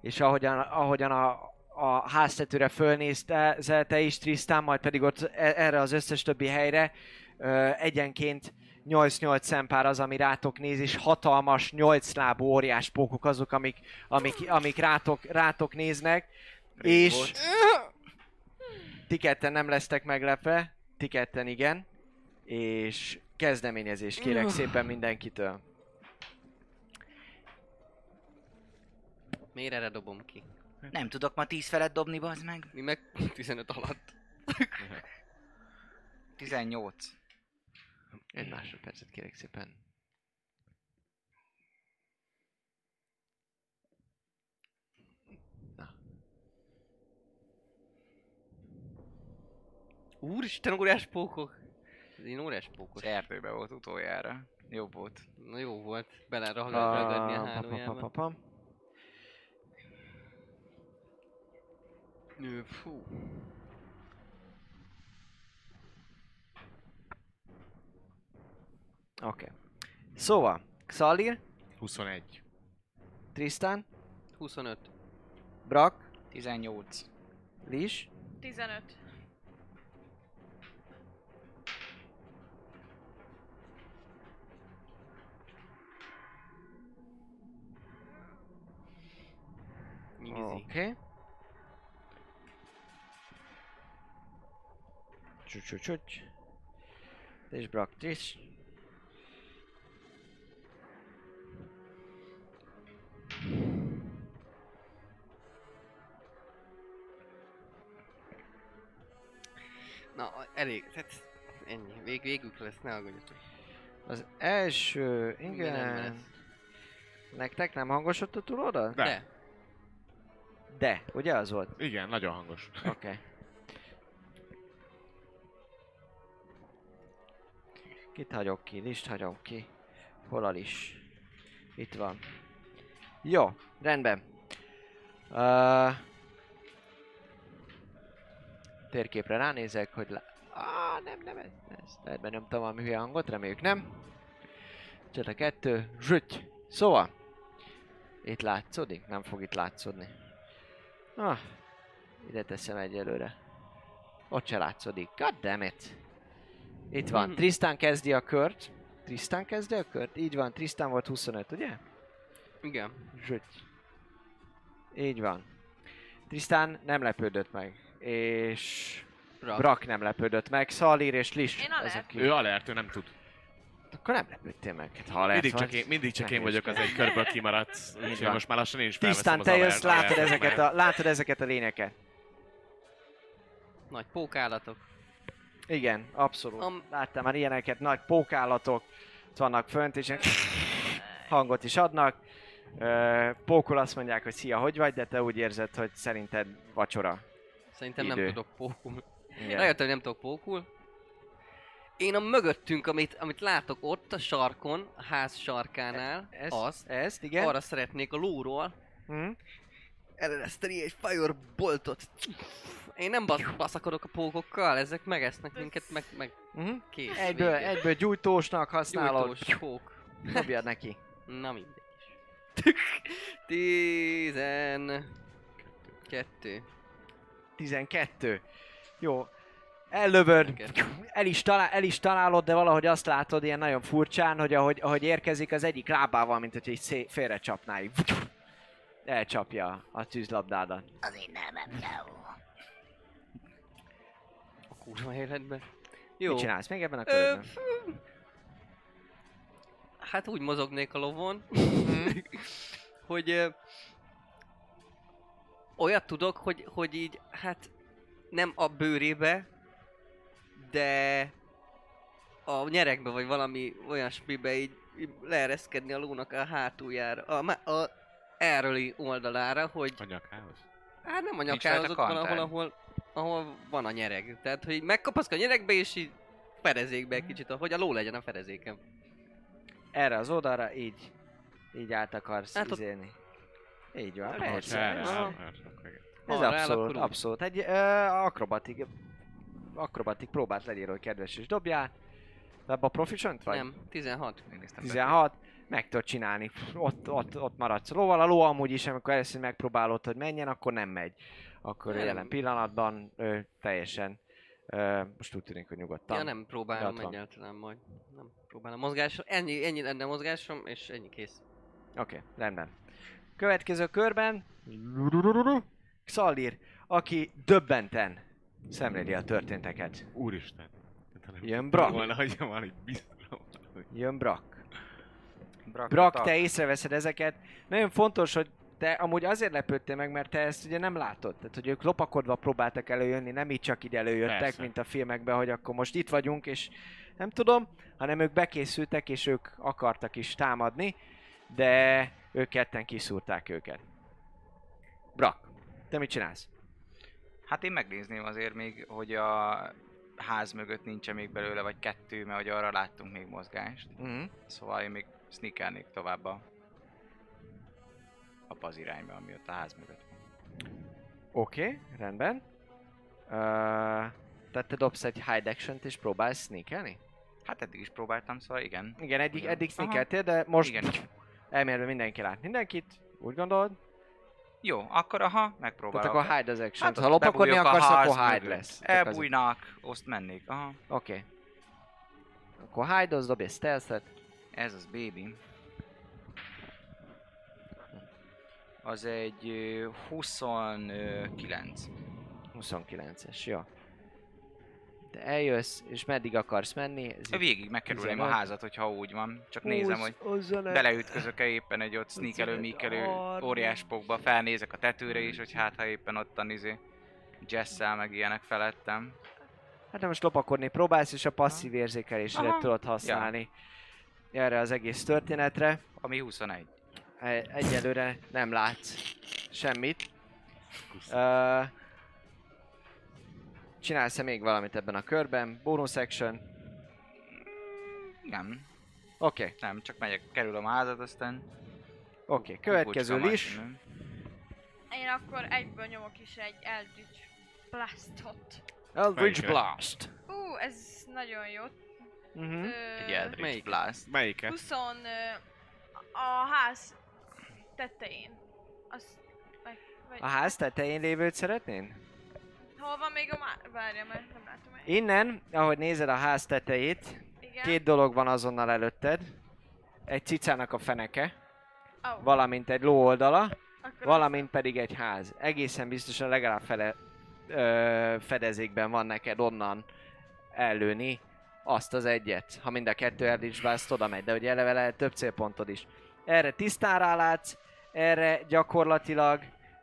és ahogyan a háztetőre fölnézte te is, Tristan, majd pedig ott erre az összes többi helyre egyenként 8-8 szempár az, ami rátok néz, és hatalmas 8 lábú óriás pókok azok, amik rátok néznek, és ti ketten nem lesztek meglepve, ti ketten igen, és kezdeményezést kérek szépen mindenkitől. Miért erre dobom ki? Nem tudok ma 10 felett dobni, bazd meg. Mi meg 15 alatt. 18. Egy másodpercet kérek szépen. Na. Úristen, óriás pókok! Ez én óriás pókos. Az erdőben volt utoljára. Jobb volt. Na jó volt, beleragadni a hálójába. Fú. Oké. Szóval, Xalir, 21. Tristan, 25. Brak, 18. Lis, 15. Oké. Csúcs. És Brak is. Na, elég. Tehát ennyi. Végük lesz, ne aggódjatok. Az első, Minden rendben igen. lesz. Nektek nem hangosodott túl oda? De. De, ugye az volt? Igen, nagyon hangos. Oké. Kit hagyok ki? List hagyom ki. Hol a Lis? Itt van. Jó, rendben. Térképre ránézek, hogy nem, ez lehet benyomtam valami hülye hangot, reméljük nem. Csata 2, zsüty. Szóval, itt látszódik? Nem fog itt látszódni. Ide teszem egyelőre. Ott se látszódik. God damn it. Itt van. Tristan kezdi a kört. Így van. Tristan volt 25, ugye? Igen. Zsüty. Így van. Tristan nem lepődött meg. És Brak nem lepődött meg. Xalir és Lis. Én alert. Ezek Ő alert, ő nem tud. Akkor nem lepődtél meg. Hát, ha alert Mindig csak én nehéz. vagyok az egy körből kimaradsz. Úgyhogy van. most már lassan én is Tristan, felveszem te az jössz, alert. látod ezeket a lényeket. Nagy pókállatok. Igen, abszolút. Láttam már ilyeneket, nagy pókállatok ott vannak fönt, és hangot is adnak. Pókol azt mondják, hogy szia, hogy vagy, de te úgy érzed, hogy szerinted vacsora. Szerintem Idő. nem tudok pókul. Igen. Rájöttem, hogy nem tudok pókul. Én a mögöttünk, amit látok ott a sarkon, a ház sarkánál, Ezt, igen. arra szeretnék a lóról elereszteni egy fireboltot. Én nem baszakodok a pókokkal, ezek megesznek minket, meg kész. Egyből gyújtósnak használod. Gyújtós pók. Dobjad neki. Na mindegy is. 12. 12. Jó. Ellövöd, el is találod, de valahogy azt látod ilyen nagyon furcsán, hogy ahogy érkezik az egyik lábával, mint hogy egy félre csapná, így elcsapja a tűzlabdádat. Azért nem jó. A kurva életben. Jó. Mit csinálsz még ebben a körben? Hát úgy mozognék a lovon, hogy olyat tudok, hogy így, hát nem a bőrébe, de a nyerekbe, vagy valami olyasmibe így leereszkedni a lónak a hátuljára, a elröli oldalára, hogy... A nyakához? Hát nem a Nincs nyakához, rajta ott valahol, kantár. ahol van a nyereg. Tehát, hogy megkapaszk a nyeregbe, és így fedezékbe egy kicsit, hogy a ló legyen a fedezékem. Erre az oldalra így át akarsz Hát ott- izélni. Így van, Hát, persze. Erre, Ez, Aha. ez Arra áll, abszolút, akkor úgy. abszolút. Egy akrobatik próbát legyél, hogy kedves, és dobjál. De abba proficient vagy? Nem, 16. Megnéztem 16. meg tudod csinálni. Ott maradsz lóval. A ló amúgy is, amikor először megpróbálod, hogy menjen, akkor nem megy. Akkor Nem. jelen pillanatban teljesen most úgy tűnik, hogy nyugodtan. Ja, nem próbálom ott van. egyáltalán majd. Nem próbálom mozgásra. Ennyi lenne mozgásom, és ennyi kész. Oké, rendben. Következő körben Xallir, aki döbbenten szemléli a történteket. Úristen. Jön Brak. Volna, hogy van egy biztos. Jön Brak. Brak, Brak, te észreveszed ezeket. Nagyon fontos, hogy te amúgy azért lepődtél meg, mert te ezt ugye nem látod. Tehát, hogy ők lopakodva próbáltak előjönni, nem így csak így előjöttek, Persze. mint a filmekben, hogy akkor most itt vagyunk, és nem tudom, hanem ők bekészültek, és ők akartak is támadni, de ők ketten kiszúrták őket. Brak, te mit csinálsz? Hát én megnézném azért még, hogy a ház mögött nincsen még belőle, vagy kettő, mert hogy arra láttunk még mozgást. Szóval én még sneakelnék tovább abba az irányba, ami ott a ház mögött van. Oké, rendben. Tehát te dobsz egy hide action-t és próbálsz sneakelni? Hát eddig is próbáltam, szóval igen. Igen, eddig Aha. sneakeltél, de most Igen. elmélve mindenki lát mindenkit, úgy gondolod? Jó, akkor aha, megpróbálok. Tehát akkor hide az action. Hát Ha lopakodni bebújok a akarsz, ház akkor hide mögött. lesz. Elbújnak, azt mennék, aha. Oké. Akkor hide-oz, dobj egy stealth-et. Ez az baby. Az egy 29. 29-es, jó. Te eljössz, és meddig akarsz menni? Ez Végig megkerülném a 15. házat, hogyha úgy van. Csak nézem, hogy Hozzá le. beleütközök-e éppen egy ott sneakelő, míkelő óriáspokba, felnézek a tetőre is, hogy hát ha éppen ottan Jessel meg ilyenek felettem. Hát de most lopakodni próbálsz, és a passzív érzékelésre Aha. tudod használni erre az egész történetre. Ami 21. Egyelőre nem látsz semmit. Csinálsz-e még valamit ebben a körben? Bonus action? Nem, Oké, nem, csak megyek, kerülöm a házat, aztán... oké. Következő kukucska Lis. maximum. Én akkor egyből nyomok is egy Eldritch Blastot. Eldritch Melyikre? Blast. Ez nagyon jó. Mhm. Egy Eldritch Melyik? Blast. Melyiket? 20 a ház tetején. Az... Vagy... A ház tetején lévőt szeretnéd? Hol van még a Várja, mert nem látom el. Innen, ahogy nézed a ház tetejét, Igen. két dolog van azonnal előtted. Egy cicának a feneke, Oh, valamint egy ló oldala, akkor valamint pedig egy ház. Egészen biztosan legalább fedezékben van neked onnan ellőni azt az egyet. Ha mind a kettő Eldritch Blast oda megy, de hogy eleve lehet több célpontod is. Erre tisztán rálátsz, erre gyakorlatilag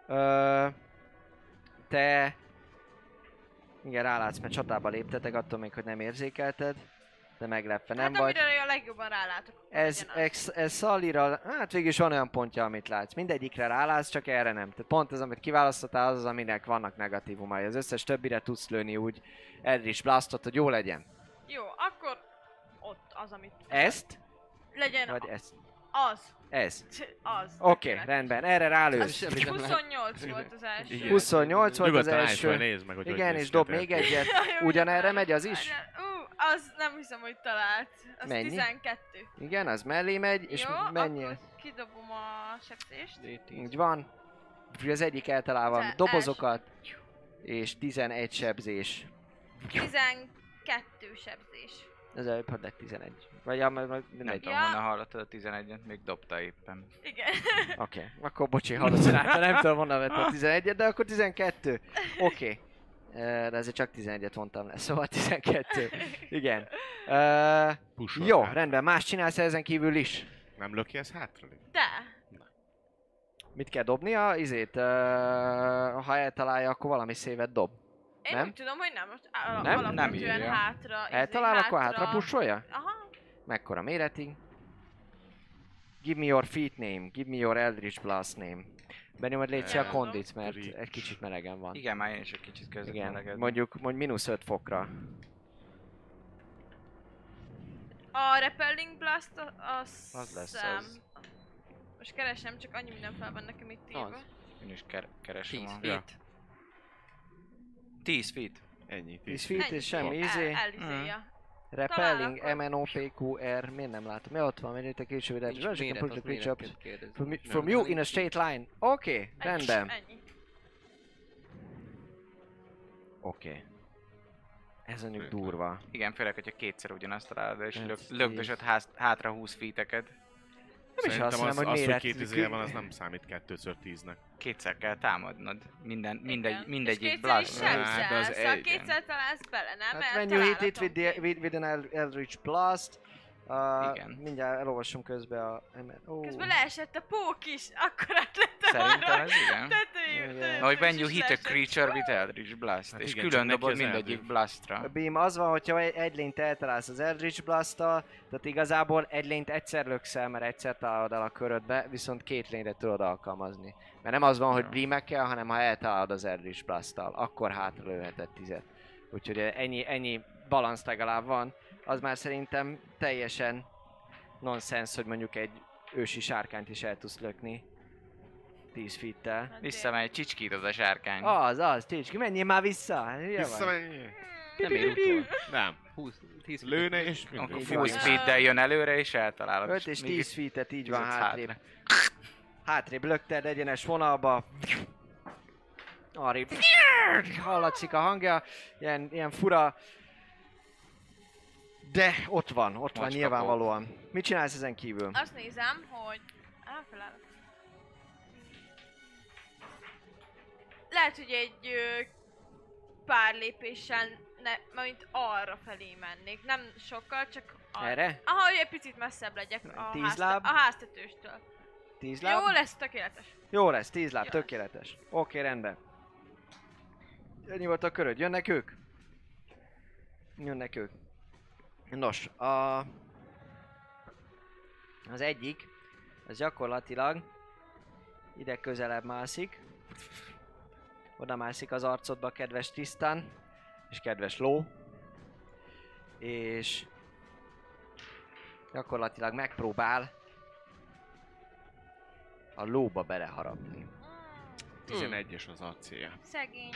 te... Igen, rálátsz, mert csatába léptetek, attól még, hogy nem érzékelted. De meglepve nem hát vagy. amire a legjobban rálátok. akkor Ez legyen az. Szallira, hát végül is van olyan pontja, amit látsz. Mindegyikre rálátsz, csak erre nem. Tehát pont ez, amit kiválasztottál, az, aminek vannak negatívumai. Az összes többire tudsz lőni úgy Eldritch Blastot, hogy jó legyen. Jó, akkor ott az, amit... Ezt? Legyen Vagy ezt? az. Ez. Az. Oké, rendben, erre rálősz. Az semmit nem lehet. 28 volt az első. Igen. 28 volt az Nyugodtan állj fel, első. nézd meg, hogy Igen, hogy néz és ki dob a még történet. egyet. Jó, Ugyanerre várjál, megy az is? Az nem hiszem, hogy talált. Az Mennyi? 12. Igen, az mellé megy, és Jó, mennyi? akkor kidobom a sebzést. Úgy van. Úgyhogy az egyik eltalálva Az dobozokat, és 11 sebzés. 12 sebzés. Ez előbb lett 11. Vagy ja, Nem mindegy. tudom, honnan hallottad a 11-et, még dobta éppen. Igen. Oké, akkor bocsi, halucináltam, nem tudom honnan vett a 11-et, de akkor 12. Oké. De ezért csak 11-et mondtam le, szóval 12. Igen. Pushol Jó, rá. rendben, más csinálsz ezen kívül is? Nem löki ez hátra? De. Mit kell dobnia? Izét, ha eltalálja, akkor valami szévet dob. Én Nem? úgy tudom, hogy nem. Most Nem? alapvetően Nem írja. hátra. Eltalál, akkor hátra pusolja? Aha. Mekkora méretig? Give me your feet name, give me your Eldritch Blast name. Benyomod légy a Elmondom. kondit, mert Reach. egy kicsit melegen van. Igen, már én is egy kicsit kezdek Igen, melegedni. mondjuk mínusz 5 fokra. A Repelling Blast Az lesz szám. az. Most keresem, csak annyi minden fel van nekem itt írva. Az. Én is keresem 10 a... feet. 10 feet. Ennyi. 10 feet és semmi izé. Elizéja. Repelling, Talán MNOPQR, miért nem látom? Ja, ott van, menjél a később, de Nincs méret, az méretként kérdez. from you in a straight line. Oké, rendben. Ennyi. Oké. Ez mondjuk durva. Igen, főleg, hogyha kétszer ugyanazt találod, és Ez lögdösöd hátra 20 feeteket. Nem is azt Szerintem hiszem, hogy az, méret. hogy 2000 van, az nem számít 2x10-nek. Kétszer kell támadnod. Igen. Mindegyik És kétszer is blast. Hát, de az sebzelsz, szóval egy- kétszer találsz bele, nem? Hát Mert when you hit it találatonként. with an Eldritch Blast. Igen. Mindjárt elolvasom közben a... Közben leesett a pók is, akkor átlettem Szerintem ez igen. Igen. Na, hogy when you hit a creature with Eldritch Blast, Hát és igen, külön csak neki dobod az mindegyik Eldritch. blastra. A beam az van, hogyha egy lényt eltalálsz az Eldritch Blast-tal, tehát igazából egy lényt egyszer löksz el, mert egyszer találod el a körödbe, viszont két lényre tudod alkalmazni. Mert nem az van, hogy beam-ekkel, hanem ha eltalálod az Eldritch Blast-tal, akkor hátra lőheted 10-et. Úgyhogy ennyi balansz legalább van. Az már szerintem teljesen nonsens, hogy mondjuk egy ősi sárkányt is el tudsz lökni 10 feet-tel. Visszamegy, csicskít az a sárkány. Az, Csicski, menjél már vissza! Hülye vagy? Visszamenj! Nem ér utol. Nem. 20, 10 Lőne és Akkor mindegy. Így van. full speeddel jön előre, és eltalálod. 5 és Még 10 feet-et így van fizetsz hátrébb. Hátrébb lökted egyenes vonalba. Arrébb. Hallatszik a hangja. Ilyen fura. De ott van Macska nyilvánvalóan. Mit csinálsz ezen kívül? Azt nézem, hogy... Felállok. Lehet, hogy egy pár lépéssel, mint arra felé mennék. Nem sokkal, csak Erre? Aha, hogy egy picit messzebb legyek a, 10 láb? a háztetőstől. 10 láb? Jó lesz, tökéletes. Jó lesz, 10 láb, Jó tökéletes. Oké, rendben. Ennyi volt a köröd, jönnek ők? Jönnek ők. Nos, az egyik, az gyakorlatilag ide közelebb mászik. Oda mászik az arcodba, kedves Tristan, és kedves ló. És gyakorlatilag megpróbál a lóba beleharapni. 11-es az acélja. Szegény.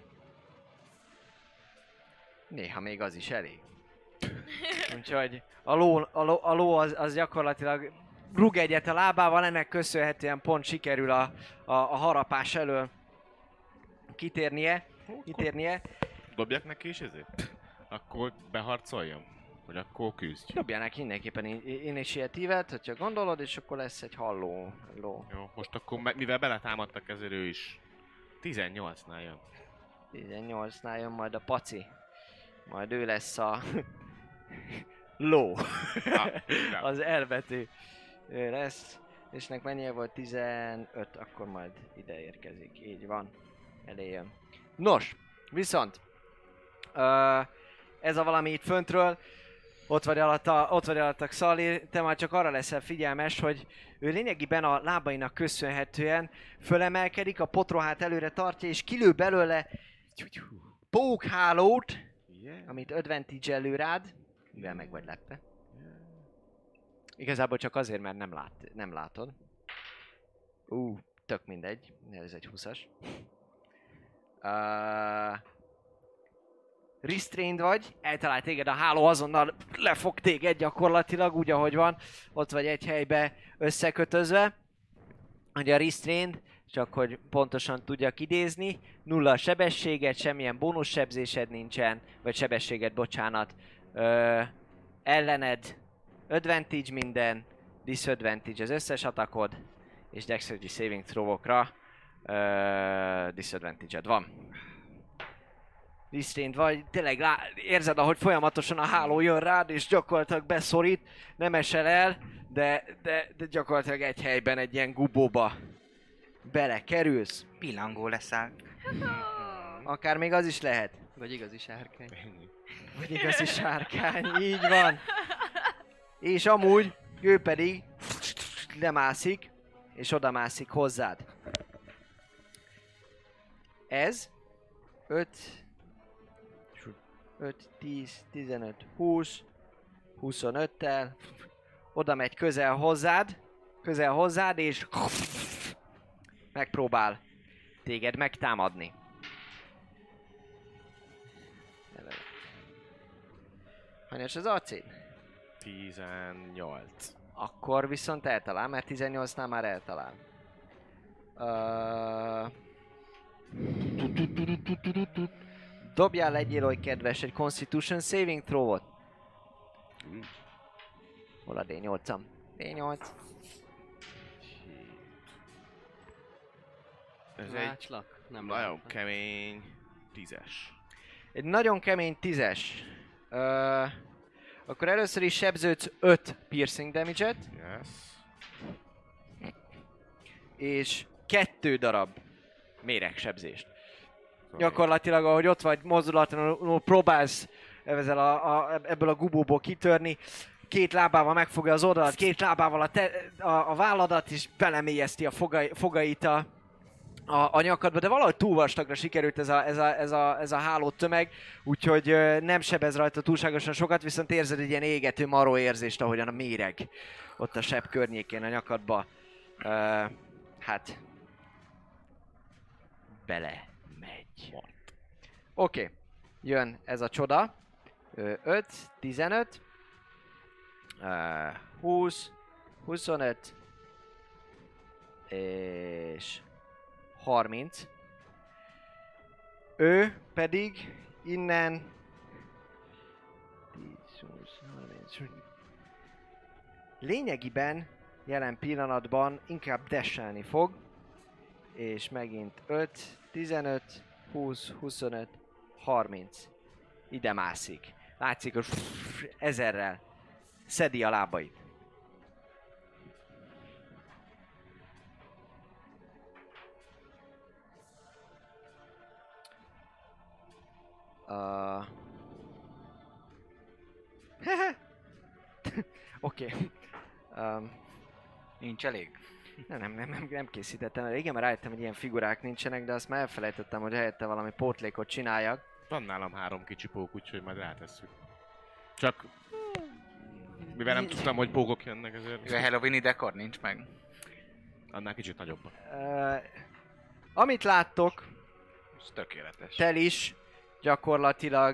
Néha még az is elég. Úgyhogy a ló az gyakorlatilag rúg egyet a lábával, ennek köszönhetően pont sikerül a harapás elől kitérnie. Dobjak neki is ezért? Akkor beharcoljam? Vagy akkor küzdj? Dobjanak mindenképpen initiatívet, hogyha gondolod, és akkor lesz egy halló ló. Jó, most akkor mivel beletámadtak, ezért ő is 18-nál jön. 18-nál jön majd a paci. Majd ő lesz a ló. igen. Az elbetű. Ő lesz. És nek mennyi volt? 15, akkor majd ide érkezik. Így van. Elé jön. Nos, viszont ez a valami itt föntről, ott vagy alatta Xali, te már csak arra leszel figyelmes, hogy ő lényegében a lábainak köszönhetően fölemelkedik, a potrohát előre tartja, és kilő belőle pókhálót, amit advantage elő rád, mivel meg vagy lepve. Igazából csak azért, mert nem látod. Tök mindegy, ez egy 20-as. Restrained vagy, eltalált téged a háló, azonnal lefog téged gyakorlatilag, úgy ahogy van. Ott vagy egy helybe összekötözve. Ugye a restrained, csak hogy pontosan tudjak idézni, 0 sebességet, semmilyen bónuszsebzésed nincsen, vagy sebességet, bocsánat. Ellened advantage minden, disadvantage az összes atakod, és dexterity saving throw-okra disadvantage-ed van. Restrained vagy, tényleg érzed, ahogy folyamatosan a háló jön rád, és gyakorlatilag beszorít, nem esel el, de gyakorlatilag egy helyben egy ilyen gubóba belekerülsz. Pillangó leszel. Akár még az is lehet. Vagy igazi sárkány. Vagy igazi sárkány, így van. És amúgy ő pedig lemászik, és odamászik hozzád. Ez 5, 10, 15, 20, 25-tel oda megy közel hozzád, és megpróbál téged megtámadni. Hanyas az AC-d? 18. Akkor viszont eltalál, mert 18-nál már eltalál. Dobjál legyél oly kedves egy Constitution Saving Throw-ot. Hol a D8-am? D8. Ez egy Látslak? Nem nagyon látlak. kemény 10-es. Egy nagyon kemény 10-es. Akkor először is sebződsz 5 piercing damage-et, Yes. és 2 darab méregsebzést. Szóval Gyakorlatilag, ahogy ott vagy, mozdulatlanul próbálsz ebből a gubóból kitörni, 2 lábával megfogja az oldalat, 2 lábával a válladat, és belemélyezti a fogait a nyakadba, de valahogy túl vastagra sikerült ez a háló tömeg, úgyhogy nem sebez rajta túlságosan sokat, viszont érzed egy ilyen égető maró érzést, ahogyan a méreg ott a seb környékén a nyakadba. Hát... bele megy. Oké, jön ez a csoda. 5, 15, 20, 25, és 30. Ő pedig innen 10, 20, 30. Lényegiben jelen pillanatban inkább dashelni fog, és megint 5, 15, 20, 25, 30. Ide mászik. Látszik, hogy ezerrel szedi a lábait. Oké. Nincs elég? Nem készítettem el. Igen, mert rájöttem, hogy ilyen figurák nincsenek, de azt már elfelejtettem, hogy helyette valami pótlékot csináljak. Van nálam 3 kicsi pók, úgyhogy majd rátesszük. Csak... mivel nem tudtam, hogy pókok jönnek, ezért... A Halloweeni dekor nincs meg? Annál kicsit nagyobb. Amit láttok, Ez tökéletes. Tel is gyakorlatilag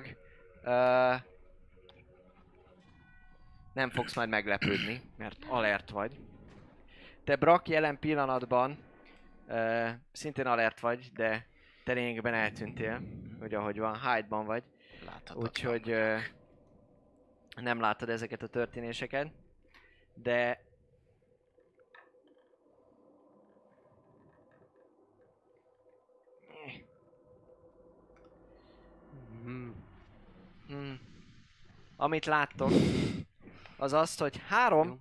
nem fogsz majd meglepődni, mert alert vagy. Te Brak jelen pillanatban szintén alert vagy, de te lényegében eltűntél, hogy ahogy van, hide-ban vagy. Úgyhogy nem látod ezeket a történéseket, de amit láttok, az azt, hogy 3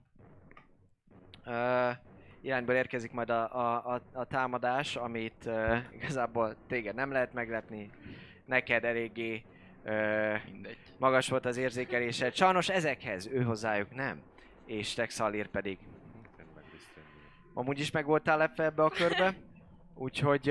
irányból érkezik majd a támadás, amit igazából téged nem lehet meglepni, neked eléggé Mindegy. magas volt az érzékelésed. Sajnos ezekhez, ő hozzájuk nem, és Texalir pedig amúgy is meg voltál lepve ebbe a körbe, úgyhogy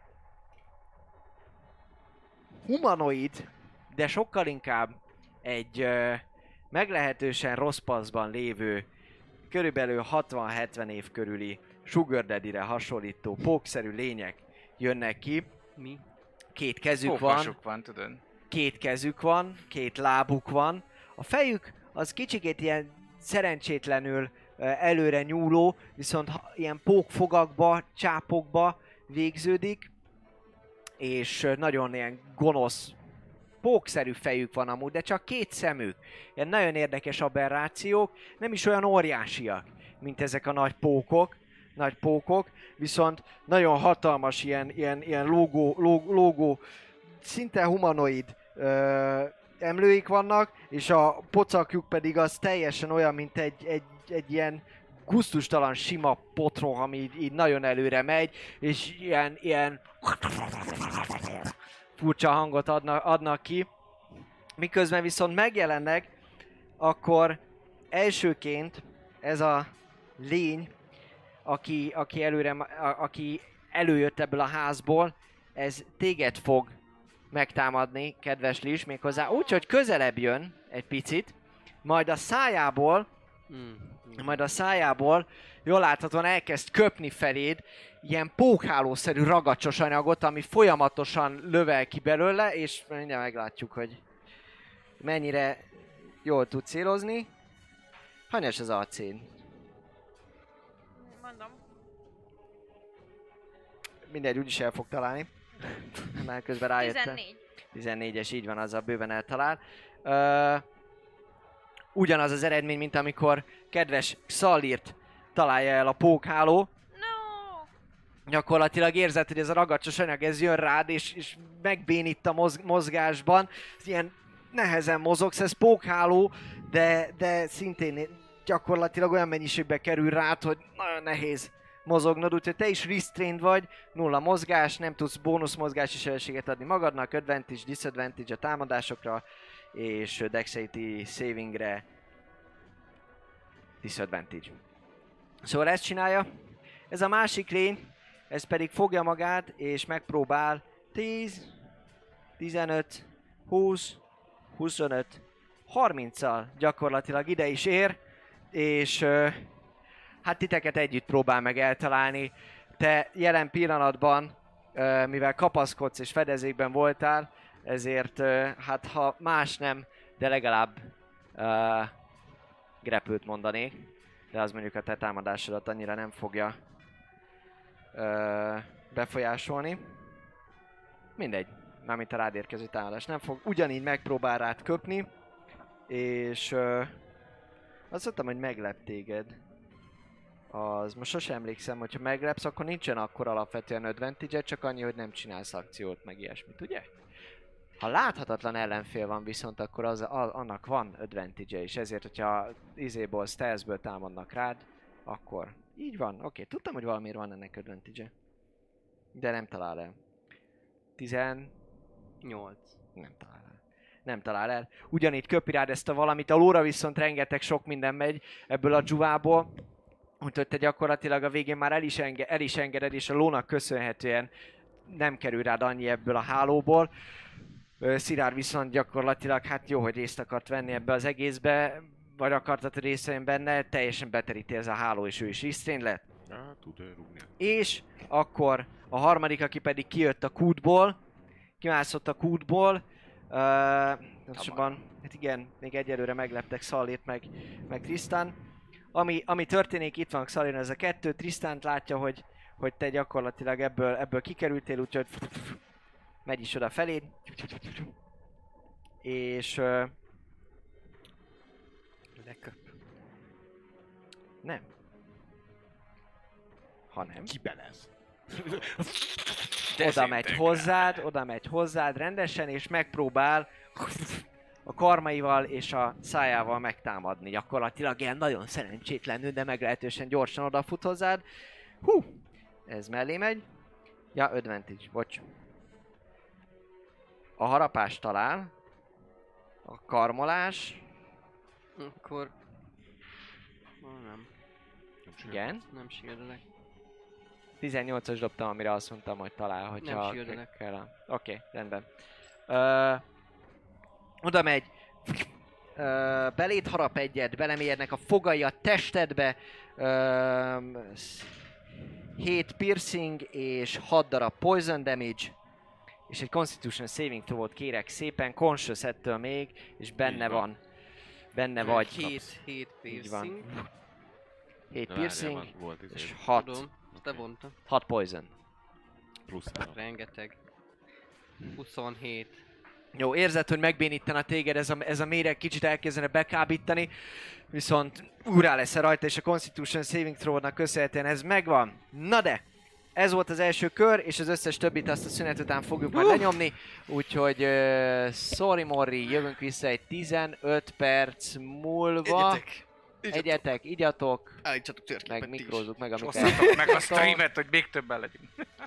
humanoid, de sokkal inkább egy meglehetősen rossz paszban lévő, körülbelül 60-70 év körüli Sugar Daddy-re hasonlító pókszerű lények jönnek ki. Mi? 2 kezük van, Pókvasuk van, tudod? 2 kezük van, 2 lábuk van. A fejük az kicsikét ilyen szerencsétlenül előre nyúló, viszont ilyen pókfogakba, csápokba végződik, és nagyon ilyen gonosz, pókszerű fejük van amúgy, de csak 2 szemük. Ilyen nagyon érdekes aberrációk, nem is olyan óriásiak, mint ezek a nagy pókok, viszont nagyon hatalmas ilyen lógó, szinte humanoid emlőik vannak, és a pocakjuk pedig az teljesen olyan, mint egy ilyen gusztustalan sima potro, ami így nagyon előre megy, és ilyen furcsa hangot adnak ki. Miközben viszont megjelennek, akkor elsőként ez a lény, aki előjött ebből a házból, ez téged fog megtámadni, kedves Lis, méghozzá úgy, hogy közelebb jön egy picit, majd a szájából jól láthatóan elkezd köpni feléd ilyen pókhálószerű ragacsos anyagot, ami folyamatosan lövel ki belőle, és mindjárt meglátjuk, hogy mennyire jól tud célozni. Hanyas az AC-d? Mondom. Mindegy, úgyis el fog találni. Már közben rájöttem. 14. 14-es, így van, azzal bőven eltalál. Ugyanaz az eredmény, mint amikor kedves Xalirt találja el a pókháló. No! Gyakorlatilag érzed, hogy ez a ragacsos anyag, ez jön rád, és megbénít a mozgásban. Ilyen nehezen mozogsz, ez pókháló, de szintén gyakorlatilag olyan mennyiségbe kerül rád, hogy nagyon nehéz mozognod, úgyhogy te is restrained vagy, nulla mozgás, nem tudsz bónusz mozgási sebességet adni magadnak, advantage, disadvantage a támadásokra, és dexterity savingre disadvantage. Szóval ezt csinálja. Ez a másik lény, ez pedig fogja magát, és megpróbál 10, 15, 20, 25, 30-al gyakorlatilag ide is ér, és hát titeket együtt próbál meg eltalálni. Te jelen pillanatban, mivel kapaszkodsz és fedezékben voltál, ezért hát ha más nem, de legalább grapple-t mondanék. De az mondjuk a te támadásodat annyira nem fogja befolyásolni. Mindegy, mármint a rád érkező támadás nem fog. Ugyanígy megpróbál rád köpni, és azt mondtam, hogy meglep téged. Az most sosem emlékszem, hogyha meglepsz, akkor nincsen akkor alapvetően advantage, csak annyi, hogy nem csinálsz akciót, meg ilyesmit, ugye? Ha láthatatlan ellenfél van viszont, akkor annak van advantage, és ezért, hogyha izéból, stealthből támadnak rád, akkor így van, oké. Tudtam, hogy valamiért van ennek advantage, de nem talál el. 18. Nem talál el. Nem talál el. Ugyanígy köpi rád ezt a valamit, a lóra viszont rengeteg sok minden megy ebből a dzsuvából. Úgyhogy te gyakorlatilag a végén már el is engeded, és a lónak köszönhetően nem kerül rád annyi ebből a hálóból. Szilárd viszont gyakorlatilag, hát jó, hogy részt akart venni ebbe az egészbe, vagy akartad részt venni benne, teljesen beteríti ez a háló, és ő is restrained lett. Tud ő rúgni. És akkor a harmadik, aki pedig kijött a kútból, kimászott a kútból, hát igen, még egyelőre megleptek Xalirt meg Tristan. Ami történik, itt van Xalin, ez a kettő, Tristant látja, hogy te gyakorlatilag ebből kikerültél, úgyhogy megy is oda feléd. És... leköp. Nem. Ha nem. Kibelez. Oda megy hozzád rendesen, és megpróbál a karmaival és a szájával megtámadni. Gyakorlatilag ilyen nagyon szerencsétlenül, de meglehetősen gyorsan odafut hozzád. Hú! Ez mellé megy. Ja, advantage, bocs. A harapás talál. A karmolás. Akkor... nem. Igen. Nem sikerülek. 18-as dobtam, amire azt mondtam, hogy talál, hogyha... Nem sikerülek. Oké, rendben. Oda megy. Beléd harap egyet, belemélyednek a fogai a testedbe. 7 piercing és 6 darab poison damage. És egy Constitution saving throw-ot kérek szépen, conscious ettől még, és benne van. Benne vagy. 7 piercing. 7 piercing, Volt és 6. Tudom, te vontam. 6 poison. Plusz Rengeteg. 27. Jó, érzed, hogy megbénítana téged ez a méreg, kicsit elkezdene bekábítani, viszont úrrá lesz rajta, és a Constitution Saving Throw-nak köszönhetően ez megvan. Na de, ez volt az első kör, és az összes többit azt a szünet után fogjuk majd lenyomni, úgyhogy sorry Morri, jövünk vissza egy 15 perc múlva. Egyetek, igyatok, Állítsatok törképet meg mikrózzuk meg, amit Osszatok meg a streamet, hogy még többen legyünk.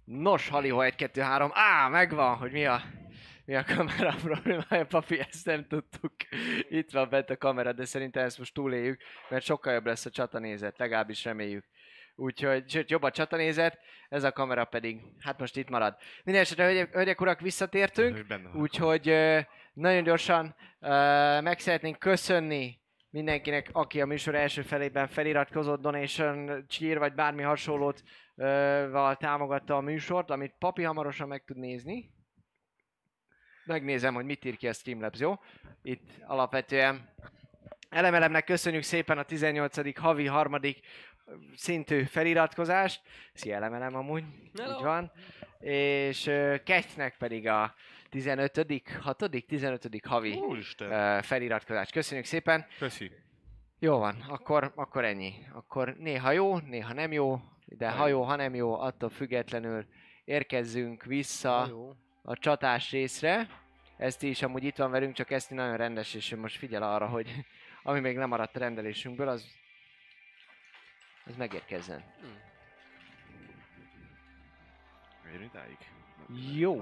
Nos, Haliho 1, 2, 3. Megvan, hogy mi a kamera problémája, papi, ezt nem tudtuk. Itt van bent a kamera, de szerintem ezt most túléljük, mert sokkal jobb lesz a csatanézet, legalábbis reméljük. Úgyhogy, sőt, jobb a csatanézet, ez a kamera pedig, hát most itt marad. Mindenesetre, hölgyek, urak, visszatértünk, úgyhogy nagyon gyorsan meg szeretnénk köszönni mindenkinek, aki a műsor első felében feliratkozott, donation, cheer vagy bármi hasonlót támogatta a műsort, amit papi hamarosan meg tud nézni. Megnézem, hogy mit ír ki a Streamlabs, jó? Itt alapvetően Elemelemnek köszönjük szépen a 18. havi 3. szintű feliratkozást. Szia Elemelem amúgy, így van. És Kettnek pedig a 15. havi feliratkozást. Köszönjük szépen. Köszi. Jó van, akkor ennyi. Akkor néha jó, néha nem jó, de ha jó, ha nem jó, attól függetlenül érkezzünk vissza a csatás részre. Eszti is amúgy itt van velünk, csak Eszti nagyon rendes, és ő most figyel arra, hogy ami még nem maradt a rendelésünkből, az megérkezzen. Jön idáig? Jó.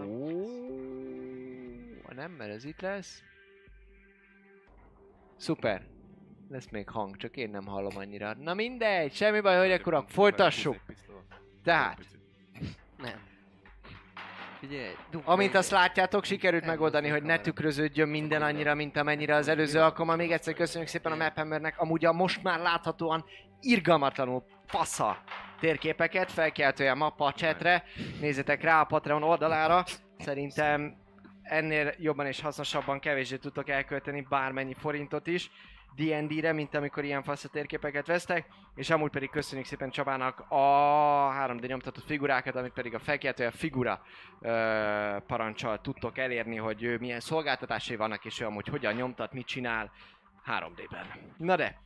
Nem, mert ez itt lesz. Szuper. Lesz még hang, csak én nem hallom annyira. Na mindegy, semmi baj, hölgyek urak, folytassuk. Tehát. Nem. Figyelj, amint azt látjátok, sikerült megoldani, hogy ne tükröződjön minden annyira, mint amennyire az előző alkalommal. Még egyszer köszönjük szépen a Maphammernek, amúgy a most már láthatóan irgalmatlanul fasza térképeket, felkeltően mappa a chatre. Nézzetek rá a Patreon oldalára. Szerintem ennél jobban és hasznosabban kevésbé tudtok elkölteni bármennyi forintot is D&D-re, mint amikor ilyen fasz térképeket vesztek, és amúgy pedig köszönjük szépen Csabának a 3D nyomtatott figurákat, amit pedig a felkeltően figura parancsal tudtok elérni, hogy ő milyen szolgáltatásai vannak, és ő amúgy hogyan nyomtat, mit csinál 3D-ben. Na de,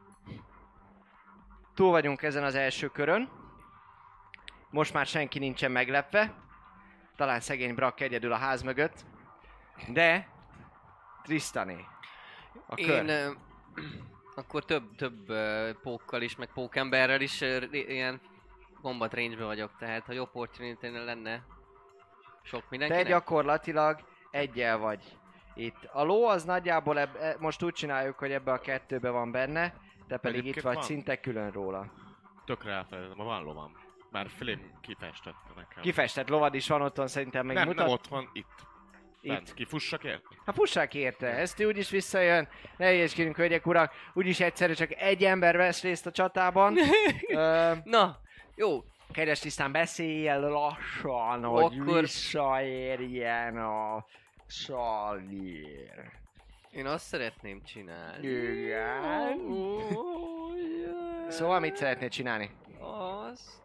túl vagyunk ezen az első körön, most már senki nincsen meglepve, talán szegény Brack egyedül a ház mögött, de Tristané. Én akkor több pókkal is, meg pókemberrel is ilyen combat range-ben vagyok, tehát ha jobb opportunity lenne sok mindenkinek. Te gyakorlatilag egyel vagy itt. A ló az nagyjából most úgy csináljuk, hogy ebbe a kettőbe van benne, te pedig Egyébként itt vagy van. szinte külön róla. Tökre elfelejtettem, van lovam. Már Flame kifestette nekem. Kifestett lovad is van otthon, szerintem még Nem, mutat. nem ott van, itt. Itt. Bent. Kifussak érte? Hát fussák érte, ezt úgyis visszajön, ne ügyeskedjünk, hölgyek urak, úgyis egyszerre csak egy ember vesz részt a csatában. Na, jó. Kedves tisztán, beszélj lassan, hogy Akkor- visszaérjen a Salir. Én azt szeretném csinálni. Igen. Szóval mit szeretnél csinálni? Azt...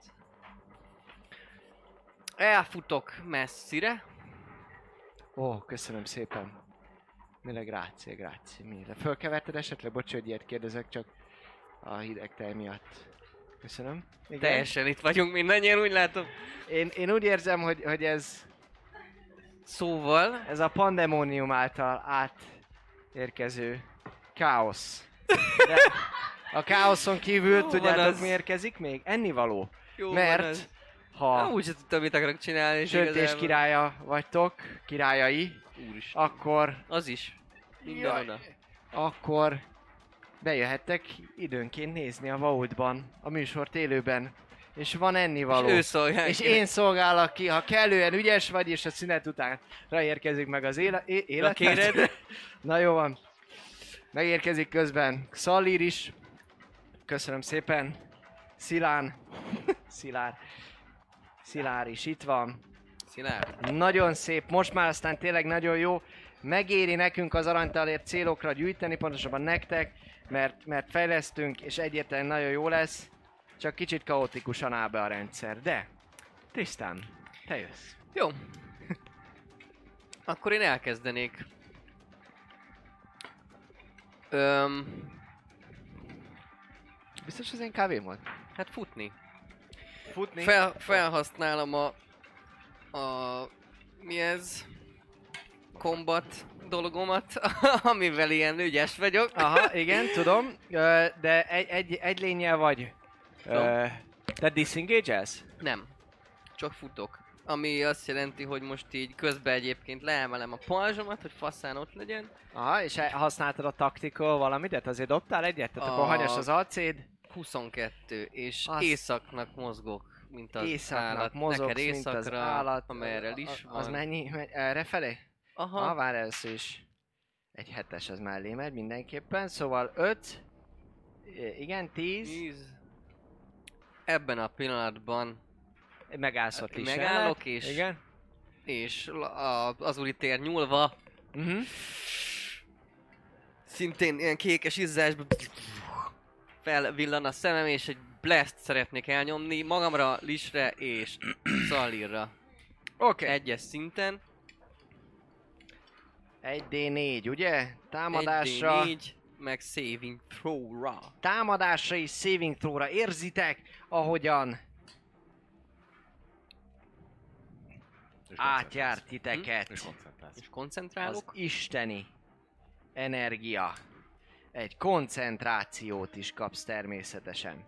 Elfutok messzire. Ó, köszönöm szépen. Mille grazie, grazie, mille. Fölkeverted esetleg? Bocs, hogy ilyet kérdezek, csak a hideg tej miatt. Köszönöm. Igen. Teljesen itt vagyunk mindannyian, úgy látom. Én úgy érzem, hogy ez Szóval... a pandemónium által átérkező káosz. De a káoszon kívül Jó van tudjátok az. mi érkezik még? Ennivaló. Jó van Mert ez. ha Úgy sem tudtam, mit akarok csinálni. és söntés igazából- királya vagytok, királyai, Úristen. akkor Az is. Minden Jaj. oda. akkor bejöhettek időnként nézni a Vaultban, a műsort élőben. És van ennivaló. És ő szolgál És ki. én szolgálok ki, ha kellően ügyes vagy, és a szünet után ráérkezik meg az életed. kéred. Na jó van. Megérkezik közben Xalir is. Köszönöm szépen. Szilán. Szilár is itt van. Szilárd. Nagyon szép, most már aztán tényleg nagyon jó. Megéri nekünk az aranytal ért célokra gyűjteni, pontosabban nektek, mert fejlesztünk, és egyértelműen nagyon jó lesz. Csak kicsit kaotikusan áll be a rendszer, de Tristan, te jössz. Jó. Akkor én elkezdenék. Biztos az én kávém volt? Hát futni. Futni? Felhasználom a... Mi ez? Combat dolgomat, amivel ilyen ügyes vagyok. Aha, igen, tudom, de egy lényel vagy. Tudom. Te disengage-elsz? Nem. Csak futok. Ami azt jelenti, hogy most így közben egyébként leemelem a pajzsomat, hogy faszán ott legyen. Aha, és használtad a tactical valamidet? Azért dobtál egyet? Tehát akkor A- hanyas az acéd? 22, és Azt- északnak mozgok, mint az Északnak állat. mozogsz, Neked mint az északra, állat. amerrel is van. Az mennyi? Errefelé? Aha. Ah, várj először is. Egy 7-es az mellé megy mindenképpen, szóval 5. Igen, 10. 10. Ebben a pillanatban Megállsz ott is. megállok, és, Igen. és az úri tér nyúlva, szintén ilyen kékes izzásban felvillan a szemem, és egy blast szeretnék elnyomni magamra, Lisre és Szalirra. Oké. Egyes szinten. 1D4, ugye? Támadásra. 1D4, meg saving throw-ra. Támadásra és saving throw-ra érzitek, ahogyan És átjár koncentrálsz. titeket És koncentrálsz. És koncentrálok. az isteni energia. Egy koncentrációt is kapsz természetesen.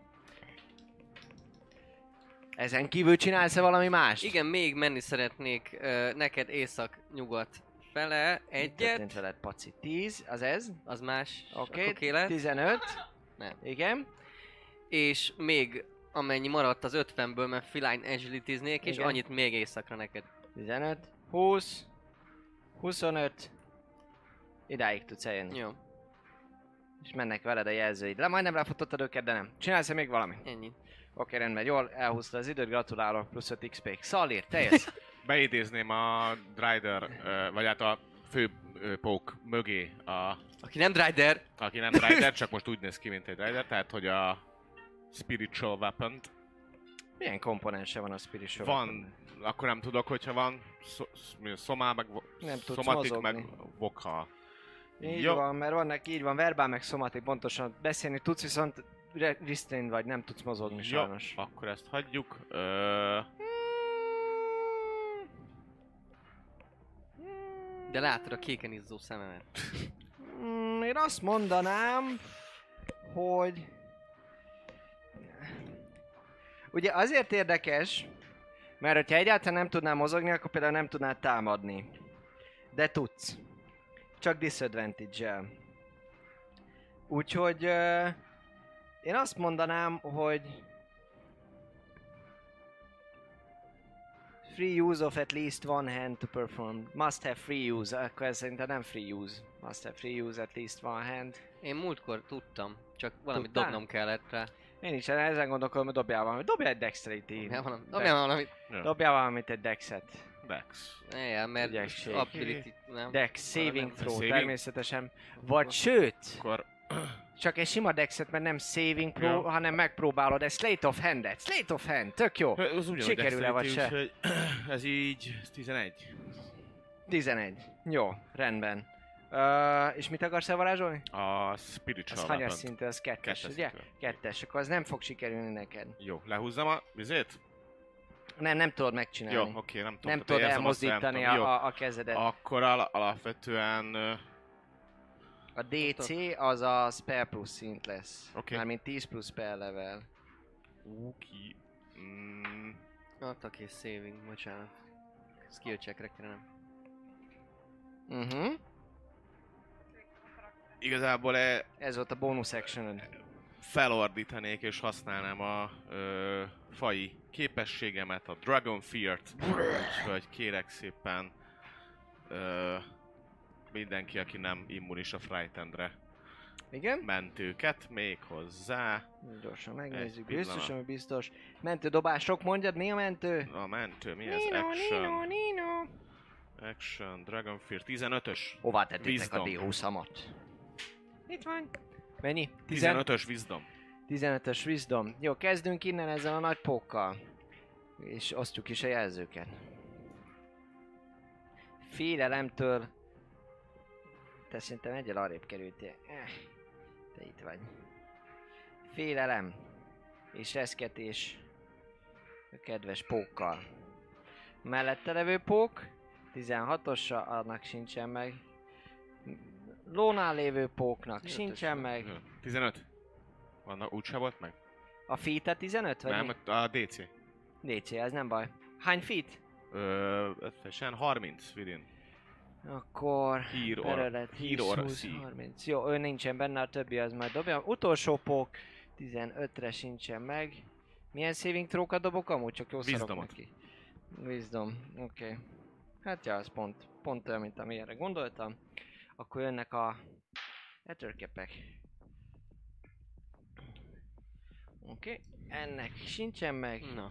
Ezen kívül csinálsz-e valami mást? Igen, még menni szeretnék neked észak-nyugat fele. Mit történt Egyet, veled, Paci? 10, az ez? az más. Oké, Oké, lett. 15. Nem. Igen. És még amennyi maradt az 50-ből, mert feline agility-znék, és Igen. annyit még északra neked. 15. 20. 25. Idáig tudsz eljönni. Jó, És mennek veled a jelzőid. Majdnem lefutottad őket, de nem. Csinálsz még valami? ennyi. Oké, rendben, jól elhúzta az időt, gratulálok, plusz 5 XP. Szalir, te jössz. Beidézném a Drider, vagy hát a fő pók mögé, Aki nem Drider, aki nem Drider, csak most úgy néz ki, mint egy Drider, tehát hogy a Spiritual Weapon-t. Milyen komponense van a Spiritual Van, Weaponnek? akkor nem tudok, hogyha van szomál, meg Nem tudsz szomatik, mozogni. meg vokal. Így Jó. van, mert vannak így van, verbál meg szomatik, pontosan beszélni tudsz, viszont restrained vagy, nem tudsz mozogni sajnos. Akkor ezt hagyjuk. de látod a kéken izzó szememet. Én azt mondanám, hogy... Ugye azért érdekes, mert hogyha egyáltalán nem tudnál mozogni, akkor például nem tudnád támadni. De tudsz. Csak disadvantage-el. Úgyhogy... én azt mondanám, hogy... Free use of at least one hand to perform. Must have free use. Akkor ez szerintem nem free use. Must have free use at least one hand. Én múltkor tudtam, csak valamit Tudtál? dobnom kellett rá. Én is ezen gondolkodom, hogy dobjál valamit. Dobjál egy dexterity. Dobjál valamit. Dobjál valamit, egy dexet. Dex. Igen, mert Ügyesség. ability, nem. Dex, saving nem. throw Saving? természetesen. Vagy sőt, Akkor csak egy sima dexet, mert nem saving throw, Ja. hanem megpróbálod egy slate of hand-et. Slate of hand, tök jó. az ugyanúgy Sikerül-e vagy dexterity, se? úgyhogy ez így 11. 11. Jó, rendben. És mit akarsz elvarázsolni? A Spiritual Az hanyas Weapon. szintű, az 2-es, Kettes ugye? szintű. 2-es, akkor az nem fog sikerülni neked. Jó, lehúzzam a vizét? Nem tudod megcsinálni. Jó, oké, nem tudom. Nem tudod érzem azt, nem elmozdítani tudom. Jó. a kezedet. Akkor alapvetően... A DC az a spell plusz szint lesz. Oké. Mármint 10 plusz spell level. Oké. Adtak és saving, bocsánat. Skill checkre kellene. Igazából Ez volt a bonus actioned. felordítanék és használnám a fai képességemet, a Dragon Fear-t. Úgyhogy kérek szépen mindenki, aki nem immunis a Frightenedre, Igen? mentőket még hozzá. Gyorsan megnézzük. Egy pillanat. Biztos, ami biztos. Mentődobások, mondjad, mi a mentő? A mentő, mi ez? Nino, Action. Nino, Nino. Action, Dragon Fear, 15-ös. Hová tettétek a Wisdom. D20-amat? Itt van. Mennyi? 15-ös Wisdom. 15-ös Wisdom. Jó, kezdünk innen ezzel a nagy pókkal. És osztjuk is a jelzőket. Félelemtől... Te szerintem egyel arrébb kerültél. Te itt vagy. Félelem. És reszketés. A kedves pókkal. Mellette levő pók. 16-ossal, annak sincsen meg. Lónál lévő póknak sincsen meg. 15. Vannak, úgyse volt meg? A feet 15 vagy Nem, mi? a DC. DC, ez nem baj. Hány feet? Összesen 30 within. Akkor... Hír or- Perelet, hír 10, or 20, szív. 30. Jó, ő nincsen benne, a többi az majd dobja. Utolsó pók, 15-re sincsen meg. Milyen saving throw-kat dobok amúgy? Csak jó szarok Wisdomot. neki. Wisdom, oké. Hát ja, az pont olyan, mint amilyenre gondoltam. Akkor jönnek a etörkepek. Oké, ennek sincsen meg. Na.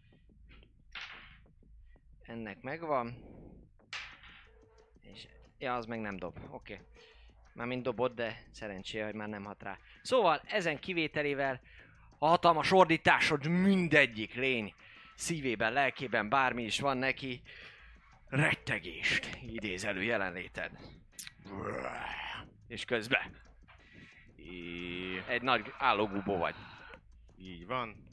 Ennek megvan. És... Ja, az meg nem dob. Oké. Mármint dobott, de szerencsére, hogy már nem hat rá. Szóval, ezen kivételével a hatalmas ordításod mindegyik lény szívében, lelkében, bármi is van neki, rettegést idéz elő jelenléted. És közben egy nagy állógubó vagy. Így van.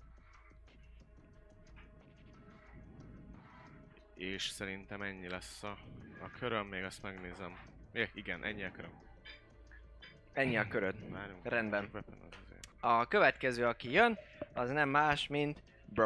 És szerintem ennyi lesz a köröm, még azt megnézem. Igen, ennyi a köröm. Ennyi a köröd. Várjunk. Rendben. Weapon az azért. A következő, aki jön, az nem más, mint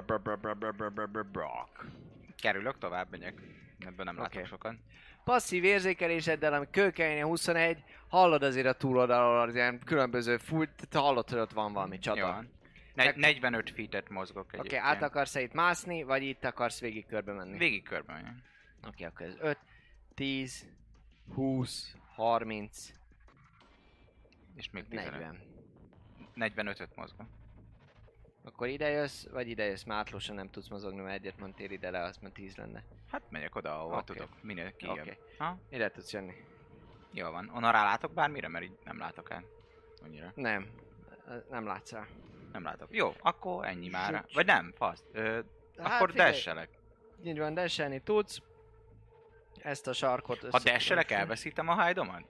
Brock. Kerülök, tovább megyek. Ebből nem látok Oké. sokan. Passzív érzékeléseddel, ami kőkenyén 21, hallod azért a túloldalról az ilyen különböző fújt, hallod, hogy ott van valami Jó csata. van. 45 feet-et mozgok Oké, egyébként. át akarsz itt mászni, vagy itt akarsz végig körbe menni? Végig körbe megyek. Oké, akkor ez 5, 10, 20, 30, És még 15. 40. 45-öt mozgok. Akkor ide jössz, vagy ide jössz, már átlósan nem tudsz mozogni, mert egyet mondtél ide le, azt már 10 lenne. Hát megyek oda, ahova Oké. tudok. Minél kijön. Oké. Ha? Ide tudsz jönni. Jó van. Onnan rálátok bármire, mert így nem látok el. Annyira. Nem, nem látsz rá. Nem látok. Jó, akkor ennyi már. Zsúcs. Vagy nem, fasz. Hát Akkor figyelj, dashelek. Így van, dashelni tudsz. Ezt a sarkot Ha dashelek, elveszítem a hide-omat?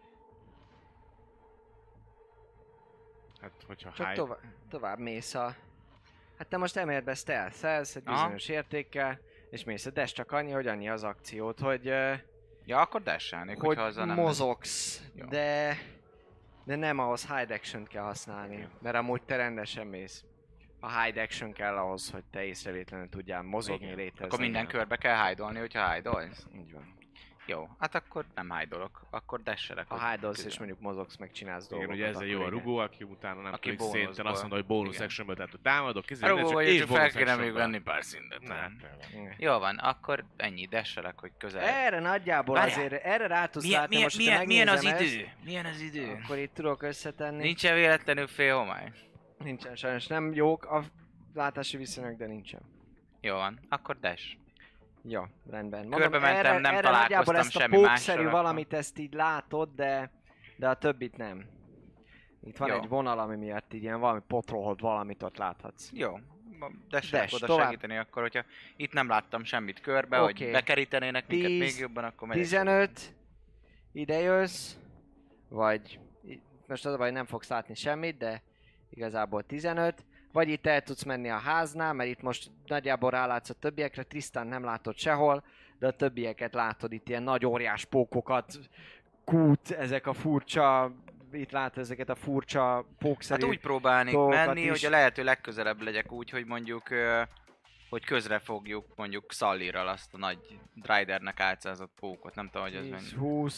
Hát, hogyha Csak hide... tovább mész a... Hát te most emeled stealth-elsz egy Aha. bizonyos értékkel, és mész a dash csak annyi, hogy annyi az akciót, hogy, Ja, akkor dashelnék, hogy hogyha azzal nem... mozogsz, Jó. de nem ahhoz hide action-t kell használni, mert amúgy te rendesen mész. A hide action kell ahhoz, hogy te észrevétlenül tudjál mozogni, Igen. létezni. Akkor minden körbe kell hide-olni, hogyha hide-olsz? Így van. Jó, hát akkor nem hide-olok. Akkor dashelek. Ha hogy hide-olsz és közel. mondjuk mozogsz, meg csinálsz Igen, dolgokat. ugye ezzel jó a akkor rugó, aki utána nem Aki tudjuk bónuszból. szinten azt mondja, hogy bonus Igen. actionből, tehát hogy támadok, A rugó vagy, csak fel bonus kéne még actionből. venni pár szintet. Nem. igen. Jó van, akkor ennyi, dashelek, hogy közel. Erre nagyjából Várjál. azért, erre rá tudsz látni, most ha megnézem ezt, Milyen az idő? akkor itt tudok összetenni. Nincsen véletlenül fél homály? Nincsen, sajnos nem jók a látási viszonyok, de nincsen. Jó van, akkor dash. Ja, rendben. Körbe mentem, nem erre találkoztam nagyjából ezt a semmi pókszerű mással, valamit ezt így látod, de a többit nem. Itt van Jó. egy vonal, ami miatt így ilyen valami potrolhod valamit ott láthatsz. Jó, dashelek Dash, oda tovább. segíteni, akkor hogyha itt nem láttam semmit körbe, Oké. hogy bekerítenének minket 10, még jobban, akkor megyek. 15, ide jössz, vagy most az a baj, hogy nem fogsz látni semmit, de igazából 15, vagy itt el tudsz menni a háznál, mert itt most nagyjából rálátsz a többiekre, Tristan nem látod sehol, de a többieket látod, itt ilyen nagy óriás pókokat, kút, ezek a furcsa, itt látod ezeket a furcsa pókszerű... Hát úgy próbálnék dolgokat menni, is. hogy a lehető legközelebb legyek úgy, hogy mondjuk, hogy közre fogjuk mondjuk Sullyral azt a nagy Dridernek álcázott pókot, nem tudom, hogy az 10, mennyi.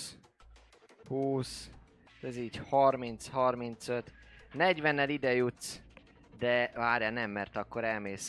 20, ez így 30, 35, 40-nel ide jutsz, de várjál, nem, mert akkor elmész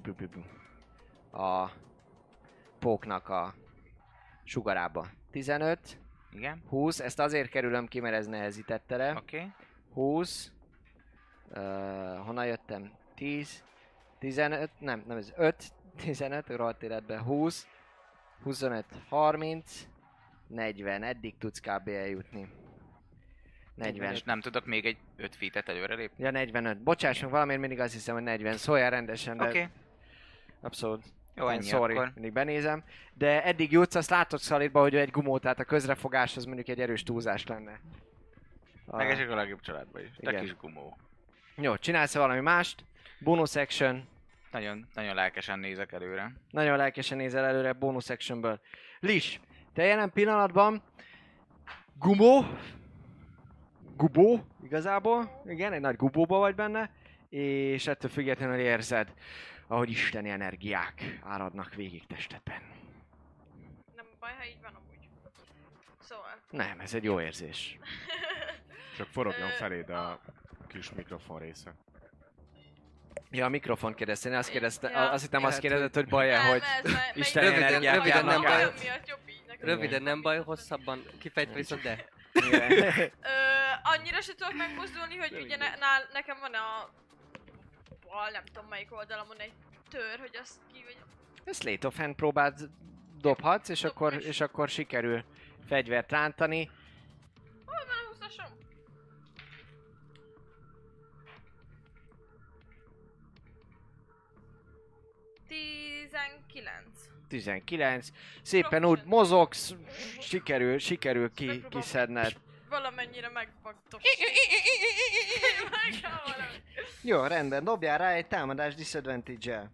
a póknak a sugarába. 15, Igen? 20, ezt azért kerülöm ki, mert ez nehezítette le. Oké. 20, honnan jöttem? 10, 15, nem ez 5, 15, rohadt életben 20, 25, 30, 40, eddig tudsz kb. Eljutni. 40. És nem tudok még egy 5 feet-et előre lépni? Ja, 45. Bocsáss meg, valamiért mindig azt hiszem, hogy 40. Szóljál rendesen, de Oké. abszolút. Jó, ennyi sorry, akkor. mindig benézem. De eddig jutsz, azt látod Szalidba, hogy egy gumó, tehát a közrefogás az mondjuk egy erős túlzás lenne. Megesek a legjobb családba is. Te Igen. kis gumó. Jó, csinálsz valami mást. Bonus action. Nagyon, nagyon lelkesen nézek előre. Nagyon lelkesen nézel előre bonus actionből. Lis, te jelen pillanatban Gubó, igazából, igen, egy nagy gubóba vagy benne, és ettől függetlenül érzed, ahogy isteni energiák áradnak végig testedben. ha így van amúgy. Szóval. Nem, ez egy jó érzés. Csak forogjon Ö, feléd a kis mikrofon része. Ja, a mikrofon kérdezte, én azt kérdezte, Ja. azt hittem azt Hát, kérdezett, hogy baj-e, Nem, hogy ez már- Isten melyik- energiát röviden nem járnak baj. el. Miatt jobb így nekem. Röviden nem baj, hosszabban kifejtve viszont de. Igen. Annyira se tudok megmozdulni, hogy ugye nekem van a nem tudom melyik oldalamon egy tör, hogy azt vagy... Ezt Slate of Hand próbált dobhatsz, és Dobom is. és akkor sikerül fegyvert rántani. Hol van a 20-asom? Tizenkilenc. 19. Szépen úgy mozogsz, sikerül kiszedned. Valamennyire megbagtos. Jó, rendben, dobjál rá egy támadás disadvantage-el.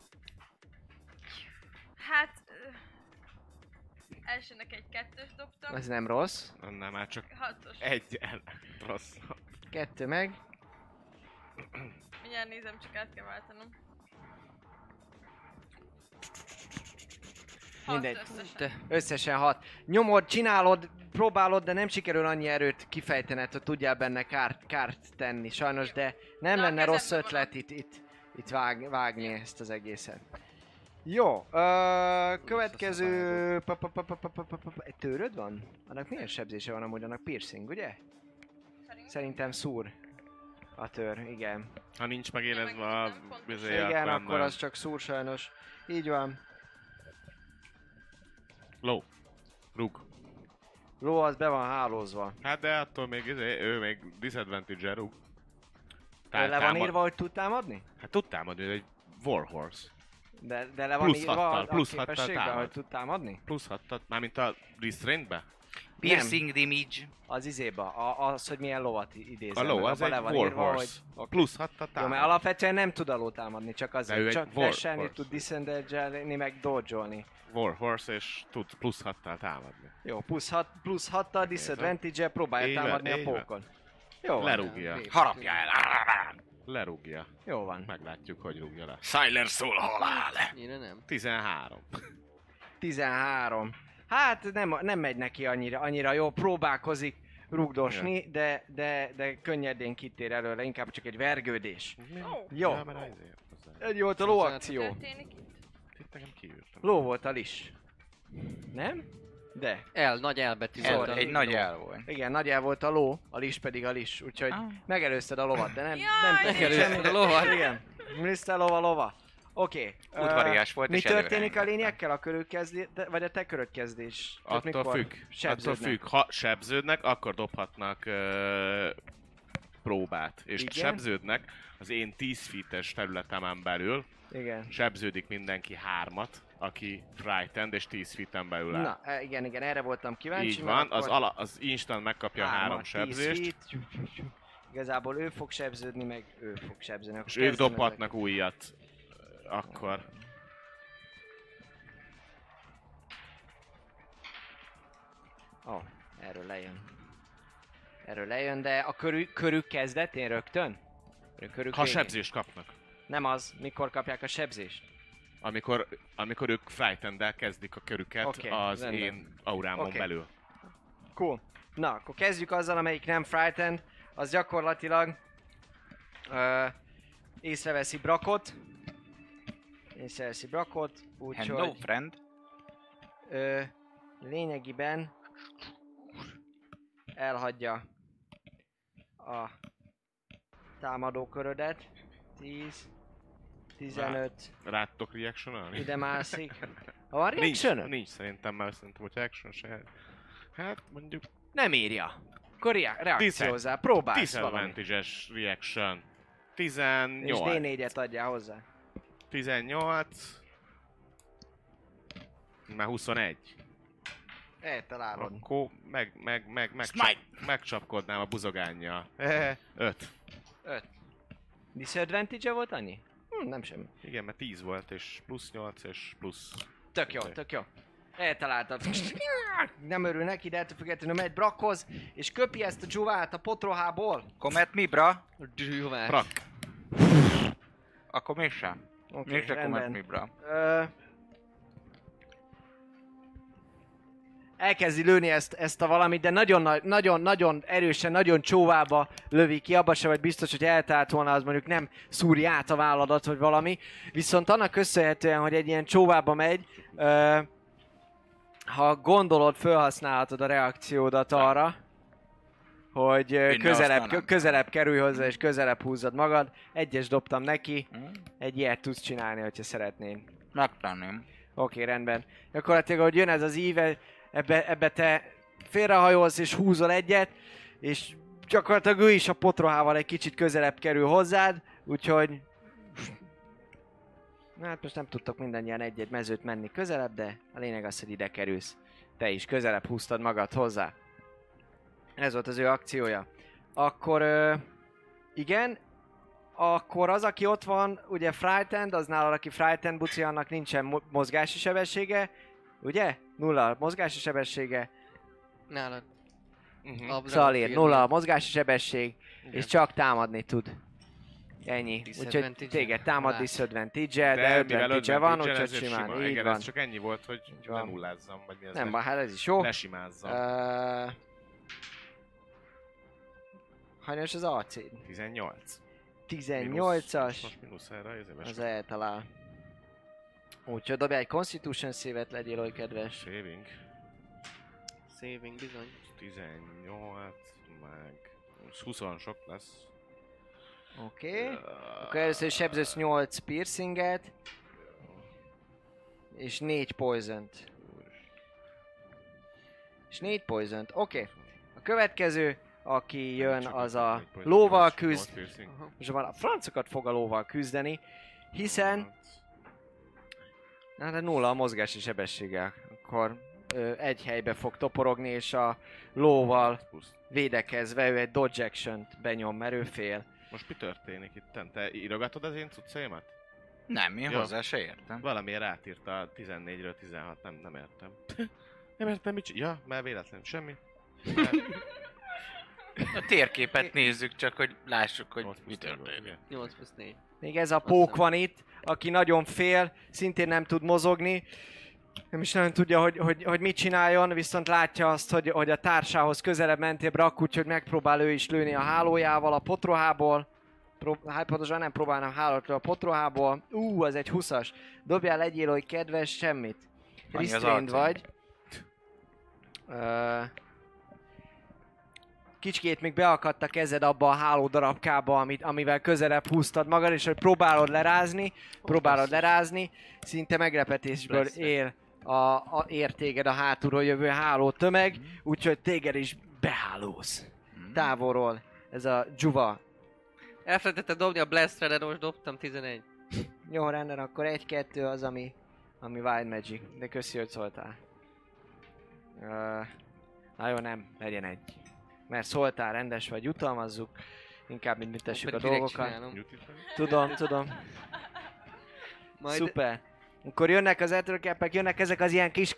Hát... elsőnek egy 2-ös dobtam. Ez nem rossz. Nem, már csak 6-os. egy rossz. 2 meg. Mindjárt nézem, csak át kell váltanom. Mindegy. Összesen. Összesen 6. Nyomod, csinálod, próbálod, de nem sikerül annyi erőt kifejtened, hogy tudjál benne kárt tenni. Sajnos, de nem Na, a lenne rossz kezemben ötlet itt vágni ezt az egészet. Jó, következő... Egy tőröd van? Annak milyen sebzése van amúgy? Annak piercing, ugye? Szerintem szúr a tör, igen. Ha nincs megélezve a Megnéztem, bizéje, Igen, akkor akkor az csak szúr sajnos. Így van. Low. Rug. Ló az be van hálózva. Hát de attól még ő még disadvantage-el rúg. Le van írva, hogy tud támadni? Hát tud támadni, ő egy Warhorse. De le van Plusz írva hattal, a plusz hattal képességben, támad. hogy tud támadni? Plusz 6-at, mármint a restraintbe? Piercing damage. Az izéba, az, hogy milyen lovat idézel. A low meg, az abban egy le van írva, Warhorse. hogy- Plusz 6-at Jó, támad. mert alapvetően nem tud a ló támadni, csak De ő azért. egy Csak flashelni, Warhorse. tud disengage-elni, meg dodge-olni. Warhorse és tud plusz 6-tal támadni. Jó, plusz 6-tal disadvantage-el próbálja Így van, támadni a így van. pókon. Jó van. Lerúgja. Harapja el. Lerúgja. Jó van. Meglátjuk, hogy rúgja le. Siler szól halál. Én nem. 13. 13. Hát nem megy neki annyira jó, próbálkozik rugdosni, de könnyedén kitér előle, inkább csak egy vergődés. Jó. Ja, mert azért hozzá. Egy volt a ló akció. Történik itt? Itt nekem kiírtam. Ló volt a lis. Nem? De. Nagy elbetű. Szóval volt. Egy nagy el volt. Igen, nagy el volt a ló, a lis pedig a lis, úgyhogy megelőzted a lovat, de nem Jaj, Megelőzted a lovat? Igen. Mr. Lova. Oké. Udvarias volt, Mi és történik a előre lényekkel? A körülkezdés, vagy a te körödkezdés? Tehát Attól mikor függ. Attól sebződnek? függ. Ha sebződnek, akkor dobhatnak próbát. És Igen? sebződnek az én 10 feet-es területemen belül. Igen. Sebződik mindenki 3-at, aki frightened és 10 feet-en belül áll. Na, igen, erre voltam kíváncsi. Így mert van, akkor az instant megkapja 3 hármat, 10 sebzést, feet. Igazából ő fog sebződni, meg ő fog sebződni. Akkor és ők kezdem dobhatnak újat. Akkor Erről lejön, de a körük kezdetén rögtön? Körük ha végén? sebzést kapnak. Nem az, mikor kapják a sebzést? Amikor ők frightened-del kezdik a körüket Oké, az rendben. én aurámon Oké. belül. Cool. Na, akkor kezdjük azzal, amelyik nem frightened. Az gyakorlatilag észreveszi Brakot. Úgyhogy Hello, friend. lényegében elhagyja a támadókörödet. 10, 15, Rátok reaction-olni? ide mászik. Ha van Nincs, reaction? nincs szerintem, mert szerintem, hogy action se... Hát mondjuk Nem írja. Akkor reakciózzál, próbálsz valamit. disadvantage-es reaction. És 18. D4-et adjál hozzá. 18. Már 21. Eltalálod. Akkor megcsapkodnám a buzogánnyal. 5. 5. Disadvantage-e volt annyi? Nem semmi. Igen, mert 10 volt, és plusz 8, és plusz... Tök jó. Eltaláltad. Nem örül neki, de ettől függetlenül megy Brakhoz, és köpi ezt a dzsuvát a potrohából. Comet mi, bra? Dzsúvás. Brak. Akkor mégsem. Oké, Mégsem comet mi, rendben. bra? elkezdi lőni ezt a valamit, de nagyon erősen, nagyon csóvába lövi ki, abba se vagy biztos, hogy eltalált volna, az mondjuk nem szúri át a válladat, vagy valami. Viszont annak köszönhetően, hogy egy ilyen csóvába megy, ha gondolod, felhasználhatod a reakciódat arra, hogy közelebb kerülj hozzá, és közelebb húzzad magad. Egyes dobtam neki, egy ilyet tudsz csinálni, hogyha szeretnéd. Megtenném. Oké, rendben. Gyakorlatilag, hogy jön ez az íve, ebbe te félrehajolsz és húzol egyet, és gyakorlatilag ő is a potrohával egy kicsit közelebb kerül hozzád, úgyhogy... Hát most nem tudtok mindannyian egy-egy mezőt menni közelebb, de a lényeg az, hogy ide kerülsz. Te is közelebb húztad magad hozzá. Ez volt az ő akciója. Akkor, igen, akkor az, aki ott van, ugye frightened, az nálad, aki frightened, Buci, annak nincsen mozgási sebessége, ugye? 0 mozgási sebessége. Nálad. Szalir, 0 mozgási sebesség, Igen. és csak támadni tud. Ennyi. Úgyhogy Disadvantage-e? téged támad Lát. disadvantage-e, de mivel advantage-e van, advantage-el, úgyhogy ez simán. Így igen, van. ez csak ennyi volt, hogy ne van. nullázzam, vagy mi ez. Nem, hát ez is jó. Lesimázzam. Hányos az AC? 18. 18-as. Most mínusz erre, ezért Az eltalál. Úgyhogy dobj egy Constitution save-et, legyél oly kedves. Saving. Saving bizony. 18, meg 20 sok lesz. Oké. Akkor először is sebzősz 8 piercinget. És 4 poisont. És 4 poisont. Oké. A következő, aki jön, az a lóval küzd. És már a francokat fog a lóval küzdeni, hiszen de 0 a mozgási sebessége. Akkor egy helybe fog toporogni, és a lóval védekezve ő egy dodge action-t benyom, mert ő fél. Most mi történik itt? Te írogatod az én cuccaimat? Nem, én Jó. hozzá se értem. Valamiért átírta a 14-ről 16, nem értem. Nem értem, mit ja, mert véletlenül semmi. A térképet nézzük csak, hogy lássuk, hogy Ott mi történik. 8 plusz 4. Még ez a pók van itt, aki nagyon fél, szintén nem tud mozogni. Nem is nagyon tudja, hogy mit csináljon, viszont látja azt, hogy a társához közelebb mentél Brak, úgyhogy megpróbál ő is lőni a hálójával a potrohából. Hát pontosan nem próbálna a hálót a potrohából. Az egy 20-as. Dobjál egyél, hogy kedves, semmit. Annyi az Restrained arcén. vagy. Kicsikét még beakadt a kezed abba a háló darabkába, amivel közelebb húztad magad, és hogy próbálod lerázni, szinte meglepetésből ér téged a hátulról jövő háló tömeg, úgyhogy téged is behálóz. Távolról. Ez a dzsuva. Elfelejtettem dobni a Blast-re, de most dobtam 11. Jó, rendben, akkor 1-2 az, ami Wild Magic. De köszi, hogy szóltál. Na jó, nem, legyen egy. Mert szóltál, rendes vagy, jutalmazzuk. Inkább mindítessük a Pedig direkt dolgokat. csinálom. Tudom. Majd Szuper. Akkor jönnek az etőkepek, jönnek ezek az ilyen kis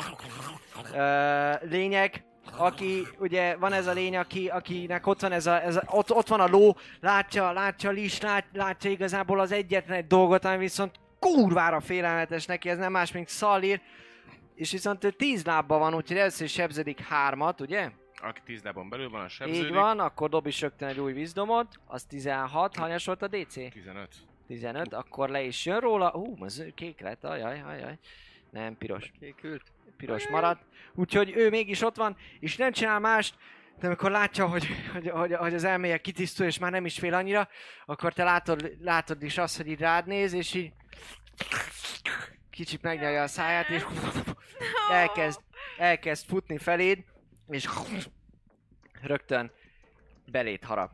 lények, aki, ugye van ez a lény, akinek ott van ott van a ló, látja a lis, látja igazából az egyetlen egy dolgot, ami viszont kurvára félelmetes neki, ez nem más, mint Szalir, és viszont ő 10 lábban van, úgyhogy először is sebződik 3-at, ugye? Aki 10 lábon belül van, a sebződik. Így van, akkor dob is rögtön egy új wisdomot, az 16, hanyas volt a DC? 15. 15, akkor le is jön róla, az kék lett, ajaj, nem, piros. kékült. Piros maradt, úgyhogy ő mégis ott van, és nem csinál mást, de amikor látja, hogy az elméje kitisztul, és már nem is fél annyira, akkor te látod is azt, hogy így rád néz, és így kicsit megnyalja a száját, és elkezd futni feléd, és rögtön beléd harap.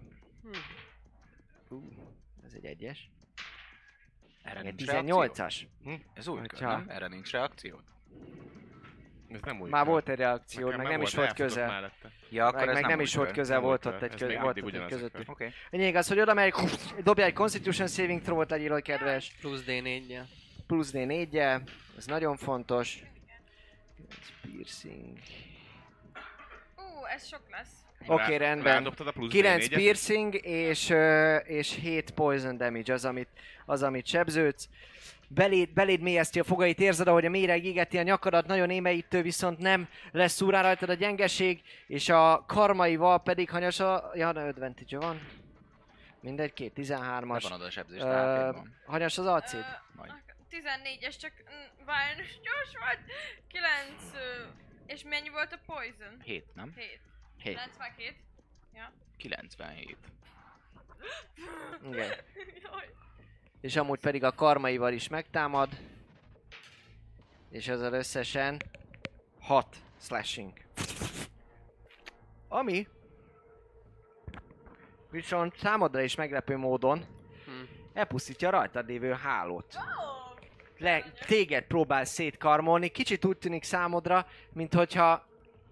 Ez egy egyes. Erre Egy nincs reakció? 18-as. Ez új kör, Hogyha- nem? Erre nincs reakció? Ez nem új Már kör. volt egy reakció, Nekem meg nem is volt elfutott közel. mellette. Ja, akkor ez Meg nem új is volt kör. közel, Nem volt volt ott kör. egy Ez még mindig ugyanaz a közöttük. kör. Oké. A lényeg az, hogy oda megyek, dobja egy Constitution Saving Throw-ot, legyél oly kedves. Plusz D4-jel. Plusz D4-jel, ez nagyon fontos. Ez piercing. Ez sok lesz. Oké, rendben. Rádobtad a plusz 9 D4-et? piercing és 7 poison damage az, amit sebződsz. Beléd mélyezti a fogait, érzed, ahogy a méreg égeti a nyakadat, nagyon émeítő, viszont nem lesz szúrán rajtad a gyengeség, és a karmaival pedig hanyas a... Ja, advantage van. Mindegy, 13-as. Van oda a sebzés, van. Hanyas az acid? Majd. 14-es, csak várj, gyors vagy. 9, és mennyi volt a poison? 7, nem? 7. 7. 92. Ja. 97. Igen. Jaj. És amúgy pedig a karmaival is megtámad. És ezzel összesen 6 slashing. Ami viszont számodra is meglepő módon elpusztítja a rajtad lévő hálót. Téged próbál szétkarmolni, kicsit úgy tűnik számodra, mint hogyha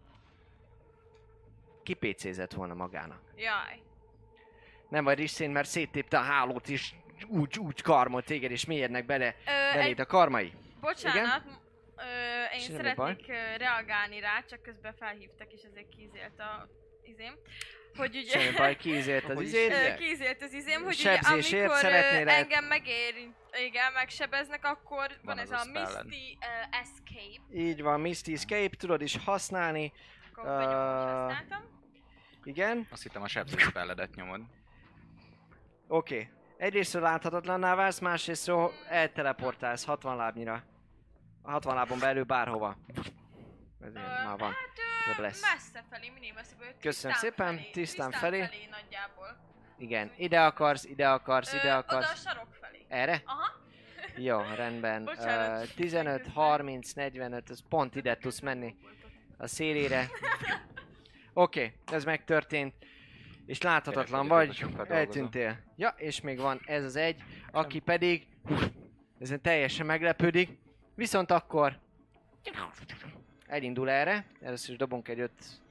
kipécézett volna magának. Jaj. Nem vagy risszén, mert széttépte a hálót és úgy karmol téged és mélyednek beléd a karmai. Bocsánat, én Semmi szeretnék reagálni rá, csak közben felhívtak és ezért kízélt a izém. Hogy ugye... Semmi baj, kiizélt az izét. Kízélt az izém, hogy ugye Sebzésért amikor szeretnél engem megérint, igen, megsebeznek, akkor van ez az a spellen. Misty Escape. Így van, Misty Escape, tudod is használni. Akkor benyomom, használtam. Igen, Azt hittem a sebzés spelledet nyomod. oké. Egyrésztről láthatatlanná válsz, másrésztről elteleportálsz 60 lábnyira. A 60 lábon belül bárhova. Ezért már van. Hát Több lesz. messze felé, minél messzebb. Köszönöm szépen, tisztán felé. nagyjából. Igen, ide akarsz, ide akarsz, ide Oda a akarsz. sarok felé. Erre? Aha. Jó, rendben. Bocsánat. 15, 30, 45, ez pont ide tudsz menni a szélére. Oké, ez megtörtént. És láthatatlan Kereskedőben vagy, sokat dolgozom. eltűntél. Ja, és még van ez az egy, aki pedig ezen teljesen meglepődik. Viszont akkor elindul erre. Először is dobunk egy 5.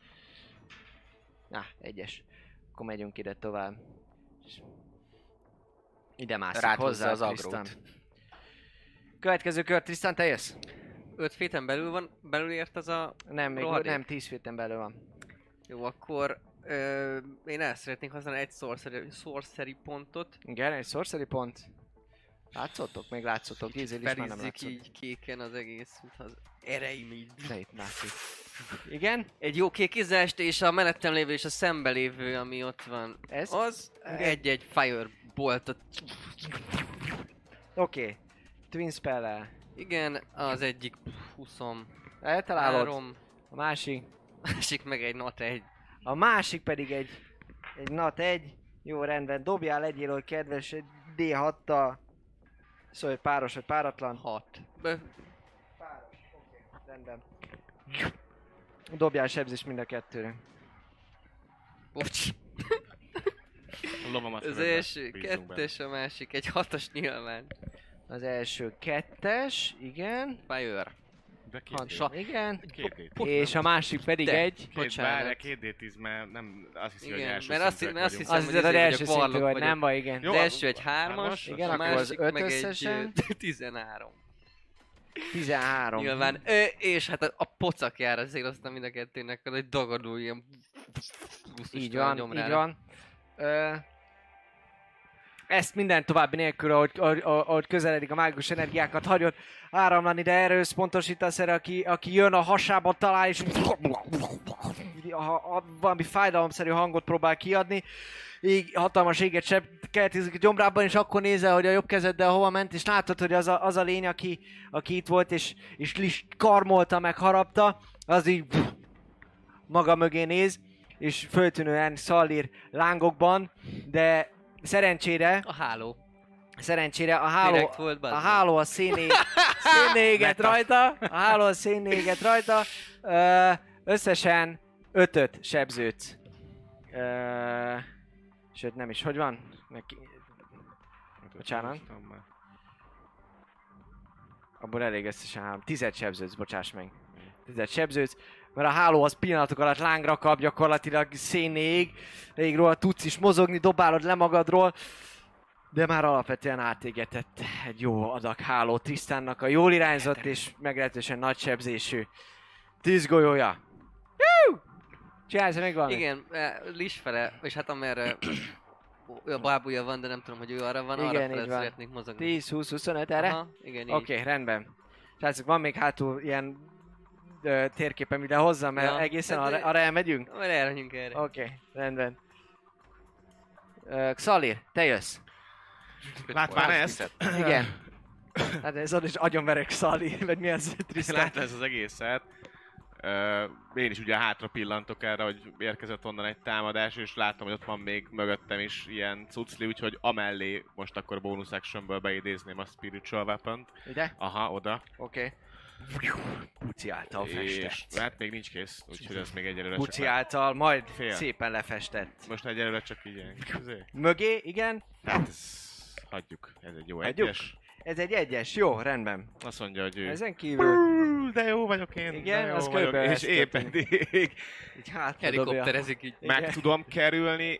Egyes. Akkor megyünk ide tovább. Ide mászik Ráthúzza hozzá az Tristan. agrót. Következő kör, Tristan, te jössz? 5 féten belül ért az a... Nem, még Rohadék. nem, 10 feet-en belül van. Jó, akkor én el szeretnék használni egy sorcery pontot. Igen, egy sorcery pont. Látszottok? Még látszottok, Gizél is már nem Felizzik látszott. így kéken az egész, mint az ereim így. De itt látszik. Igen, Egy jó kék izest, és a mellettem lévő és a szembe lévő, ami ott van, ez? az egy fireboltot. Oké. Twin spell-el. Igen, az egyik 23, Eltalálod. A másik. másik meg egy not 1. A másik pedig egy nat 1. Jó, rendben. Dobjál, legyél olyan kedves, egy D6-tal. Szóval páros vagy páratlan. 6. Rendben. Dobjál sebzés mind a kettőre. Bocs. A lovamat Az földbe, első bízunk benne. 2-es, a másik egy 6-as nyilván. Az első 2-es, igen. Fire. De két Hat, D10. igen. Két D10. És a másik pedig De. egy. Bocsánat. Két D10, mert nem azt hiszi, hogy Igen, első mert azt szintek hiszem, vagyunk. Az hogy az izé első vagyok, szintű varlok vagy, vagyok. nem baj, igen. Jó, Az első egy hármas, 3-as, igen, a akkor az másik meg egy ötöszesen. 13. 13. Nyilván, és hát a pocakjára azért aztán mind a kettőnek egy dagadó ilyen... Így van, így van. Ezt minden további nélkül, ahogy közeledik a mágikus energiákat, hagyod áramlani, de erre összpontosítasz erre, aki jön a hasába talál, és valami fájdalomszerű hangot próbál kiadni. Hatalmas éget seb keltézik a gyomrában, és akkor nézel, hogy a jobb kezeddel hova ment, és látod, hogy az a lény, aki itt volt, és karmolta, meg harapta, az így maga mögé néz, és föltűnően szallír lángokban, de szerencsére A háló. a Direkt volt, bazd meg. háló a szénéget rajta, összesen 5-öt sebződsz. Sőt, nem is, hogy van? Bocsánat. Abból elég összesen 3. 10 sebződsz, bocsáss meg. 10 sebződsz, mert a háló az pillanatok alatt lángra kap, gyakorlatilag szénné ég róla, tudsz is mozogni, dobálod le magadról, de már alapvetően átégetett egy jó adag háló Tristannak a jól irányzott és meglehetősen nagy sebzésű tűzgolyója. Csinálsz meg valamit? Igen, Lis fele, és hát amerre a bábúja van, de nem tudom, hogy ő arra van, Igen, arra így fele van. szeretnék mozogni. 10, 20, 25 erre? Aha, igen, így. Oké, rendben. Srácok, van még hátul ilyen térképen ide hozzam, mert Ja, egészen hát arra elmegyünk? Majd elmenjünk erre. Oké, rendben. Xalir, te jössz. Látván ezt? Igen. Hát ez az is agyonverek Xalir, vagy mi az Tristan? Látván ez az egészet. Én is ugye hátra pillantok erre, hogy érkezett onnan egy támadás, és látom, hogy ott van még mögöttem is ilyen cucli, úgyhogy amellé most akkor bonus actionből beidézném a Spiritual Weapon-t. Ide? Aha, oda. Oké. Puci által És festett. hát még nincs kész, úgyhogy ez még egyelőre Puci csak... által, majd Fél. szépen lefestett. Most egyelőre csak így ilyen közé. Mögé, igen. Hát ezt hagyjuk, ez egy jó Hagyjuk? egyes. Ez egy egyes, jó, rendben. Azt mondja, hogy ő... Ezen kívül De jó vagyok én, Igen, de jó az vagyok, körülbelül és ezt épp történik. eddig így hátra dobja. Helikopterezik így. Igen. meg tudom kerülni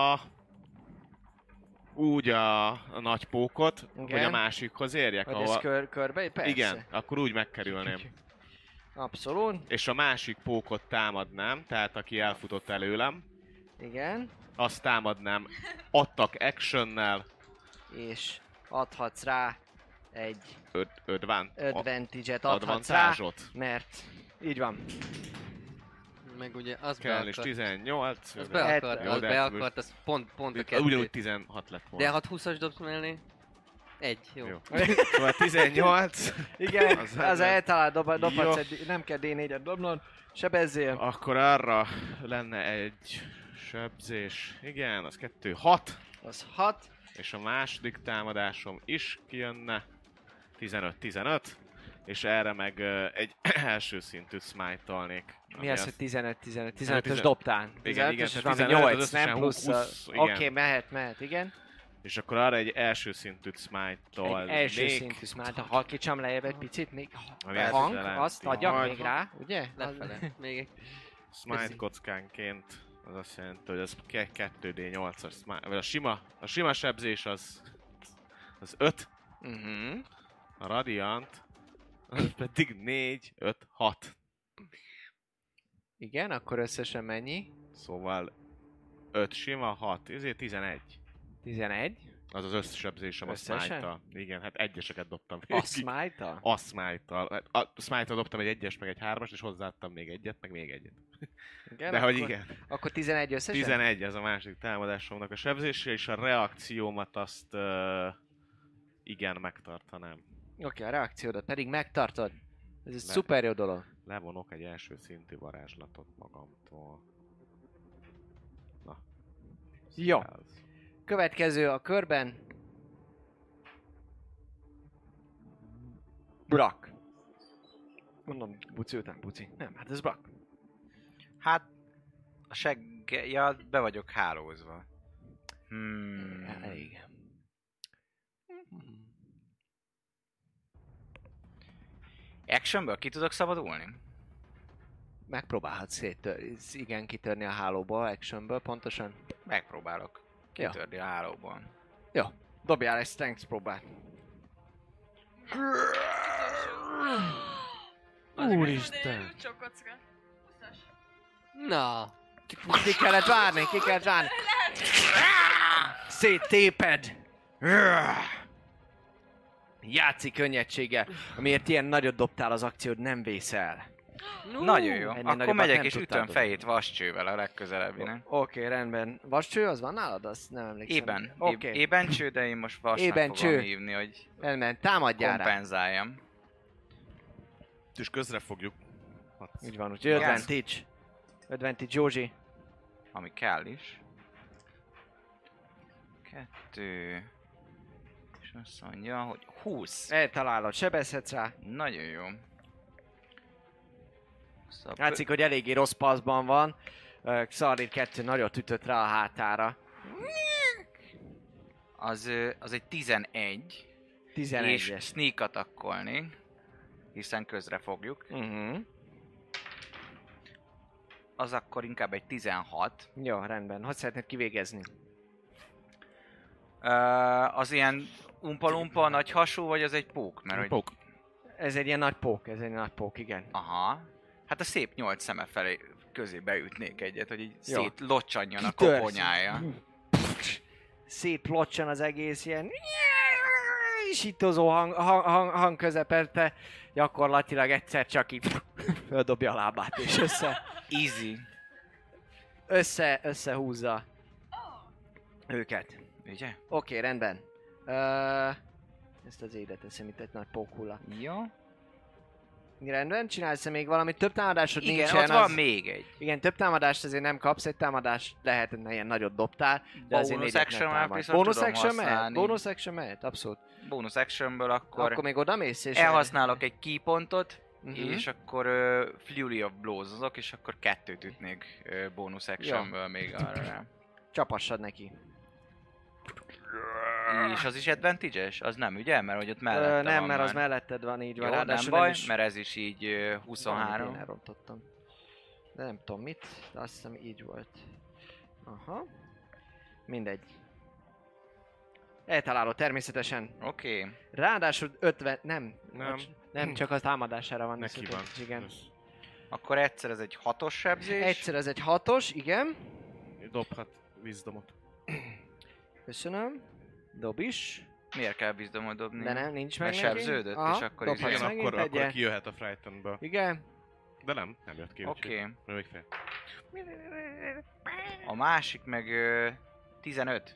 a nagy pókot, Igen. hogy a másikhoz érjek, Hogy ez körbe? Persze. Igen, akkor úgy megkerülném. Abszolút. És a másik pókot támadnám, tehát aki elfutott előlem, Igen. azt támadnám attack actionnel, És adhatsz rá egy advantage-et adhatsz rá, advantage-ot. mert így van. Meg ugye az Kell be is akart. 18. Az be akart, Jó, az de be hát akart, az pont a kettő. ugyanúgy 16 lett volna. De 6-20-as dobsz mellé? Egy, jó. Jó. Szóval 18. Igen, Az az nem- eltalál, dobhatsz Jó. egy, nem kell D4-et dobnod, sebezzél. Akkor arra lenne egy sebzés. Igen, az 2, 6. Az 6. És a második támadásom is kijönne. 15-15. És erre meg egy első szintű smite-olnék. Mi az, hogy 15-15? 15-ös 15. dobtán. Igen, 15-ös, tehát valami 15, 8, az nem összesen plusz. 20, igen. Oké, mehet, igen. És akkor arra egy első szintű smite-tol. Egy első szintű smite, ha kicsam lejjebb egy picit, még Ami a azt hang, jelenti, azt adjam hogy- még rá, ugye? Lefele. Még egy. Smite kockánként az azt jelenti, hogy az 2D8-as smite, vagy a sima sebzés az 5, a radiant az pedig 4, 5, 6. Igen, akkor összesen mennyi? Szóval 5 sima, 6, ezért 11. 11. Az az összesebzésem a Összesen? smite-tal. Igen, hát egyeseket dobtam. A smite-a? A smite-tal. Hát a smite-tal dobtam egy egyes, meg egy hármas, és hozzáadtam még egyet, meg még egyet. Igen, De hogy akkor, igen. Akkor 11 összesen? 11 ez a másik támadásomnak a sebzése, és a reakciómat azt igen megtartanám. Oké, a reakciódat pedig megtartod. Ez egy Le- szuper jó dolog. Levonok egy első szintű varázslatot magamtól. Na. Jó. Ez. Következő a körben. Brak. Mondom, Buci után, Buci. Nem, hát ez Brak. Hát, a ja, be vagyok hálózva. Elég. Actionből ki tudok szabadulni? Megpróbálhatsz igen, kitörni a hálóba, actionből pontosan. Megpróbálok Ja. kitörni a hálóban. Jó, dobjál egy strength próbát. Úristen! Csokocra. 20-as. Na, Ki kellett várni, ki kellett várni. Széttéped. Játszik könnyedséggel, amiért ilyen nagyot dobtál az akciód, nem vészel. Nagyon jó. ennél Akkor nagyobbat megyek nem és tudtál ütöm dobni. fejét vascsővel a legközelebbinek. Oké, rendben. Vascső, az van nálad? Azt nem emlékszem. Ében. Oké, Ében cső, de én most vasnak Ébencső. fogom hívni, hogy rendben. Támadjál rá. kompenzáljam. És közre fogjuk. Úgy van, úgyhogy Igen. advantage. Advantage, Józsi. Ami kell is. 2. És azt mondja, hogy 20. Eltalálod, sebezhetsz rá. Nagyon jó. Szóval Látszik, hogy eléggé rossz passzban van. Xalir 2 nagyot ütött rá a hátára. az egy 11. 11-es. És sneak attackolni. Hiszen közre fogjuk. Az akkor inkább egy 16. Jó, rendben. Hogy szeretnéd kivégezni? Az ilyen umpa-lumpa, nagy hasú, vagy az egy pók? Mert hogy... Pók. Ez egy ilyen nagy pók, igen. Aha. Hát a szép 8 szeme felé közé beütnék egyet, hogy így Jó. szétlocsanjon a Kitörsz. koponyája. Szétlocsan az egész ilyen sítozó hang közepette, gyakorlatilag egyszer csak így földobja a lábát és Easy. összehúzza őket. Ugye? Oké, rendben. Ezt az édet teszem itt egy nagy pókhulla. Jó. Rendben, csinálsz még valamit? Több támadásod Igen, nincsen. ott van még egy. Igen, több támadást azért nem kapsz, egy támadást lehet, hogy ilyen nagyot dobtál, de azért Bonus négyet action ne már támadj. viszont Bonus tudom action mehet? használni. Bonus action mehet? Abszolút. Bonus actionből akkor Akkor még oda mész és... elhasználok egy keypontot, Mhm. és akkor Fury of Blows-ozok, és akkor 2-t ütnék bonus actionből még arra rá. Csapassad neki. És az is advantage-es? Az nem, ugye? Mert hogy ott mellette Nem, van mert az már. melletted van, így van. Jó, nem Ráadásul baj, is... mert ez is így Valamit 23. én elrontottam. De nem tudom mit, de azt hiszem így volt. Aha. Mindegy. Eltalálod természetesen. Oké. Ráadásul 50... Nem. Nem. Nem, csak az támadására van. Neki van. Igen. Akkor egyszer ez egy 6-os sebzés. Egyszer ez egy 6-os, igen. Dobhat wisdomot. Köszönöm. Dob is. Miért kell bizdomot dobni? De nem, nincs meg Mert neki. sebződött, Aha, és akkor dobhatsz izé- Igen, megint akkor egyet. kijöhet a Frightenből. Igen. De nem jött ki. Oké. Még fél. A másik meg 15.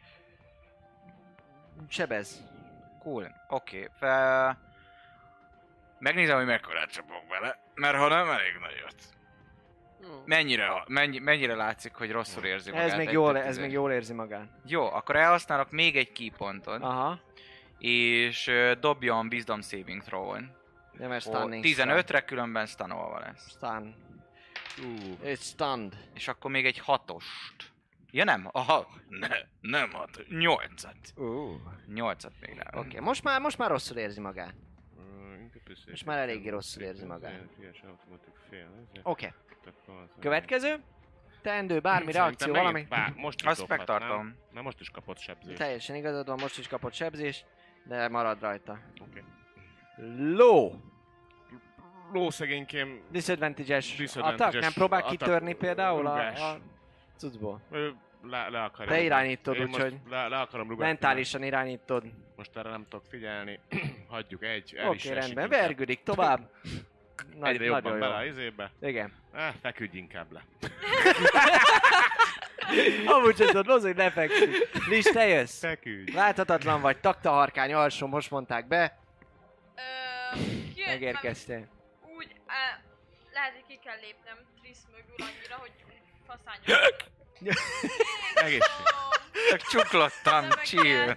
Sebez. Cool. Oké. Megnézem, hogy mekkorát csapok vele. Mert ha nem, elég nagyot. Mennyire látszik, hogy rosszul érzi magát? Ez még, egy jól, tök ez izé- még jól érzi magát. Jó, akkor elhasználok még egy keypontot. Aha. És dobjon Wisdom Saving Throw-on. Ja, mert stunning. 15-re különben stunolva lesz. Stun. It's stunned. És akkor még egy 6-ost. Ja nem, aha, nem 6, 8-at. 8-at még rá. Oké, most már rosszul érzi magát. Most már eléggé rosszul érzi magát. Oké. Következő? Teendő, bármi reakció, valami? Most is Azt dobhat, megtartom. nem? Mert most is kapott sebzést. Teljesen igazad van, most is kapott sebzést, de marad rajta. Oké. Ló! Lószegénykém Disadvantage-es Disadvantage-es attack? Nem próbál attack, kitörni például rugás. a cuccból? ő le akarja. Te rugni. irányítod, Én most úgyhogy le akarom rugni. mentálisan irányítod. Most erre nem tudok figyelni. Hagyjuk Oké, rendben, vergődik tovább. Egyre jobban nagyon bele a jó. izébe. Igen. Feküdj inkább le. Amúgy sem tudod, az, hogy ne fekszik. Lis, te jössz. Feküdj. Láthatatlan vagy, taktaharkány alsó, most mondták be. Kijött, Megérkeztél. úgy, lehet, hogy ki kell lépnem Trisz mögül annyira, hogy faszányos. Egészség. Csak csuklottam, chill.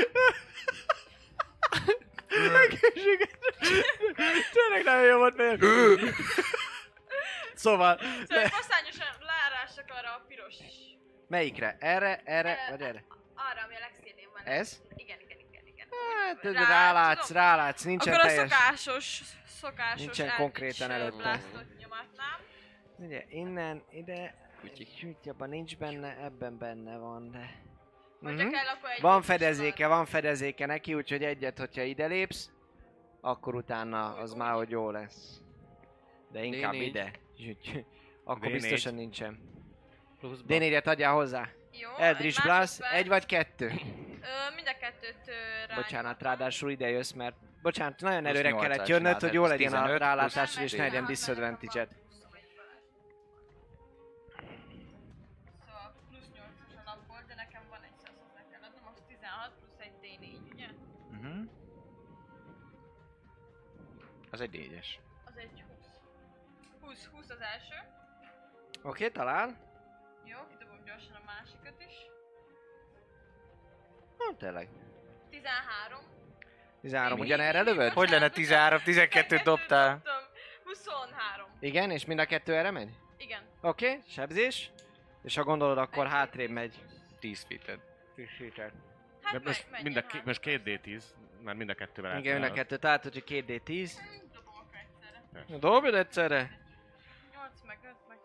Tényleg nagyon jó volt, mert... Szóval... Szóval faszányosan leárássak arra a piros. Melyikre? Erre, vagy erre? Arra, ami a legszélén van. Ez? Igen. Hát, rálátsz, nincsen Akkor a teljes... szokásos Nincsen eldritch konkrétan előtte. blastot nyomatnám. Ugye, innen, ide... Sütyabban nincs benne, ebben benne van, de... Hogyha kell, akkor egy Van fedezéke neki, úgyhogy egyet, hogyha ide lépsz, akkor utána az már, hogy jó lesz. De inkább D4. ide. Akkor D4. biztosan nincsen. Pluszba. D4-et adjál hozzá. Jó, Eldritch egy Blast, másodperc. egy vagy kettő? Mind a kettőt Bocsánat, ráadásul ide jössz, mert... Bocsánat, nagyon Plusz előre 8-at kellett jönnöd, hogy jó csináltad, legyen a 15, rálátásod, plusz és ne legyen 10. disadvantage-ed. Szóval plusz 8-as alapból, de nekem van egy szaszot, kell adnom, az 16 plusz egy D4, ugye? Az egy 4-es. Az egy 20. 20 az első. Oké, talán. Jó, kidobom gyorsan a másikat is. Tényleg. 13. 13, ugyanerre lövöd? Hogy lenne 13, 12-t dobtál? Dobtam. 23. Igen, és mind a kettő erre megy? Igen. Oké, sebzés. És ha gondolod, akkor hátrébb megy. 10 feet-ed. Hát De most, most 2D10, mert mind a kettővel Igen, mind a kettő, tehát hogy 2D10. Dobom akkor egyszerre. Dobjad egyszerre. 8 meg 5 meg...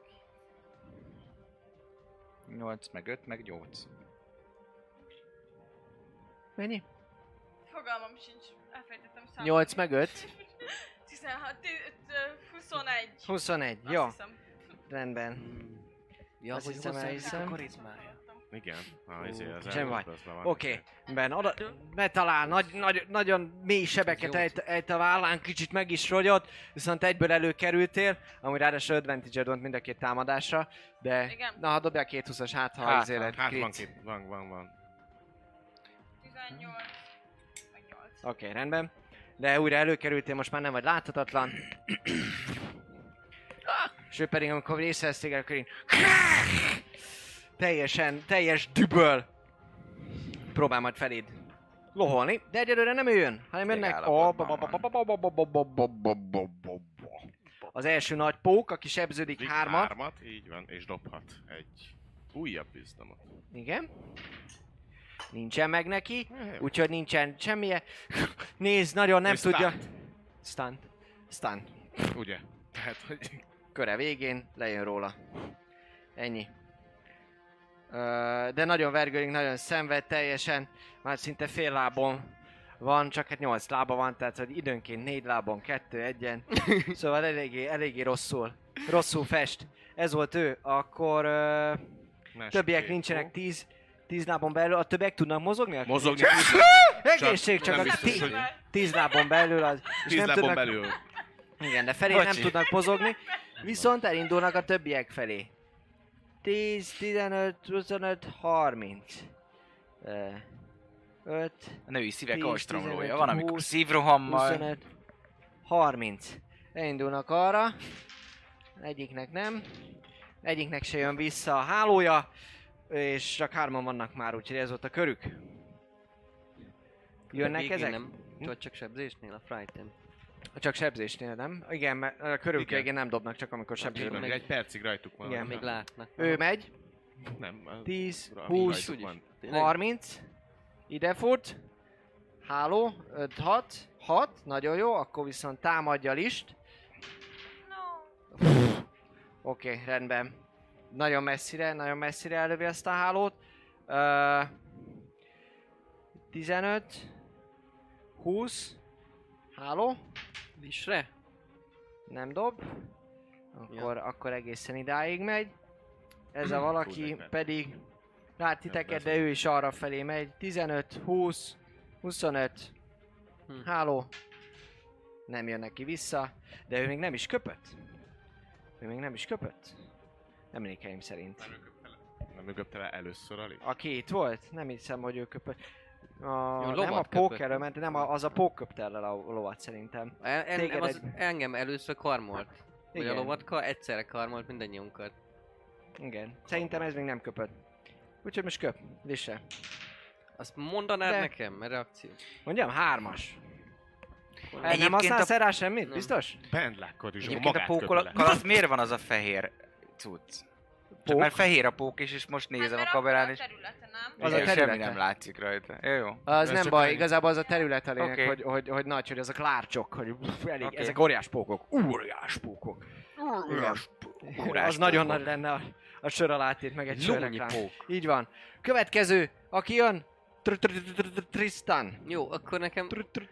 8 meg 5 meg 8. Mennyi? Fogalmam sincs, elfejtettem számolni. 8 meg 5. 16, 21. 21, Azt jó. hiszem. Rendben. Ja, Azt hogy hiszem, hozzájönnek elhiszem. a karizmája. Igen, az Semmi baj. elhúzva van. Oké, ben oda, betalál, nagyon mély sebeket Ez jó. ejt a vállán, kicsit meg is rogyott, viszont egyből előkerültél, amúgy ráadásul advantage volt mind a két támadásra, de Igen. na ha dobjál 220-as, hát ha Hát, azért Hát van, crit. van. 18. Meg 8. Oké, rendben. De újra előkerültél, most már nem vagy láthatatlan. És ő pedig, amikor részhez téged, akkor így... teljes düböl próbál majd feléd loholni, de egyelőre nem ő jön, hanem jönnek az első nagy pók, aki sebződik hármat. Hármat, így van, és dobhat egy újabb wisdomot. Igen. Nincsen meg neki, úgyhogy nincsen semmije. Nézd, nagyon nem És tudja. Stunt. Ugye? Tehát, hogy... Köre végén lejön róla. Ennyi. De nagyon vergődik, nagyon szenved teljesen. Már szinte fél lábon van, csak hát 8 lába van, tehát hogy időnként 4 lábon, 2 egyen. Szóval eléggé rosszul fest. Ez volt ő, akkor többiek nincsenek 10 lábon belül, a többiek tudnak mozogni? Mozogni Egészség, csak nem az biztos, hogy 10 lábon belül az. És 10 nem lábon tudnak, belül. igen, de felé nem Bocsi. tudnak mozogni, viszont elindulnak a többiek felé. 10, 15, 25, 30. 5, A női szívek 10, ostromlója. 15, Van, amikor 20, szívrohammal. 25, 30. Elindulnak arra. Egyiknek nem. Egyiknek se jön vissza a hálója. És csak 3-an vannak már, úgyhogy ez volt a körük. Jönnek Végén ezek? Nem, csak sebzésnél a frighten. Csak sebzésnél, nem? Igen, mert a körük Igen. végén nem dobnak, csak amikor sebzésnél. Tudom, egy percig rajtuk van. Igen. Még látnak. Ő megy. Nem. 10, rajtuk 20, van. 30. Ide fut. Háló. 5, 6. Nagyon jó, akkor viszont támadja a list. No. Oké, rendben. Nagyon messzire elővi ezt a hálót. 15. 20. Háló. Lisre? Nem dob. Akkor egészen idáig megy. Ez a valaki Tudnék, pedig lát titeket, de lesz. ő is arra felé megy. 15, 20, 25. Háló. Nem jön neki vissza, de ő még nem is köpött. Emlékeim szerint. Nem mögötte le először Ali? Aki itt volt? Nem hiszem, hogy ő köpött. Nem lovat a pókerről köpött. ment, nem az a pók köpte el a lovat szerintem. Téged Engem először karmolt. Vagy a Igen. lovatka egyszerre karmolt mindannyiunkat. Igen. Szerintem ez még nem köpött. Úgyhogy most köp. Lisse. Azt mondanád De- nekem? Reakció. Mondjam, 3-as. Nem Egyébként használsz a- rá semmit? Nem. Biztos? Bendlákkor is Egyébként magát a köpöle. pókol alatt miért van az a fehér cucc? Csak Pók? mert fehér a pók is, és most nézem a kamerán, és A területe, nem? Az a igen, területe. semmi nem látszik rajta. Jó. Az Ez nem csak baj, ennyi. igazából az a terület a lényeg, Oké. hogy nagy, hogy azok lárcsok, hogy elég, Oké. ezek óriás pókok. Óriás pókok. Igen. Az nagyon nagy lenne a sör alá tét, meg egy Lónyi sörreklám. pók. Így van. Következő, aki jön, Tristan. Jó, akkor nekem...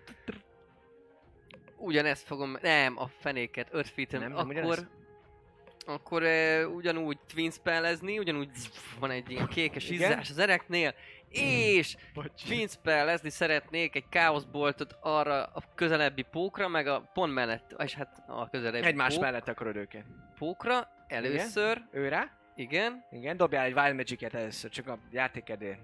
Ugyanezt fogom... Nem, a fenéket, 5 feet-en. Nem Akkor... ugyanezt? Akkor ugyanúgy twin spellezni, ugyanúgy van egy ilyen kékes Igen? izzás az ereknél, és twin spellezni szeretnék egy káoszboltot arra a közelebbi pókra, meg a pont mellett, és hát a közelebbi Egymás mellett akarod őket. pókra, először, Őre? igen, Igen, dobjál egy Wild Magic-et először, csak a játékedért.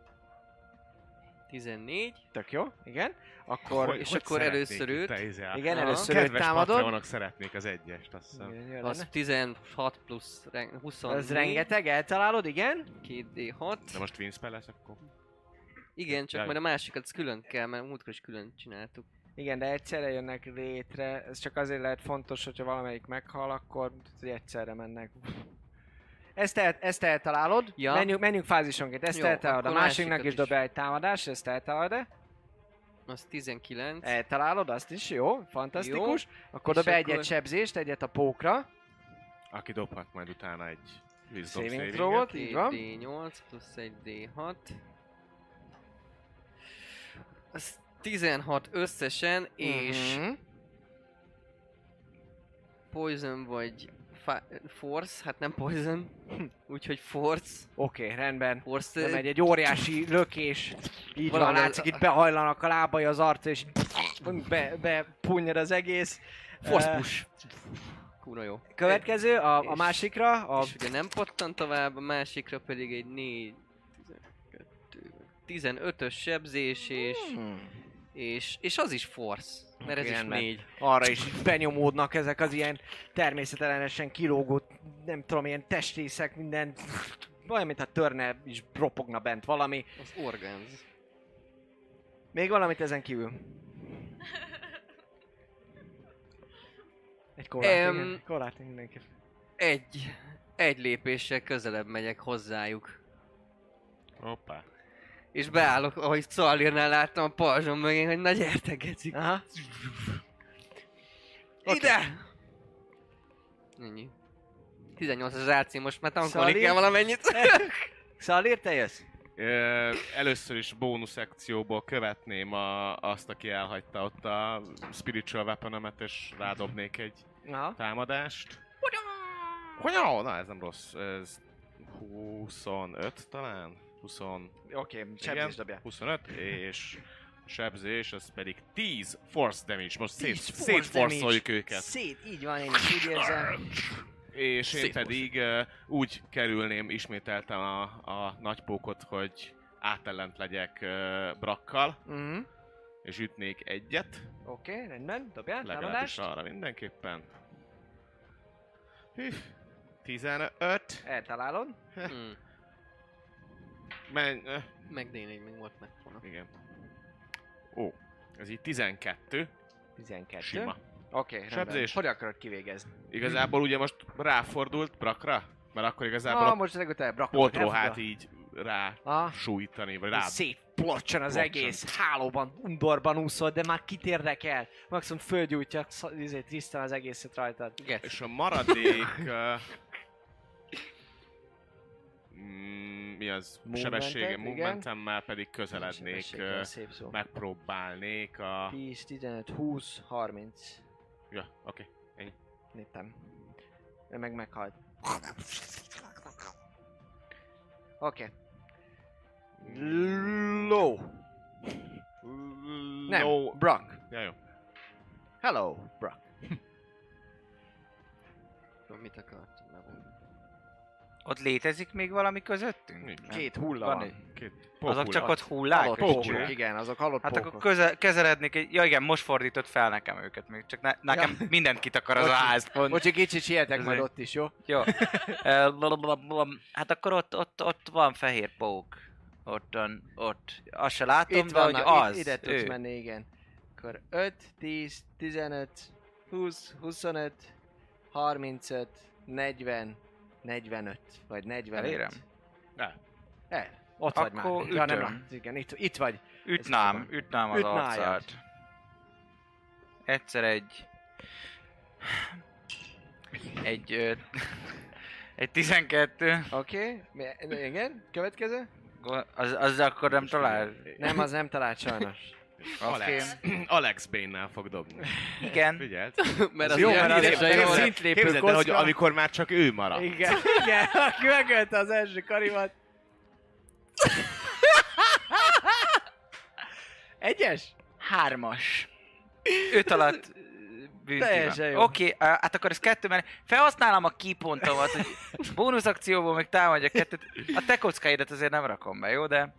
14, Tök jó, igen. Akkor... és akkor először őt. Igen, Aha. először őt Kedves támadod. patronok szeretnék az egyest, azt hiszem. Igen, jön Az lenne. 16 plusz 24, Az rengeteg, eltalálod, igen? 2d6. De most Twin Spell lesz akkor? Igen, csak Jaj. majd a másikat külön kell, mert múltkor is külön csináltuk. Igen, de egyszerre jönnek létre. Ez csak azért lehet fontos, hogyha valamelyik meghal, akkor hogy egyszerre mennek. Ezt eltalálod. Ja. Menjünk fázisonként. Ezt Jó, eltalálod. A akkor másiknak másikat is is. dobja egy támadást, ezt eltalálod-e? Az 19. Eltalálod, azt is, jó, fantasztikus. Akkor És dobj akkor- egyet sebzést, egyet a pókra. Aki dobhat majd utána egy Wisdom Saving saving throw-ot, így van. 2d8 plusz 1 d6. Az 16 összesen, és Mhm. poison vagy Force, hát nem Poison. Úgyhogy Force. Oké, rendben. Force... Nem egy óriási lökés. Így van, Valami látszik, itt behajlanak a lábai az arca, és bepunnyad az egész. Force push. Kurva jó. Következő, a másikra. És ugye nem pottan tovább, a másikra pedig egy 4... 15-ös sebzés, és az is Force. Mert ez is rendben. 4. Arra is benyomódnak ezek az ilyen természetellenesen kilógó, nem tudom, ilyen testrészek, minden... Olyan, mintha törne és ropogna bent valami. Az orgánz. Még valamit ezen kívül? Egy korlát, igen. Korlát mindenképp. Egy lépéssel közelebb megyek hozzájuk. Hoppá. És beállok, ahogy Szalírnál láttam a pajzsom mögén, hogy na gyertek, gecik. Aha. Ide! Ennyi. 18 az AC, most már tankolni Szalír? kell valamennyit. Szalír, te jössz? Először is bónusz akcióból követném azt, aki elhagyta ott a Spiritual Weapon-emet, és rádobnék egy Aha. támadást. Hogyan? Na, ez nem rossz. Ez 25 talán? 20... Oké, sebzés dobjál. 25, és sebzés, az pedig 10 force damage. Most 10 force szétforszoljuk őket. Így van, én is úgy érzem. És én pedig úgy kerülném ismételten a nagypókot, hogy átellent legyek Brakkal, és ütnék egyet. Oké, rendben, dobjál, Legalábbis támadást. arra mindenképpen. Hű, 15. Eltalálod. Meg D4 még volt meg volna. Igen. Ó, ez így 12. 12. Sima. Oké, rendben. Sebzés. Hogy akarod kivégezni? Igazából ugye most ráfordult Brakra? Mert akkor igazából a most legutóbb rakod. poltróhát így rá sújtani, vagy rá... Szép plocsan az Plocsan. egész, hálóban, undorban úszol, de már kit érdekel? Maximum fölgyújtja Tristan az egészet rajtad. És a maradék... mi az? Movementet, Sebessége, igen. movementemmel pedig közelednék, Sebességgel, szép szó. megpróbálnék a... 10, 15, 20, 30. Ja, oké. Népem. Ő meg meghalt. Oké. Low. Nem, No. Brock. Ja, jó. Hello, Brock. Mit akartam? Ott létezik még valami közöttünk? Nincs. Két hulla Van van. egy- Két Azok csak ott hullák? Halott Pókok. pókok, igen, azok halott Hát pókok. akkor kezelednék egy... Ja igen, most fordított fel nekem őket még. Csak nekem mindent kitakar az a Bocsi. ház pont. Bocsi, kicsit sietek Ez majd egy- ott is, jó? Jó. Hát akkor ott van fehér pók. Ott. Azt se látom, Itt de hogy vannak, az. ide tudsz ő. menni, igen. Akkor 5, 10, 15, 20, 25, 35, 40, 45, vagy 45. Elérem? Ott vagy Akkor már. Ja, nem ütöm. látsz, igen, itt vagy. Ütnám az Ütnájad. arcát. Egyszer egy 12. Oké, igen, következő? Az akkor nem talál. Nem, az nem talált sajnos. Oké. Alex Bane-nel fog dobni. Igen. Figyeld. Mert Az az jó, ilyen mert az híresen egy jó. szintlépő Képzeld el, hogy kocka. amikor már csak ő marad. Igen, igen, aki megölte az első karimat. Egyes? 3-as. 5 alatt Teljesen jó. Oké, hát akkor ez 2, mert felhasználom a kipontomat, hogy bónusz akcióból meg támadja 2. A te kockáidat azért nem rakom be, jó, de...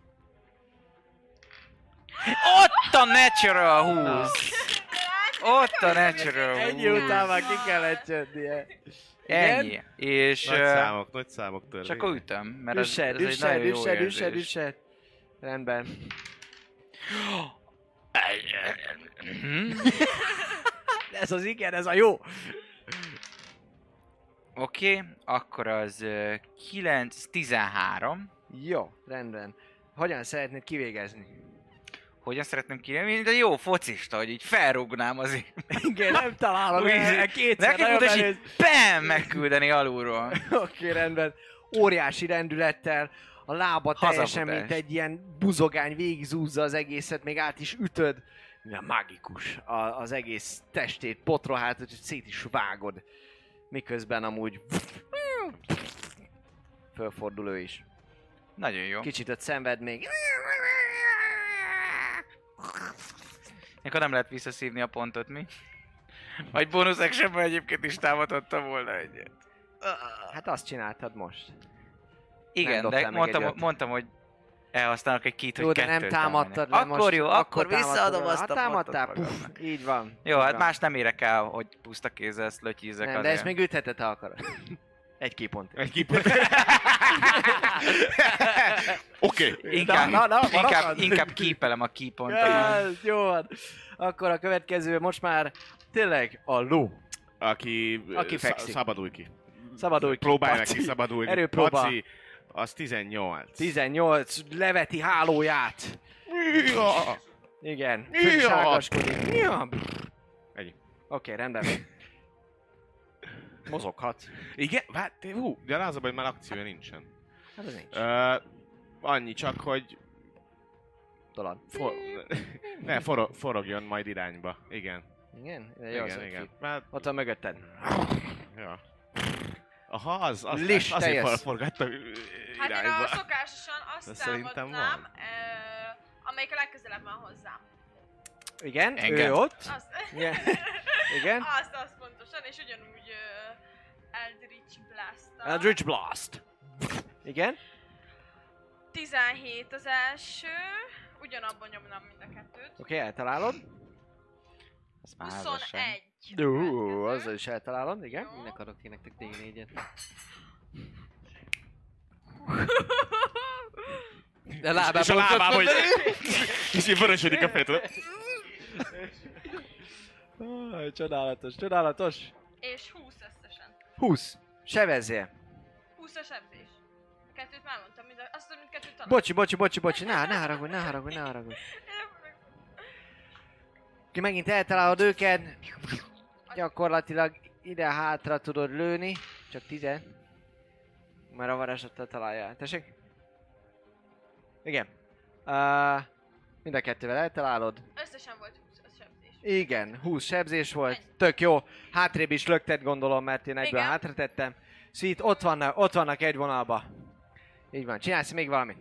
Ott a natural 20! Ott a natural 20! Ennyi után már ki kellett jönnie. Ennyi. És... Nagy számok és törvény. akkor ütöm, mert ez Üssed, egy üssed, nagyon jó üssed, érzés. üssed, üssed. Rendben. Ez az igen, ez a jó. Oké, akkor az 9-13. Jó, rendben. Hogyan szeretnéd kivégezni? Hogyan szeretném kérni? Mint egy jó focista, hogy így felrúgnám azért. Igen, nem találom, Úgy el, kétszer Neki nagyon fontos, előtt. így BAM! Megküldeni alulról. Oké, rendben. Óriási rendülettel, a lába teljesen, Hazafutás. mint egy ilyen buzogány végigzúzza az egészet, még át is ütöd. Milyen mágikus az egész testét, potrohát, hogy szét is vágod. miközben amúgy fölfordul ő is. Nagyon jó. Kicsit ott szenved még. Akkor nem lehet visszaszívni a pontot, mi? Vagy bónusz actionben egyébként is támadhattam volna egyet. Hát azt csináltad most. Igen, dobtál de meg egy mondtam, hogy elhasználok egy kit, Jó, hogy de nem kettőt támadtad le támadni. most. Akkor jó, akkor támadtad visszaadom volna. azt Ha a támadtál, pontot puff, magamnak. így van. Jó, így hát van. más nem érek el, hogy puszta kézzel szlötyízek Nem, de ezt még ütheted, ha akarod. Egy kipont. Egy kipont. Oké. Inkább kípelem a keypontot. Ja, jó van. Akkor a következő most már tényleg a ló. Aki fekszik. szabadulj ki. Szabadulj ki. Próbálj Paci. neki szabadulni. Erőpróba. Paci, az 18. 18, leveti hálóját. Ja. Igen, Ja. ságaskodik. Ja. Ennyi. Oké, rendben. Mozoghat. Igen? Gyarázom, hogy már akciója nincsen. Hát az nincs. Annyi csak, hogy Talán. forogjon majd irányba. Igen. Igen? Jó, Igen. Mert, ott van mögötted. ja. Aha, az Lis, te azért jössz. forgattam Hát én irányba. a szokásosan azt De szerintem támadnám, van. amelyik a legközelebb van hozzám. Igen, Engem. ő ott. Azt, Igen. Igen. azt pontosan, és ugyanúgy Eldritch Blast-tal. Eldritch Blast. Igen. 17 az első, ugyanabban nyomnám mind a kettőt. Oké, eltalálod. Az már házasság. 21. Azzal is eltalálod, igen. Jó. Minek adok én nektek D4-et? De És a lábába, hogy... És így vörösödik a fejtől. Csodálatos, csodálatos. És 20 összesen. 20. Sebezzél. 20 a sebzés. Kettőt már mondtam, azt mondom, hogy kettőt talán. Bocsi. Ne haragudj. Ki megint eltalálod őket. Gyakorlatilag ide-hátra tudod lőni. Csak 10. Mert a varázslattal találja. Tessék? Igen. Mind a kettővel eltalálod. Összesen volt 20 a sebzés. Igen, 20 sebzés volt. Ennyi. Tök jó. Hátrébb is lökted, gondolom, mert én egyből Igen. hátra tettem. Sweet, ott vannak egy vonalba. Így van, csinálsz még valamit?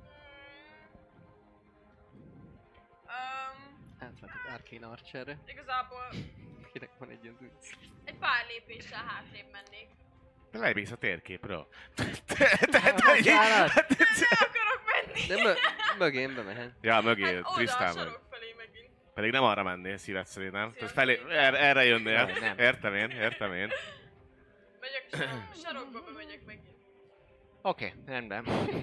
Átvetek Arcane Archerre. Igazából Kinek van egy az úgy. egy pár lépéssel hátrébb mennék. De levész a térképről. Bocsánat. Nem akarok menni! De mögémbe mehet. Ja, mögé, Hát oda a Trisztán meg. sarok felé megint. Pedig nem arra mennél szíved szerint, nem? Szíved Tehát felé, szerint. erre jönnél. Nem. Értem én. Megyek a sarokba, bemegyek megint. Oké, rendben.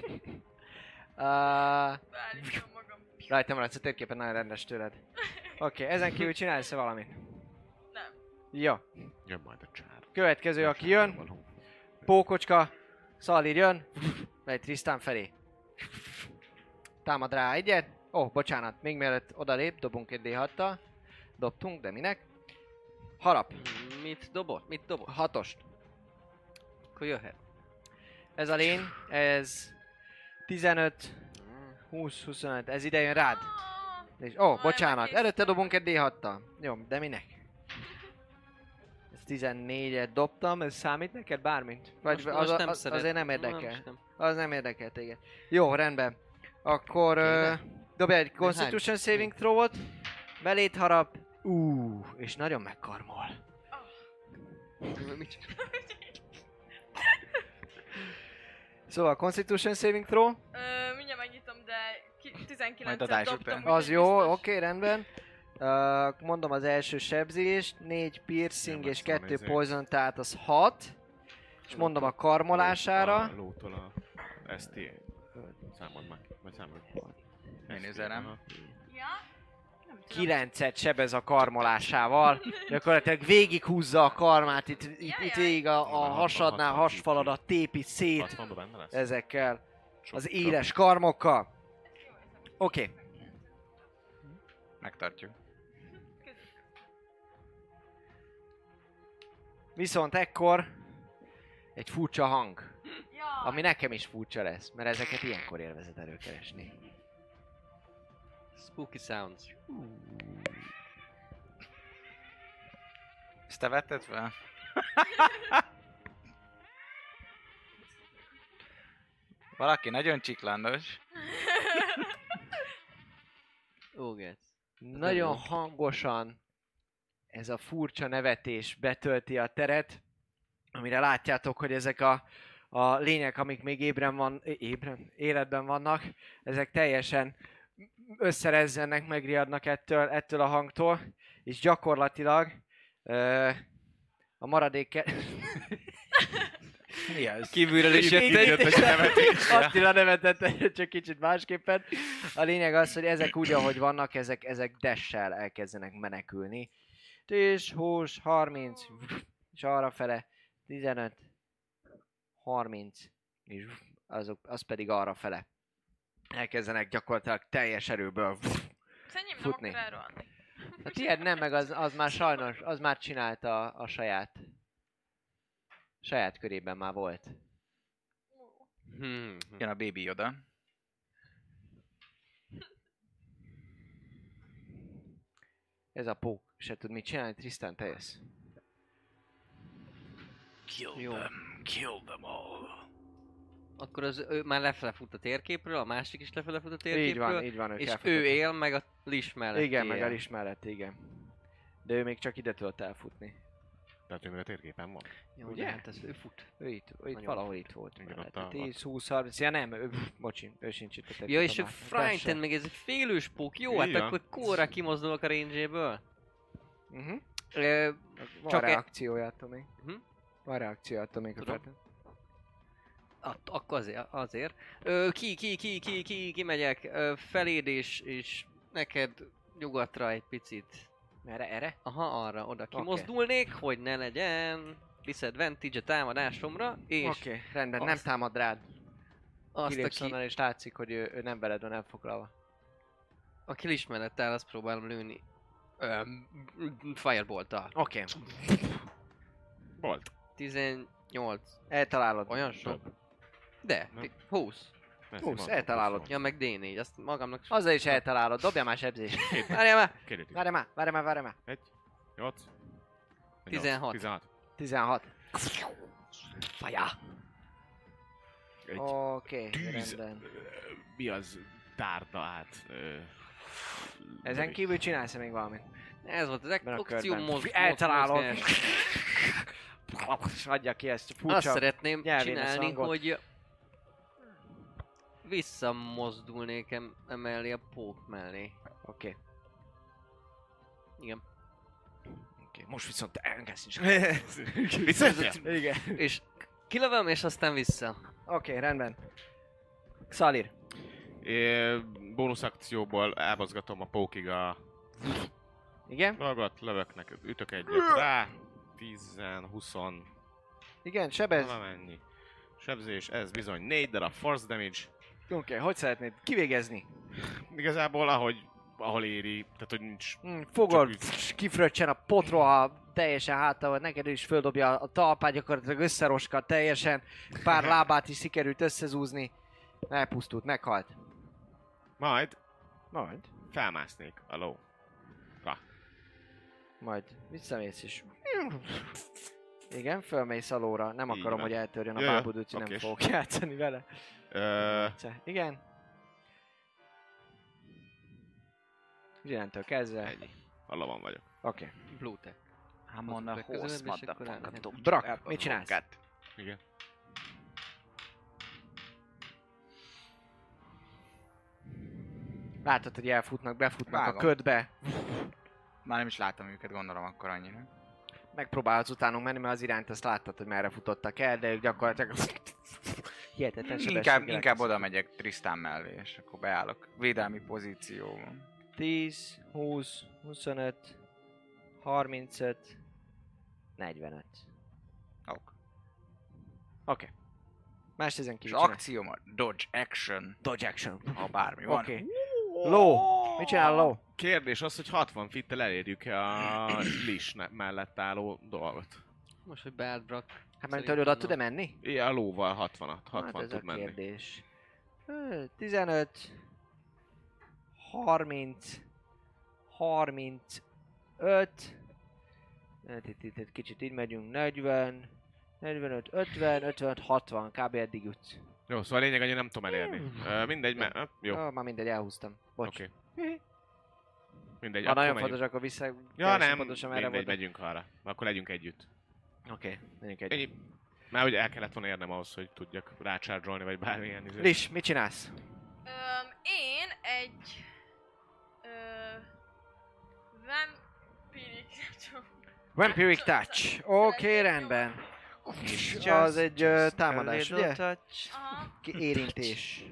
Beállítom magam. Rajta maradsz a térképen, nagyon rendes tőled. Oké, ezen kívül csinálsz valamit? Nem. Jó. Jön majd a csár. Következő, aki jön. Pókocska. Szalír jön. Megy Trisztán felé. Támad rá egyet. Bocsánat, még mielőtt odalép, dobunk egy D6-tal. Dobtunk, de minek? Harap. Mit dobott? 6-ost. Akkor jöhet. Ez a lény, ez 15, 20, 25, ez ide jön rád. És, bocsánat, előtte dobunk egy D6-tal. Jó, de minek? Ez 14-et dobtam, ez számít neked bármint? Vagy Most nem szeret. azért nem érdekel? Most nem. Az nem érdekel téged. Jó, rendben. Akkor dobj egy Constitution Saving Throw-ot. Belét harap. És nagyon megkarmol. Mit csinál? Szóval Constitution Saving Throw. Mindjárt megnyitom, de Majd 19-et adás dobtam. után. Az úgyhogy jó, biztos. oké, rendben. Mondom az első sebzést, 4 piercing Nem, és azt van 2 izé. poison, tehát az 6. És mondom a karmolására. A lótól a ST. Számold meg. Vagy számold. Én üzenem. Ja? Nem tudom. 9-et sebez a karmolásával. Gyakorlatilag végighúzza a karmát, itt Jajjaj. végig a hasadnál, hasfaladat tépi szét 60-ban benne lesz? ezekkel az éles karmokkal. Oké. Megtartjuk. Viszont ekkor egy furcsa hang, Ja. ami nekem is furcsa lesz, mert ezeket ilyenkor élvezet előkeresni. Spooky sounds. Ezt te vetted fel? Valaki nagyon csiklandos. Ó, gec. Nagyon hangosan ez a furcsa nevetés betölti a teret, amire látjátok, hogy ezek a lények, amik még életben vannak, ezek teljesen összerezzenek, megriadnak ettől a hangtól, és gyakorlatilag a maradék... Mi az? Kívülről is jött egy nevetés. Attila nevetett, csak kicsit másképpen. A lényeg az, hogy ezek úgy, ahogy vannak, ezek dash-sel elkezdenek menekülni. 10, 20, 30, és arrafele 15, 30, és az pedig arrafele. Elkezdenek gyakorlatilag teljes erőből Szerintem nem futni. akar elrohanni. A tiéd nem, meg az már sajnos, az már csinálta a saját körében már volt. Jön a Baby Yoda. Ez a pók se tud mit csinálni, Tristan, te jössz. Kill them all. Akkor ő már lefele fut a térképről, a másik is lefele fut a térképről. Így van, ők és elfutottak. ő él, meg a Lis mellett Igen, él. meg a Lis mellett, igen. De ő még csak ide tudott elfutni. Tehát ő még a térképen van. Jó, Ugye? de hát ez ő fut. Ő itt Nagyon valahol itt volt. Igen, mellette. ott a- 10, 20, 30, ja nem, bocsi, ő sincs itt. Ja, és ő frightened, meg ez egy félős pók. Jó, hát Igen. akkor kóra kimozdulok a range-ből. Uh-huh. Van Csak reakciója attól még. Hm? Van reakciója attól még. Tudom. Akkor azért. Kimegyek feléd, és neked nyugatra egy picit. Merre? Erre? Aha, arra, oda kimozdulnék, hogy ne legyen disadvantage a támadásomra, és Oké, rendben, azt- nem támad rád. azt, Kilépsz aki, onnan, és látszik, hogy ő nem veled van elfoglalva. aki Lis mellett áll, azt próbálom lőni. Firebolt-tal. Oké, Volt. 18. eltalálod. Olyan sok? De, Nem. 20. 20, eltalálod. Ja, meg D4, azt magamnak... Azzal is eltalálod, dobja már sebzést. Várjál már! Kérdés. Várj már. 8. 16. 16. 16. Faja! Egy Oké, tűz. rendben. Mi az tárda át? Ezen kívül csinálsz még valamit? Ez volt az Ebben a akció körben. mozgás. Eltalálod. Adja ki ezt a Azt furcsa... szeretném nyelvénes csinálni, hangot. hogy visszamozdulnék emellé a pók mellé. Oké. Igen. Oké, most viszont elkezdsz is. Visszajöttél? Igen. És kilövöm, és aztán vissza. Oké, rendben. Xalir. Bónusz akcióból elmozgatom a pókig a Igen? dolgot, lövök neked, ütök egyet rá. 10, 20, Igen, sebez. valamennyi. Sebzés, ez bizony 4 darab force damage. Oké, hogy szeretnéd kivégezni? Igazából ahol éri, tehát hogy nincs... Fogod, Csak kifröccsen a potroha teljesen háttal, neked is földobja a talpát, gyakorlatilag összeroskad teljesen. Pár lábát is sikerült összezúzni. Elpusztult, meghalt. Majd Majd. felmásznék a ló. Majd visszamész is. Igen, fölmész a lóra. Nem Így akarom, van. hogy eltörjön a Jaj, bábud, úgyhogy nem okés. fogok játszani vele. Igen. Innentől kezdve. Ennyi. A lovon vagyok. Oké. Blue tech. I'm on a Legközelebb, horse, és akkor motherfucker. elmehet. Brak, mit csinálsz? Igen. Látod, hogy elfutnak, befutnak Vágom. a ködbe. Már nem is láttam őket, gondolom akkor annyira. Megpróbálsz utánunk menni, mert az irányt azt láttad, hogy merre futottak el, de ők gyakorlatilag... Hihetetlen sebességgel Inkább oda megyek Tristan mellé, és akkor beállok védelmi pozícióban. 10, 20, 25, 35, 45. Ok. Oké. Más ezen És kívül csinálsz. akciómat, dodge action, Dodge action. ha bármi van. Oké. Ló. Mit csinál Ló? Kérdés az, hogy 60 fittel elérjük-e a Lis mellett álló dolgot. Most, hogy beállt Brak. Hát mert hogy oda tud-e menni? Ja, a lóval 60 Hát ez tud a menni. kérdés. 15, 30, 35, Itt kicsit így megyünk, 40, 45, 50, 55, 60, kb. Eddig jutsz. Jó, szóval a lényeg, hogy nem tudom elérni. Mindegy, mert... Jó, Már mindegy, elhúztam. Bocs. oké. Mindegy, Ha akkor nagyon megyünk. fontos, akkor vissza... Ja, keresem nem, pontosan merre mindegy, volt. megyünk arra. Akkor legyünk együtt. Oké, menjünk egy. Ennyi. Már ugye el kellett volna érnem ahhoz, hogy tudjak rácsárgyolni, vagy bármilyen izé. Lish, mit csinálsz? Én egy... Vampiric, nem tudom. Vampiric Touch. Oké, rendben. Az egy támadás, ugye? Aha. Érintés.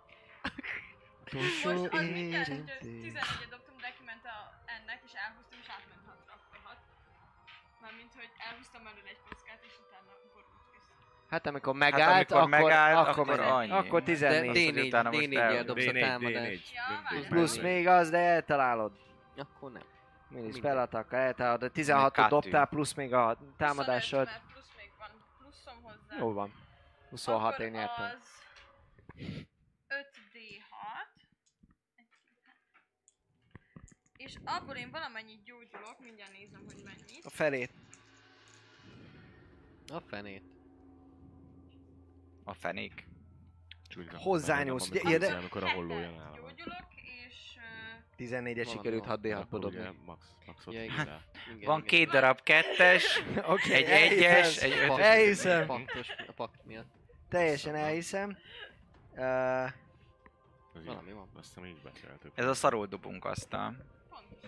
Most Utolsó az mindjárt, hogy érintés. 11-et dobtam, de kiment ennek, és elhúztam, és átment 6-ra, akkor 6. Mármint, hogy elhúztam előle egy kockát, és utána borult vissza. Hát amikor megállt, akkor megy. annyi. Akkor De 14. utána most D4-jel dobsz a D4, támadást. D4. Ja, várj. Plusz még az, de eltalálod. Akkor nem. Mini Mindegy. spell-attack, eltalálod, de 16-ot Kettő. dobtál, plusz még a 25, támadásod. mert plusz még van, pluszom hozzá. Jó van. 26 Akkor én nyertem. az 5d6. És abból én valamennyit gyógyulok, mindjárt nézem, hogy mennyit. A felét. A fenét. A fenék. Hozzányúlsz, ugye, Ugye, de- amikor a holló jön áll. Gyógyulok, és... 14-et sikerült 6d6-ból dobni. Maxot Ja, húzzál. Igen, Van igen. 2 darab 2-es, Oké, egy 1-es, egy A pakt- 5-ös. Elhiszem. A pakt miatt. Teljesen elhiszem. Valami van. Azt hiszem így beszéltük. Ez a szarul dobunk aztán. Pontosan.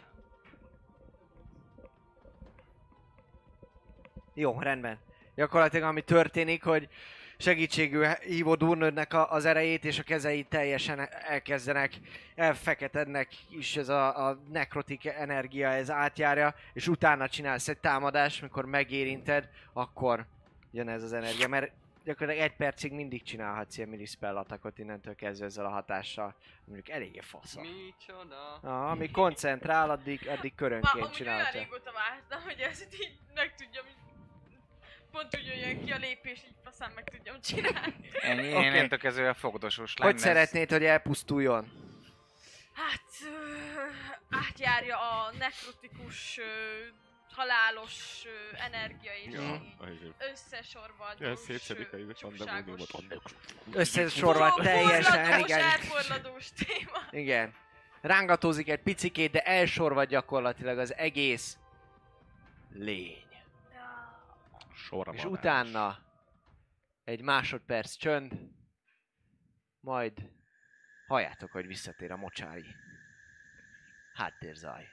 Jó, rendben. Gyakorlatilag ami történik, hogy segítségül hívod úrnődnek az erejét, és a kezei teljesen elkezdenek, elfeketednek is, ez a nekrotik energia, ez átjárja, és utána csinálsz egy támadást, mikor megérinted, akkor jön ez az energia, mert gyakorlatilag 1 percig mindig csinálhatsz ilyen minispell attackot innentől kezdve ezzel a hatással, mondjuk eléggé fasz. Micsoda? Ami koncentrál, addig körönként Amúgy olyan csinálhatja. régóta vártam, hogy ezt így meg tudjam, pont úgy jöjjön ki a lépés, így faszán meg tudjam csinálni. Ennyi, Oké. én nem kezdve fogodosos lenni. Hogy szeretnéd, hogy elpusztuljon? Hát, átjárja a nekrotikus, halálos energia és Ja, így az izé. összesorvadós, szétszedik a izé csúfságos, Összesorvad teljesen, igen. elforladós téma. Igen. Rángatózik egy picikét, de elsorvad gyakorlatilag az egész lény. Sorra És van utána egy másodperc csönd, majd halljátok, hogy visszatér a mocsári háttérzaj.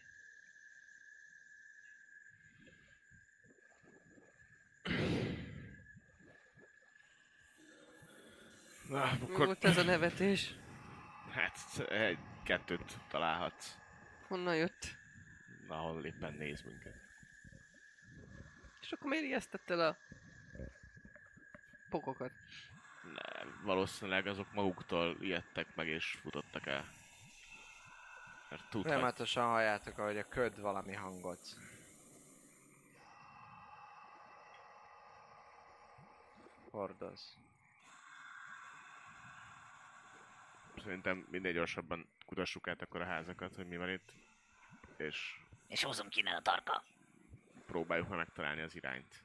Mi volt ez a nevetés? Hát, egy-kettőt találhatsz. Honnan jött? Ahol éppen néz minket. És akkor miért ijesztetted a pokokat? Nem, valószínűleg azok maguktól ijedtek meg és futottak el. Mert tudhat. Folyamatosan halljátok, ahogy a köd valami hangot. Hordoz. Szerintem minél gyorsabban kutassuk át akkor a házakat, hogy mi van itt. És És hozom ki innen a tarka. próbáljuk meg megtalálni az irányt.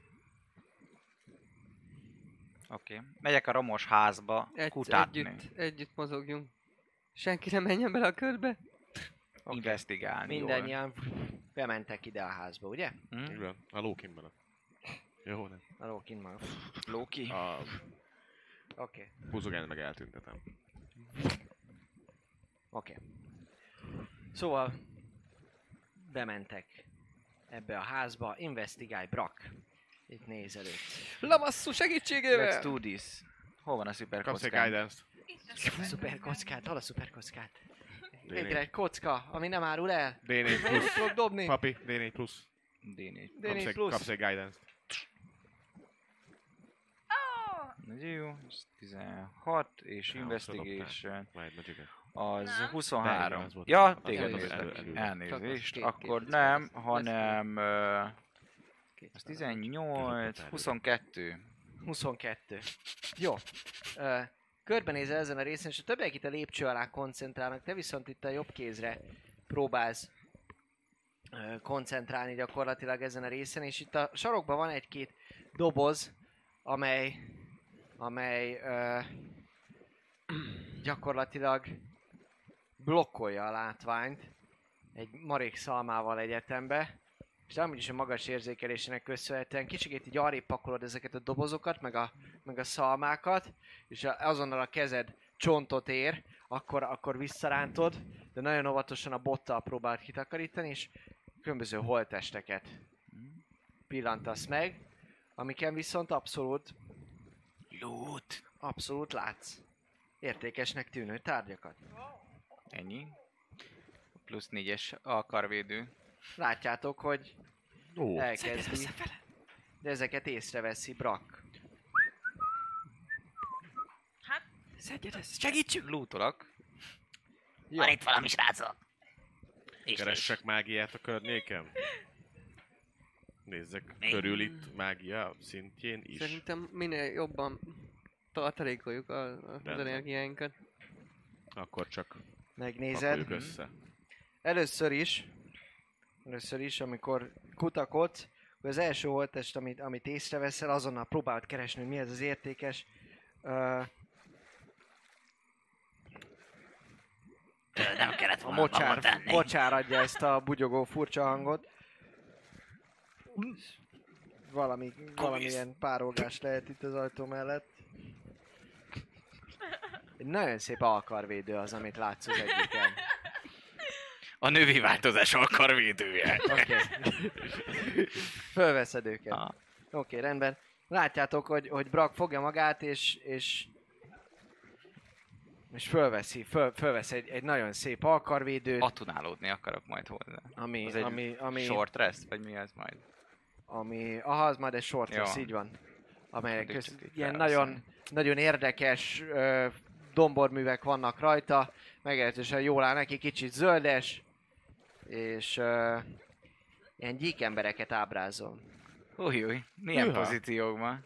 Oké. Megyek a romos házba kutatni. Együtt mozogjunk. Senki nem menjen bele a körbe. Investigálni. Mindennyian bementek ide a házba, ugye? Így van, a lókin van. Jó, nem. A lókin maga. Loki. A Oké. buzogányt meg eltüntetem. Oké. Szóval bementek ebbe a házba, investigálj, Brak. Itt néz előtt. Lamasszú segítségével! Let's do this. Hol van a Kapsz egy szuperkockám? guidance-t. Szuperkockát, hol a szuperkockát? D4. Végre egy kocka, ami nem árul el. D4 Mit plusz. tudok dobni? Papi, D4 plusz. D4. D4 plusz. Kapsz egy guidance-t. Oh, Jó, ez 16 és Ja, investigation Majd magic. az Nem. 23. Az volt. Ja, Az téged előző. nézlek. Csak Elnézést. két Akkor perc nem, lesz. hanem Két az darab. 18, 22. 22. Jó. Körbenézel ezen a részen, és a többiek itt a lépcső alá koncentrálnak, te viszont itt a jobb kézre próbálsz koncentrálni gyakorlatilag ezen a részen, és itt a sarokban van egy-két doboz, amely gyakorlatilag blokkolja a látványt egy marék szalmával egyetembe, és amúgy is a magas érzékelésének köszönhetően kicsikét így arrébb pakolod ezeket a dobozokat, meg a szalmákat, és azonnal a kezed csontot ér, akkor visszarántod, de nagyon óvatosan a bottal próbáld kitakarítani, és különböző holttesteket pillantasz meg, amiken viszont abszolút látsz értékesnek tűnő tárgyakat. Ennyi. Plusz 4-es alkarvédő. Látjátok, hogy Ó, elkezdi, de ezeket észreveszi Brak. Hát, Szedjed ezt, segítsünk! Lootolak. Jó. Van itt valami, srácok. keressek mágiát a környéken? Nézzek Mi? körül itt mágia szintjén is. Szerintem minél jobban tartalékoljuk az Rendben. energiáinkat. Akkor csak Megnézed. pakoljuk össze. Először is, amikor kutakodsz, hogy az első holttest, amit észreveszel, azonnal próbálod keresni, hogy mi ez az értékes. Nem kellett A volna babot tenni. mocsár adja ezt a bugyogó furcsa hangot. Valamilyen párolgás lehet itt az ajtó mellett. Egy nagyon szép alkarvédő az, amit látsz az egyiken. A női változás alkarvédője. Oké. Fölveszed őket. Ah. Oké, rendben. Látjátok, hogy Brak fogja magát, és fölvesz egy nagyon szép alkarvédőt, Atunálódni akarok majd hozzá. Az egy short rest, vagy mi ez majd? az majd egy short Jó. lesz, így van. Amelyek Addig közt csak így ilyen felveszem. nagyon érdekes domborművek vannak rajta, meglehetősen jól áll neki, kicsit zöldes, és ilyen gyík embereket ábrázol. Új, milyen Hűha. pozíciókban?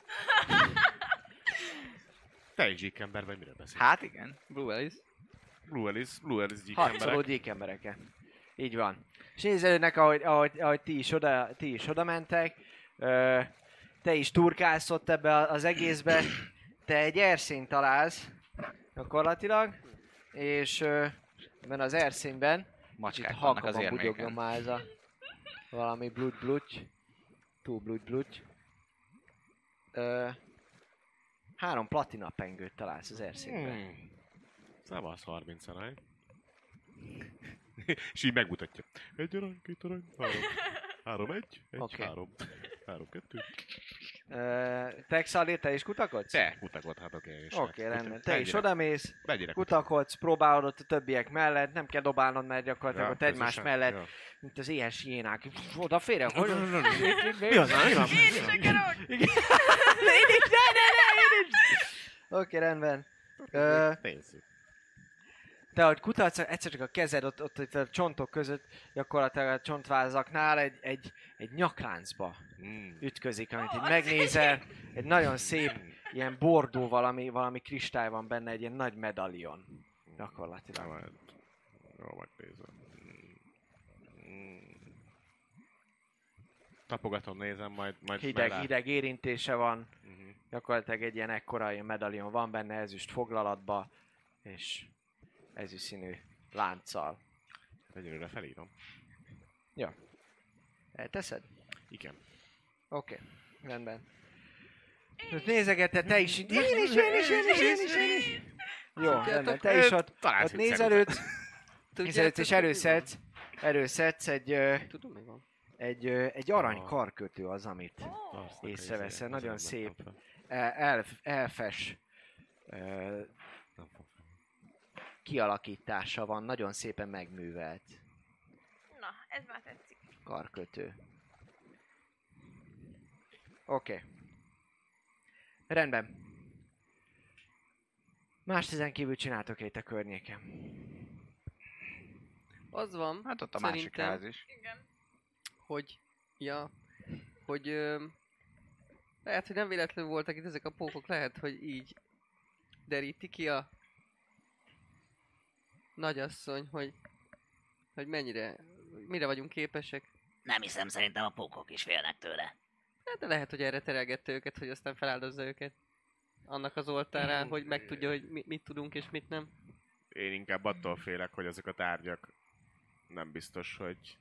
Te is gyíkember vagy, mire beszélsz? Hát igen. Blue Alice. Blue Alice Harcoló gyíkemberek. gyík embereket. Így van. És nézelődnek, ahogy ti is oda mentek, te is turkálsz ott ebbe az egészbe, te egy erszényt találsz gyakorlatilag, és ebben az erszényben kicsit Macskák vannak az halkabban bugyogjon érméken. már ez a valami blutty, túl blutty. 3 platina pengőt találsz az erszényben. Szavasz 30 arany. És így megmutatja. 1 arany, 2 arany, 3 1, 1 Oké. 3, 3 2. Texali, te is kutakodsz? Te kutakodhatok én is. Oké, rendben. Te is Mennyire- odamész, mennyire kutakodsz, próbálod ott a többiek mellett, nem kell dobálnod, mert gyakorlatilag Ja, ott egymás közösen, mellett, ja. mint az éhes hiénák. Oda félre, hogy... Mi az már? Mi van? Én is akarok! Oké, rendben. Ö, Nézzük. Te, ahogy kutatsz, egyszer csak a kezed ott a csontok között, gyakorlatilag a csontvázaknál egy nyakláncba ütközik, amit így megnézel. Egy nagyon szép, ilyen bordó valami kristály van benne, egy ilyen nagy medalion. Gyakorlatilag. Jó, megnézem. Tapogatom, nézem, majd Hideg érintése van. Mhm. Gyakorlatilag egy ilyen ekkora ilyen medalion van benne, ezüst foglalatba, és ezüst színű lánccal. Egyelőre felírom. Elteszed? Igen. Oké, rendben. Most nézegetted, te is. Én is. Jó, rendben, te is ott Találsz nézelődsz, és erőszedsz Tudom, mi van. egy arany karkötő az, amit észreveszel. Nagyon szép, elfes kialakítása van, nagyon szépen megművelt Na, ez már tetszik. karkötő. Oké. Rendben. Más ezen kívül csináltok itt a környéken. Az van, Hát ott a másik Szerintem- ház is. Igen. hogy lehet, hogy nem véletlenül voltak itt ezek a pókok, lehet, hogy így deríti ki a nagyasszony, hogy mire vagyunk képesek. Nem hiszem, szerintem a pókok is félnek tőle. Hát de lehet, hogy erre terelgette őket, hogy aztán feláldozza őket. Annak az oltárán, hogy megtudja, hogy mit tudunk és mit nem. Én inkább attól félek, hogy ezek a tárgyak nem biztos, hogy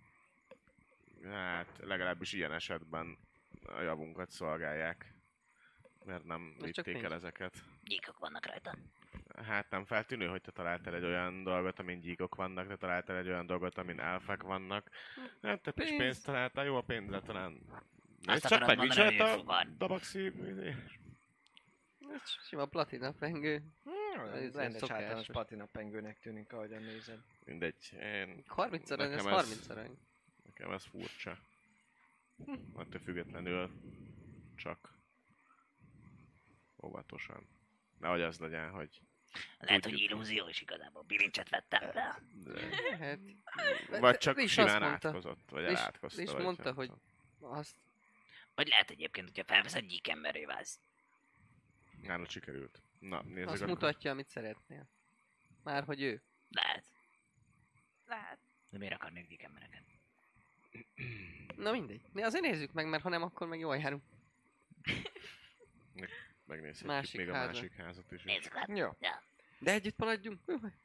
hát legalábbis ilyen esetben a javunkat szolgálják. Mert nem Ez csak vitték el pénz. ezeket. Gyíkok vannak rajta. Hát nem feltűnő, hogy te találtál egy olyan dolgot, amin gyíkok vannak, te találtál egy olyan dolgot, amin elfek vannak. Hát te is Pénz. pénzt találtál, jó a pénzre talán. Azt Nézd csak akarod meg, mondani, nincs hogy rajta fogad? dabaxi... Ez sima platina pengő. Ez Rendes szokásos. általános patinapengőnek tűnik, ahogyan nézed. Mindegy, én... 30 arany, ez Nekem 30 arany. Nekem ez furcsa. Attól függetlenül csak óvatosan. Nehogy az legyen, hogy... Lehet, hogy Tudjuk. illúzió is igazából. Bilincset vettem fel. Lehet. Vagy csak Rich simán azt mondta- átkozott, vagy Rich- elátkozta. Rich vagy mondta, nem hogy tudom. azt Vagy lehet egyébként, hogyha felveszed gyíkemberé válsz. Nála sikerült. Na, nézzük azt akkor. mutatja, amit szeretnél. Már hogy ő. Lehet. Lehet. De miért akarnék gyíkembereket? Na mindegy. Azért nézzük meg, mert ha nem, akkor meg jól járunk. Megnézhetjük Másik még a házat. másik házat is. Nézzük hát. Jó. Ja. De együtt maradjunk.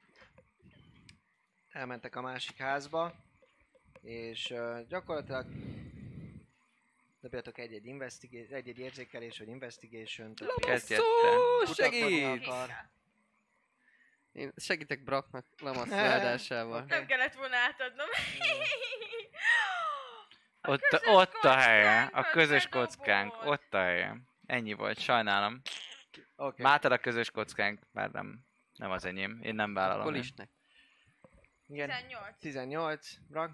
Elmentek a másik házba, és gyakorlatilag dobjatok egy-egy érzékelés, vagy investigation. Kezdj Segít! Akar. Én segítek Braknak Lamasz feladásával. Nem kellett volna átadnom. Ott a helye, a kockánkat közös bedobod. kockánk, ott a helye. Ennyi volt, sajnálom. Oké. Mátad a közös kockánk, bár nem az enyém, én nem vállalom. Akkor én. isnek. Igen. 18. 18. Brak.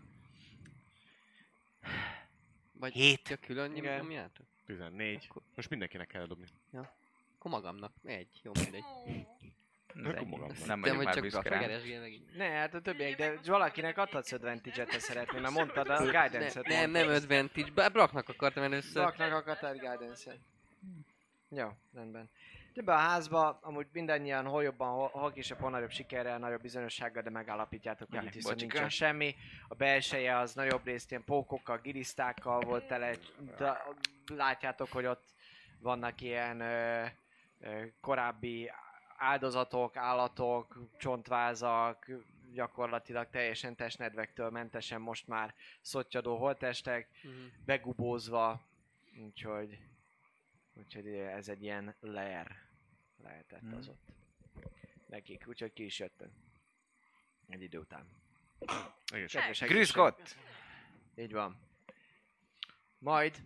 Vagy 7. ja, külön Igen. nyomjátok? 14. Akkor- Most mindenkinek kell dobni. Akkor magamnak. Egy. Jó, mindegy. Ez Akkor ennyi. magamnak. Nem Nem, vagyok hogy már csak büszke Brak rá. megeresgél megint. Ne, hát a többiek, de valakinek adhatsz advantage-et, ha szeretném, mert mondtad a guidance-et. Nem advantage. Braknak akartam először. Braknak akartál guidance-et. Jó, rendben. Ebben a házba amúgy mindannyian hol jobban, hol kisebb, hol nagyobb sikerrel, nagyobb bizonyossággal, de megállapítjátok, hogy Jaj, itt viszont bocsika. nincsen semmi. A belseje az nagyobb részt ilyen pókokkal, gilisztákkal volt tele, de látjátok, hogy ott vannak ilyen korábbi áldozatok, állatok, csontvázak, gyakorlatilag teljesen testnedvektől mentesen most már szottyadó holttestek, begubózva, úgyhogy ez egy ilyen lair lehetett az ott nekik, úgyhogy ki is jöttek egy idő után. Egész Kedves egészség. Grüszgott! Így van. Majd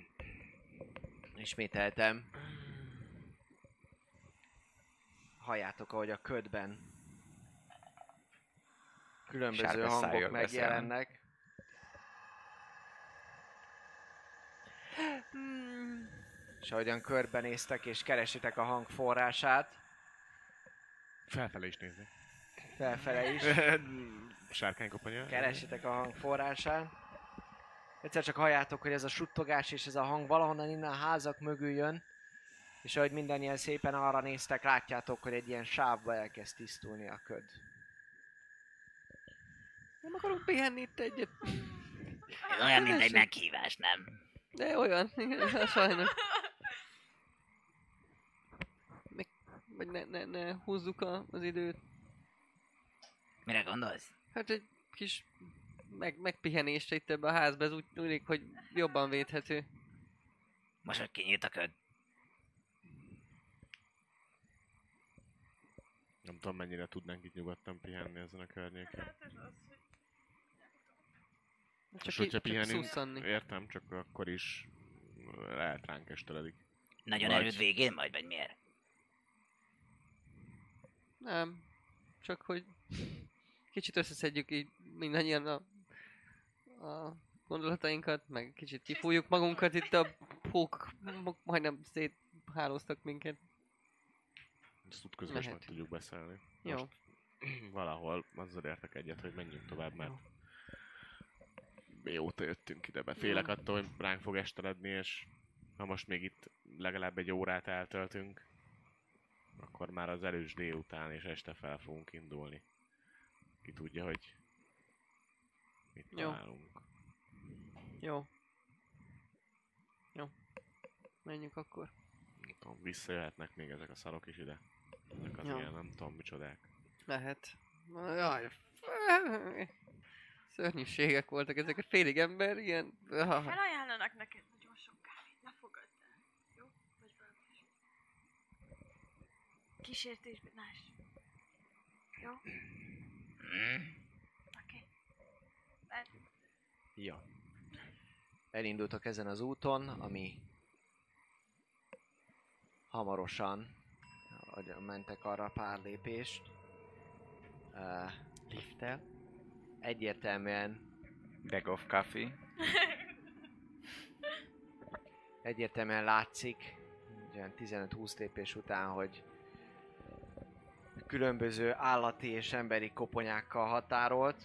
ismételtem. Halljátok, ahogy a ködben különböző Sárga hangok szájjal beszél. megjelennek. És ahogyan körbenéztek és keresitek a hang forrását, Felfele is nézni. felfele is, Sárkánykopanya. keresitek a hang forrását. Egyszer csak halljátok, hogy ez a suttogás és ez a hang valahonnan innen a házak mögül jön, és ahogy mindannyian szépen arra néztek, látjátok, hogy egy ilyen sávba elkezd tisztulni a köd. Nem akarunk pihenni itt egyet. Olyan, mint egy meghívás, nem? De olyan, igen, sajnos. Vagy ne húzzuk az időt. Mire gondolsz? Hát egy kis megpihenésre itt ebbe a házba, ez úgy tűnik, hogy jobban védhető. Most, hogy kinyílt a köd. Nem tudom, mennyire tudnánk itt nyugodtan pihenni ezen a környéken. Hát ez az, hogy És hogyha pihenünk, szusszanni. értem, csak akkor is lehet ránk esteledik. Nagyon Vagy- erőd végén majd, vagy miért? Nem, csak hogy kicsit összeszedjük így mindannyian a gondolatainkat, meg kicsit kifújjuk magunkat, itt a pók majdnem széthálóztak minket. Ezt útközben is meg Mehet. tudjuk beszélni. Jó. Most valahol azzal értek egyet, hogy menjünk tovább, mert mióta jöttünk ide be. Félek attól, hogy ránk fog esteledni, és ha most még itt legalább egy órát eltöltünk, akkor már az erős délután és este fel fogunk indulni. Ki tudja, hogy mit Jó. találunk. Jó. Menjünk akkor. Nem tudom, visszajöhetnek még ezek a szarok is ide. Ezek az Jó. ilyen, nem tudom micsodák. Lehet. Jaj. Szörnyűségek voltak ezek a félig ember, ilyen... Felajánlanak neked nagyon sok kávét, ne fogadd el. Jó? Vagy valami. Kísértésbánás. Jó? Oké. Jó. Elindultok ezen az úton, ami hamarosan, ahogy mentek arra pár lépést, lifttel. Egyértelműen Bag of coffee. Egyértelműen látszik, olyan 15-20 lépés után, hogy különböző állati és emberi koponyákkal határolt.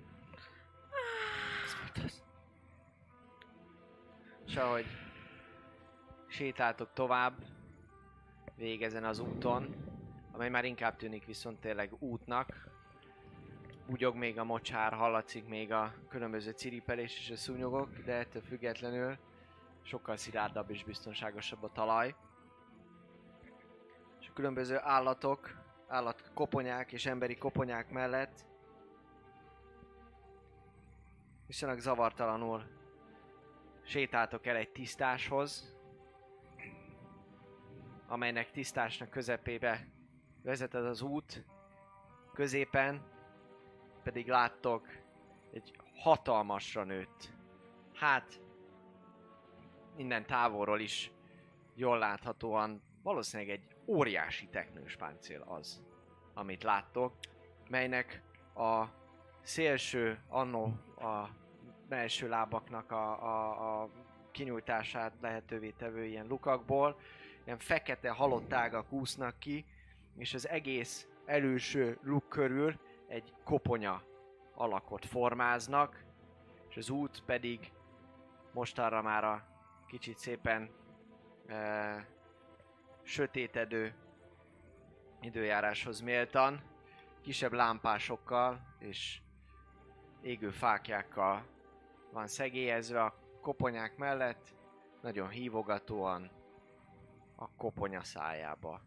És ahogy sétáltok tovább végig ezen az úton, amely már inkább tűnik viszont tényleg útnak, bugyog még a mocsár, hallatszik még a különböző ciripelés és a szúnyogok, de ettől függetlenül sokkal szilárdabb és biztonságosabb a talaj. És a különböző állatkoponyák és emberi koponyák mellett viszonylag zavartalanul sétáltok el egy tisztáshoz, amelynek tisztásnak közepébe vezet ez az út, középen pedig láttok egy hatalmasra nőtt, hát minden távolról is jól láthatóan valószínűleg egy óriási teknős páncél az, amit láttok, melynek a szélső, annó a belső lábaknak a kinyújtását lehetővé tevő ilyen lukakból, ilyen fekete halott ágak úsznak ki, és az egész előső luk körül egy koponya alakot formáznak, és az út pedig mostanra már a kicsit szépen sötétedő időjáráshoz méltan, kisebb lámpásokkal és égő fáklyákkal van szegélyezve a koponyák mellett, nagyon hívogatóan a koponya szájába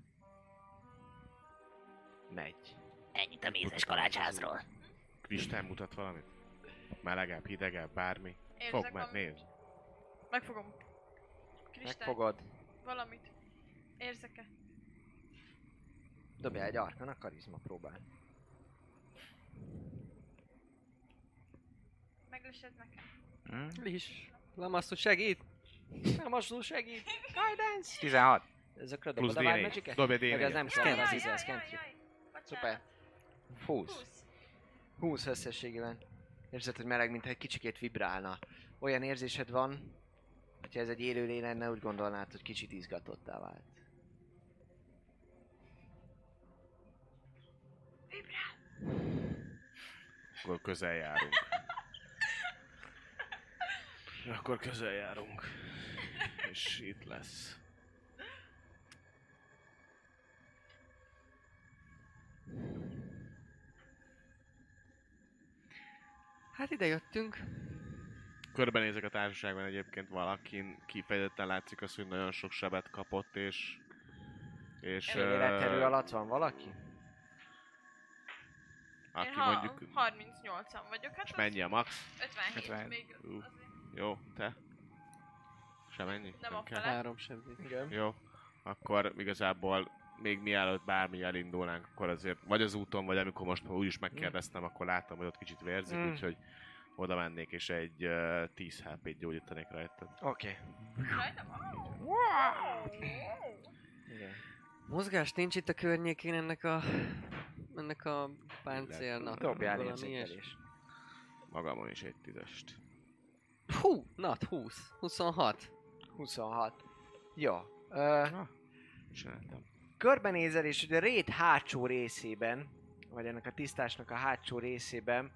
megy. Ennyit a mézes kalácsházról. Kristály mutat valamit? Melegebb, hidegebb, bármi? Érzek Fogd meg, valami- nézd! Megfogom. Kristály. Megfogod, Valamit. Érzek-e? dobjál egy arkana karizma próbál. Meglesed nekem. Is. Lamasztó segít. Lamasztó segít! Guidance! 16. Ezekre Plusz dobod a Wild D4. Magic-et? Dobj Vagy az D4-et. nem Jaj, kell, jaj, az jaj, izé, az jaj, cantrip. jaj. Szuper. Bocsánat. 20. 20 összességében. Érzed, hogy meleg, mintha egy kicsikét vibrálna. Olyan érzésed van, hogyha ez egy élőlény lenne, úgy gondolnád, hogy kicsit izgatottá vált. Akkor közel járunk. Akkor közel járunk. És itt lesz. Hát ide jöttünk. Körbenézek a társaságban, egyébként valakin kifejezetten látszik az, hogy nagyon sok sebet kapott, és Életerő alatt van valaki? aki Én mondjuk... 38-an vagyok, hát És az mennyi a max? 57 57. még azért Jó, te? Se mennyi? Nem a kell? fele. 3 sebzés. Igen. Jó, akkor igazából még mielőtt bármi elindulnánk, akkor azért vagy az úton, vagy amikor most úgyis megkérdeztem, akkor láttam, hogy ott kicsit vérzik, úgyhogy oda mennék és egy 10 HP-t gyógyítanék rajtad. Oké. Rajtam? Igen. Mozgás nincs itt a környékén ennek a páncélnak. Dobjál Valami érzékelést. Magamon is egy 10-est. Hú, nat 20. 26. 26. Jó. Csináltam. Körbenézel, és ugye a rét hátsó részében, vagy ennek a tisztásnak a hátsó részében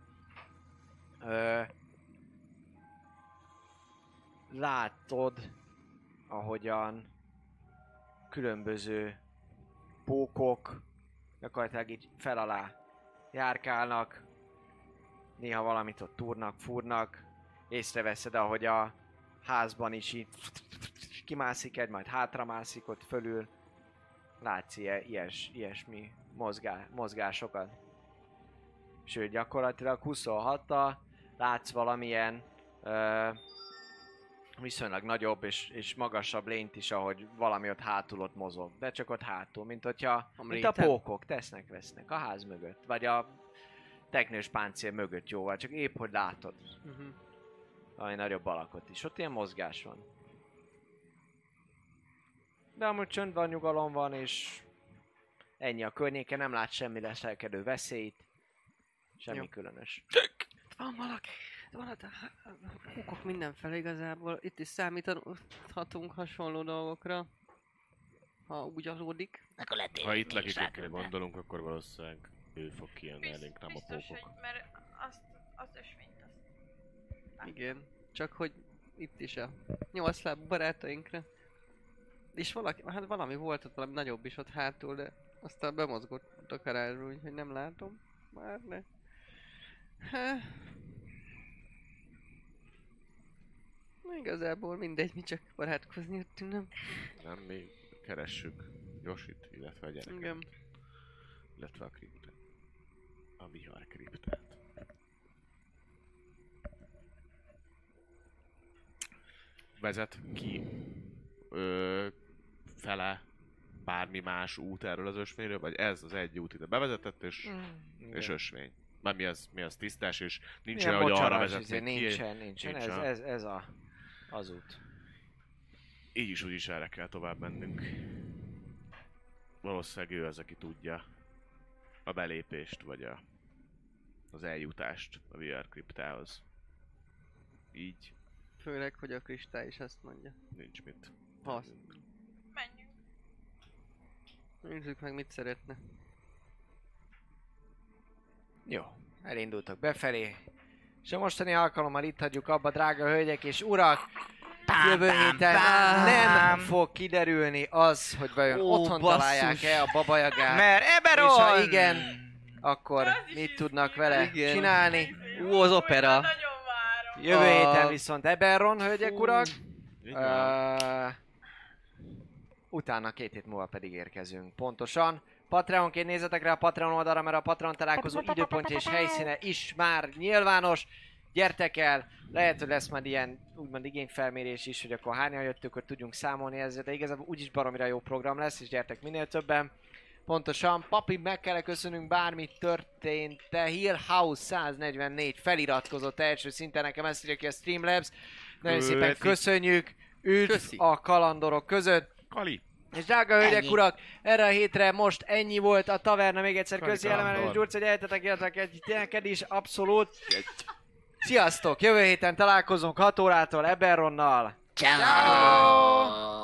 látod, ahogyan különböző pókok gyakorlatilag így fel alá járkálnak, néha valamit ott túrnak, fúrnak, észreveszed, ahogy a házban is így kimászik egy, majd hátramászik ott fölül. Látsz ilyesmi mozgásokat. Sőt, gyakorlatilag 26-tal látsz valamilyen viszonylag nagyobb és magasabb lényt is, ahogy valami ott hátul ott mozog. De csak ott hátul, mint a pókok tesznek-vesznek a ház mögött. Vagy a teknős páncél mögött jóval, csak épp hogy látod. Valami nagyobb alakot is. Ott ilyen mozgás van. De amúgy csönd van, nyugalom van, és ennyi a környéken, nem lát semmi leselkedő veszélyt. Semmi különös. Van valaki, van a húkok mindenfele igazából. Itt is számíthatunk hasonló dolgokra. Ha úgy adódik. Akkor lehet, Ha itt mi is lekikekre rákülne. gondolunk, akkor valószínűleg ő fog kijönni elénk, nem a Biztos, pókok. hogy mert az ösvényt azt... Igen. Csak hogy itt is a 8 lábú barátainkra. És valami volt ott, valami nagyobb is ott hátul, de aztán bemozgott a karázsról, úgyhogy nem látom. Már ne. Igazából mindegy, mi csak barátkozni jöttünk, nem? Nem, mi keressük Josit, illetve a gyereket. Igen. Illetve a kriptát. A vihar kriptát. Vezet ki fele bármi más út erről az ösvényről, vagy ez az egy út ide bevezetett, és ösvény. Már mi az tisztás, és nincs Milyen olyan, hogy arra bocsaras, vezetnék ki. nincsen. Nincs Ez az út. Így is úgyis erre kell tovább mennünk. Valószínűleg ő az, aki tudja a belépést, vagy az eljutást a VR kriptához. Így Főleg, hogy a kristály is azt mondja. nincs mit. Menjünk. Nézzük meg, mit szeretne. Jó, elindultak befelé. És a mostani alkalommal itt hagyjuk abba, drága hölgyek és urak. Jövő héten nem fog kiderülni az, hogy vajon otthon találják-e a babajagát. Mert Eberron! És ha igen, akkor Az is mit is tudnak mi vele Igen. csinálni. Az opera. Nagyon várom. Jövő A- héten viszont Eberron, hölgyek, urak. Így van. Utána 2 hét múlva pedig érkezünk. Pontosan. Patreonként nézzetek rá a Patreon oldalra, mert a Patreon találkozó időpontja és helyszíne is már nyilvános. Gyertek el, lehet, hogy lesz majd ilyen úgymond igényfelmérés is, hogy akkor hányan jöttök, hogy tudjunk számolni ezzel, de igazából úgyis baromira jó program lesz, és gyertek minél többen. Pontosan, papi, meg kell köszönünk, bármi történt, te Hill House 144 feliratkozott első szinten, nekem ezt írja ki a Streamlabs. Nagyon szépen Köszi. köszönjük, üdv Köszi. a kalandorok között. Kali! És drága hölgyek, Ennyi. urak, erre a hétre most ennyi volt a taverna, még egyszer Kali köszi Elemelem és kalandor. Gyurci, hogy eltetek, jöttek egy neked is, abszolút. Sziasztok, jövő héten találkozunk 6 órától Eberronnal. Ciao.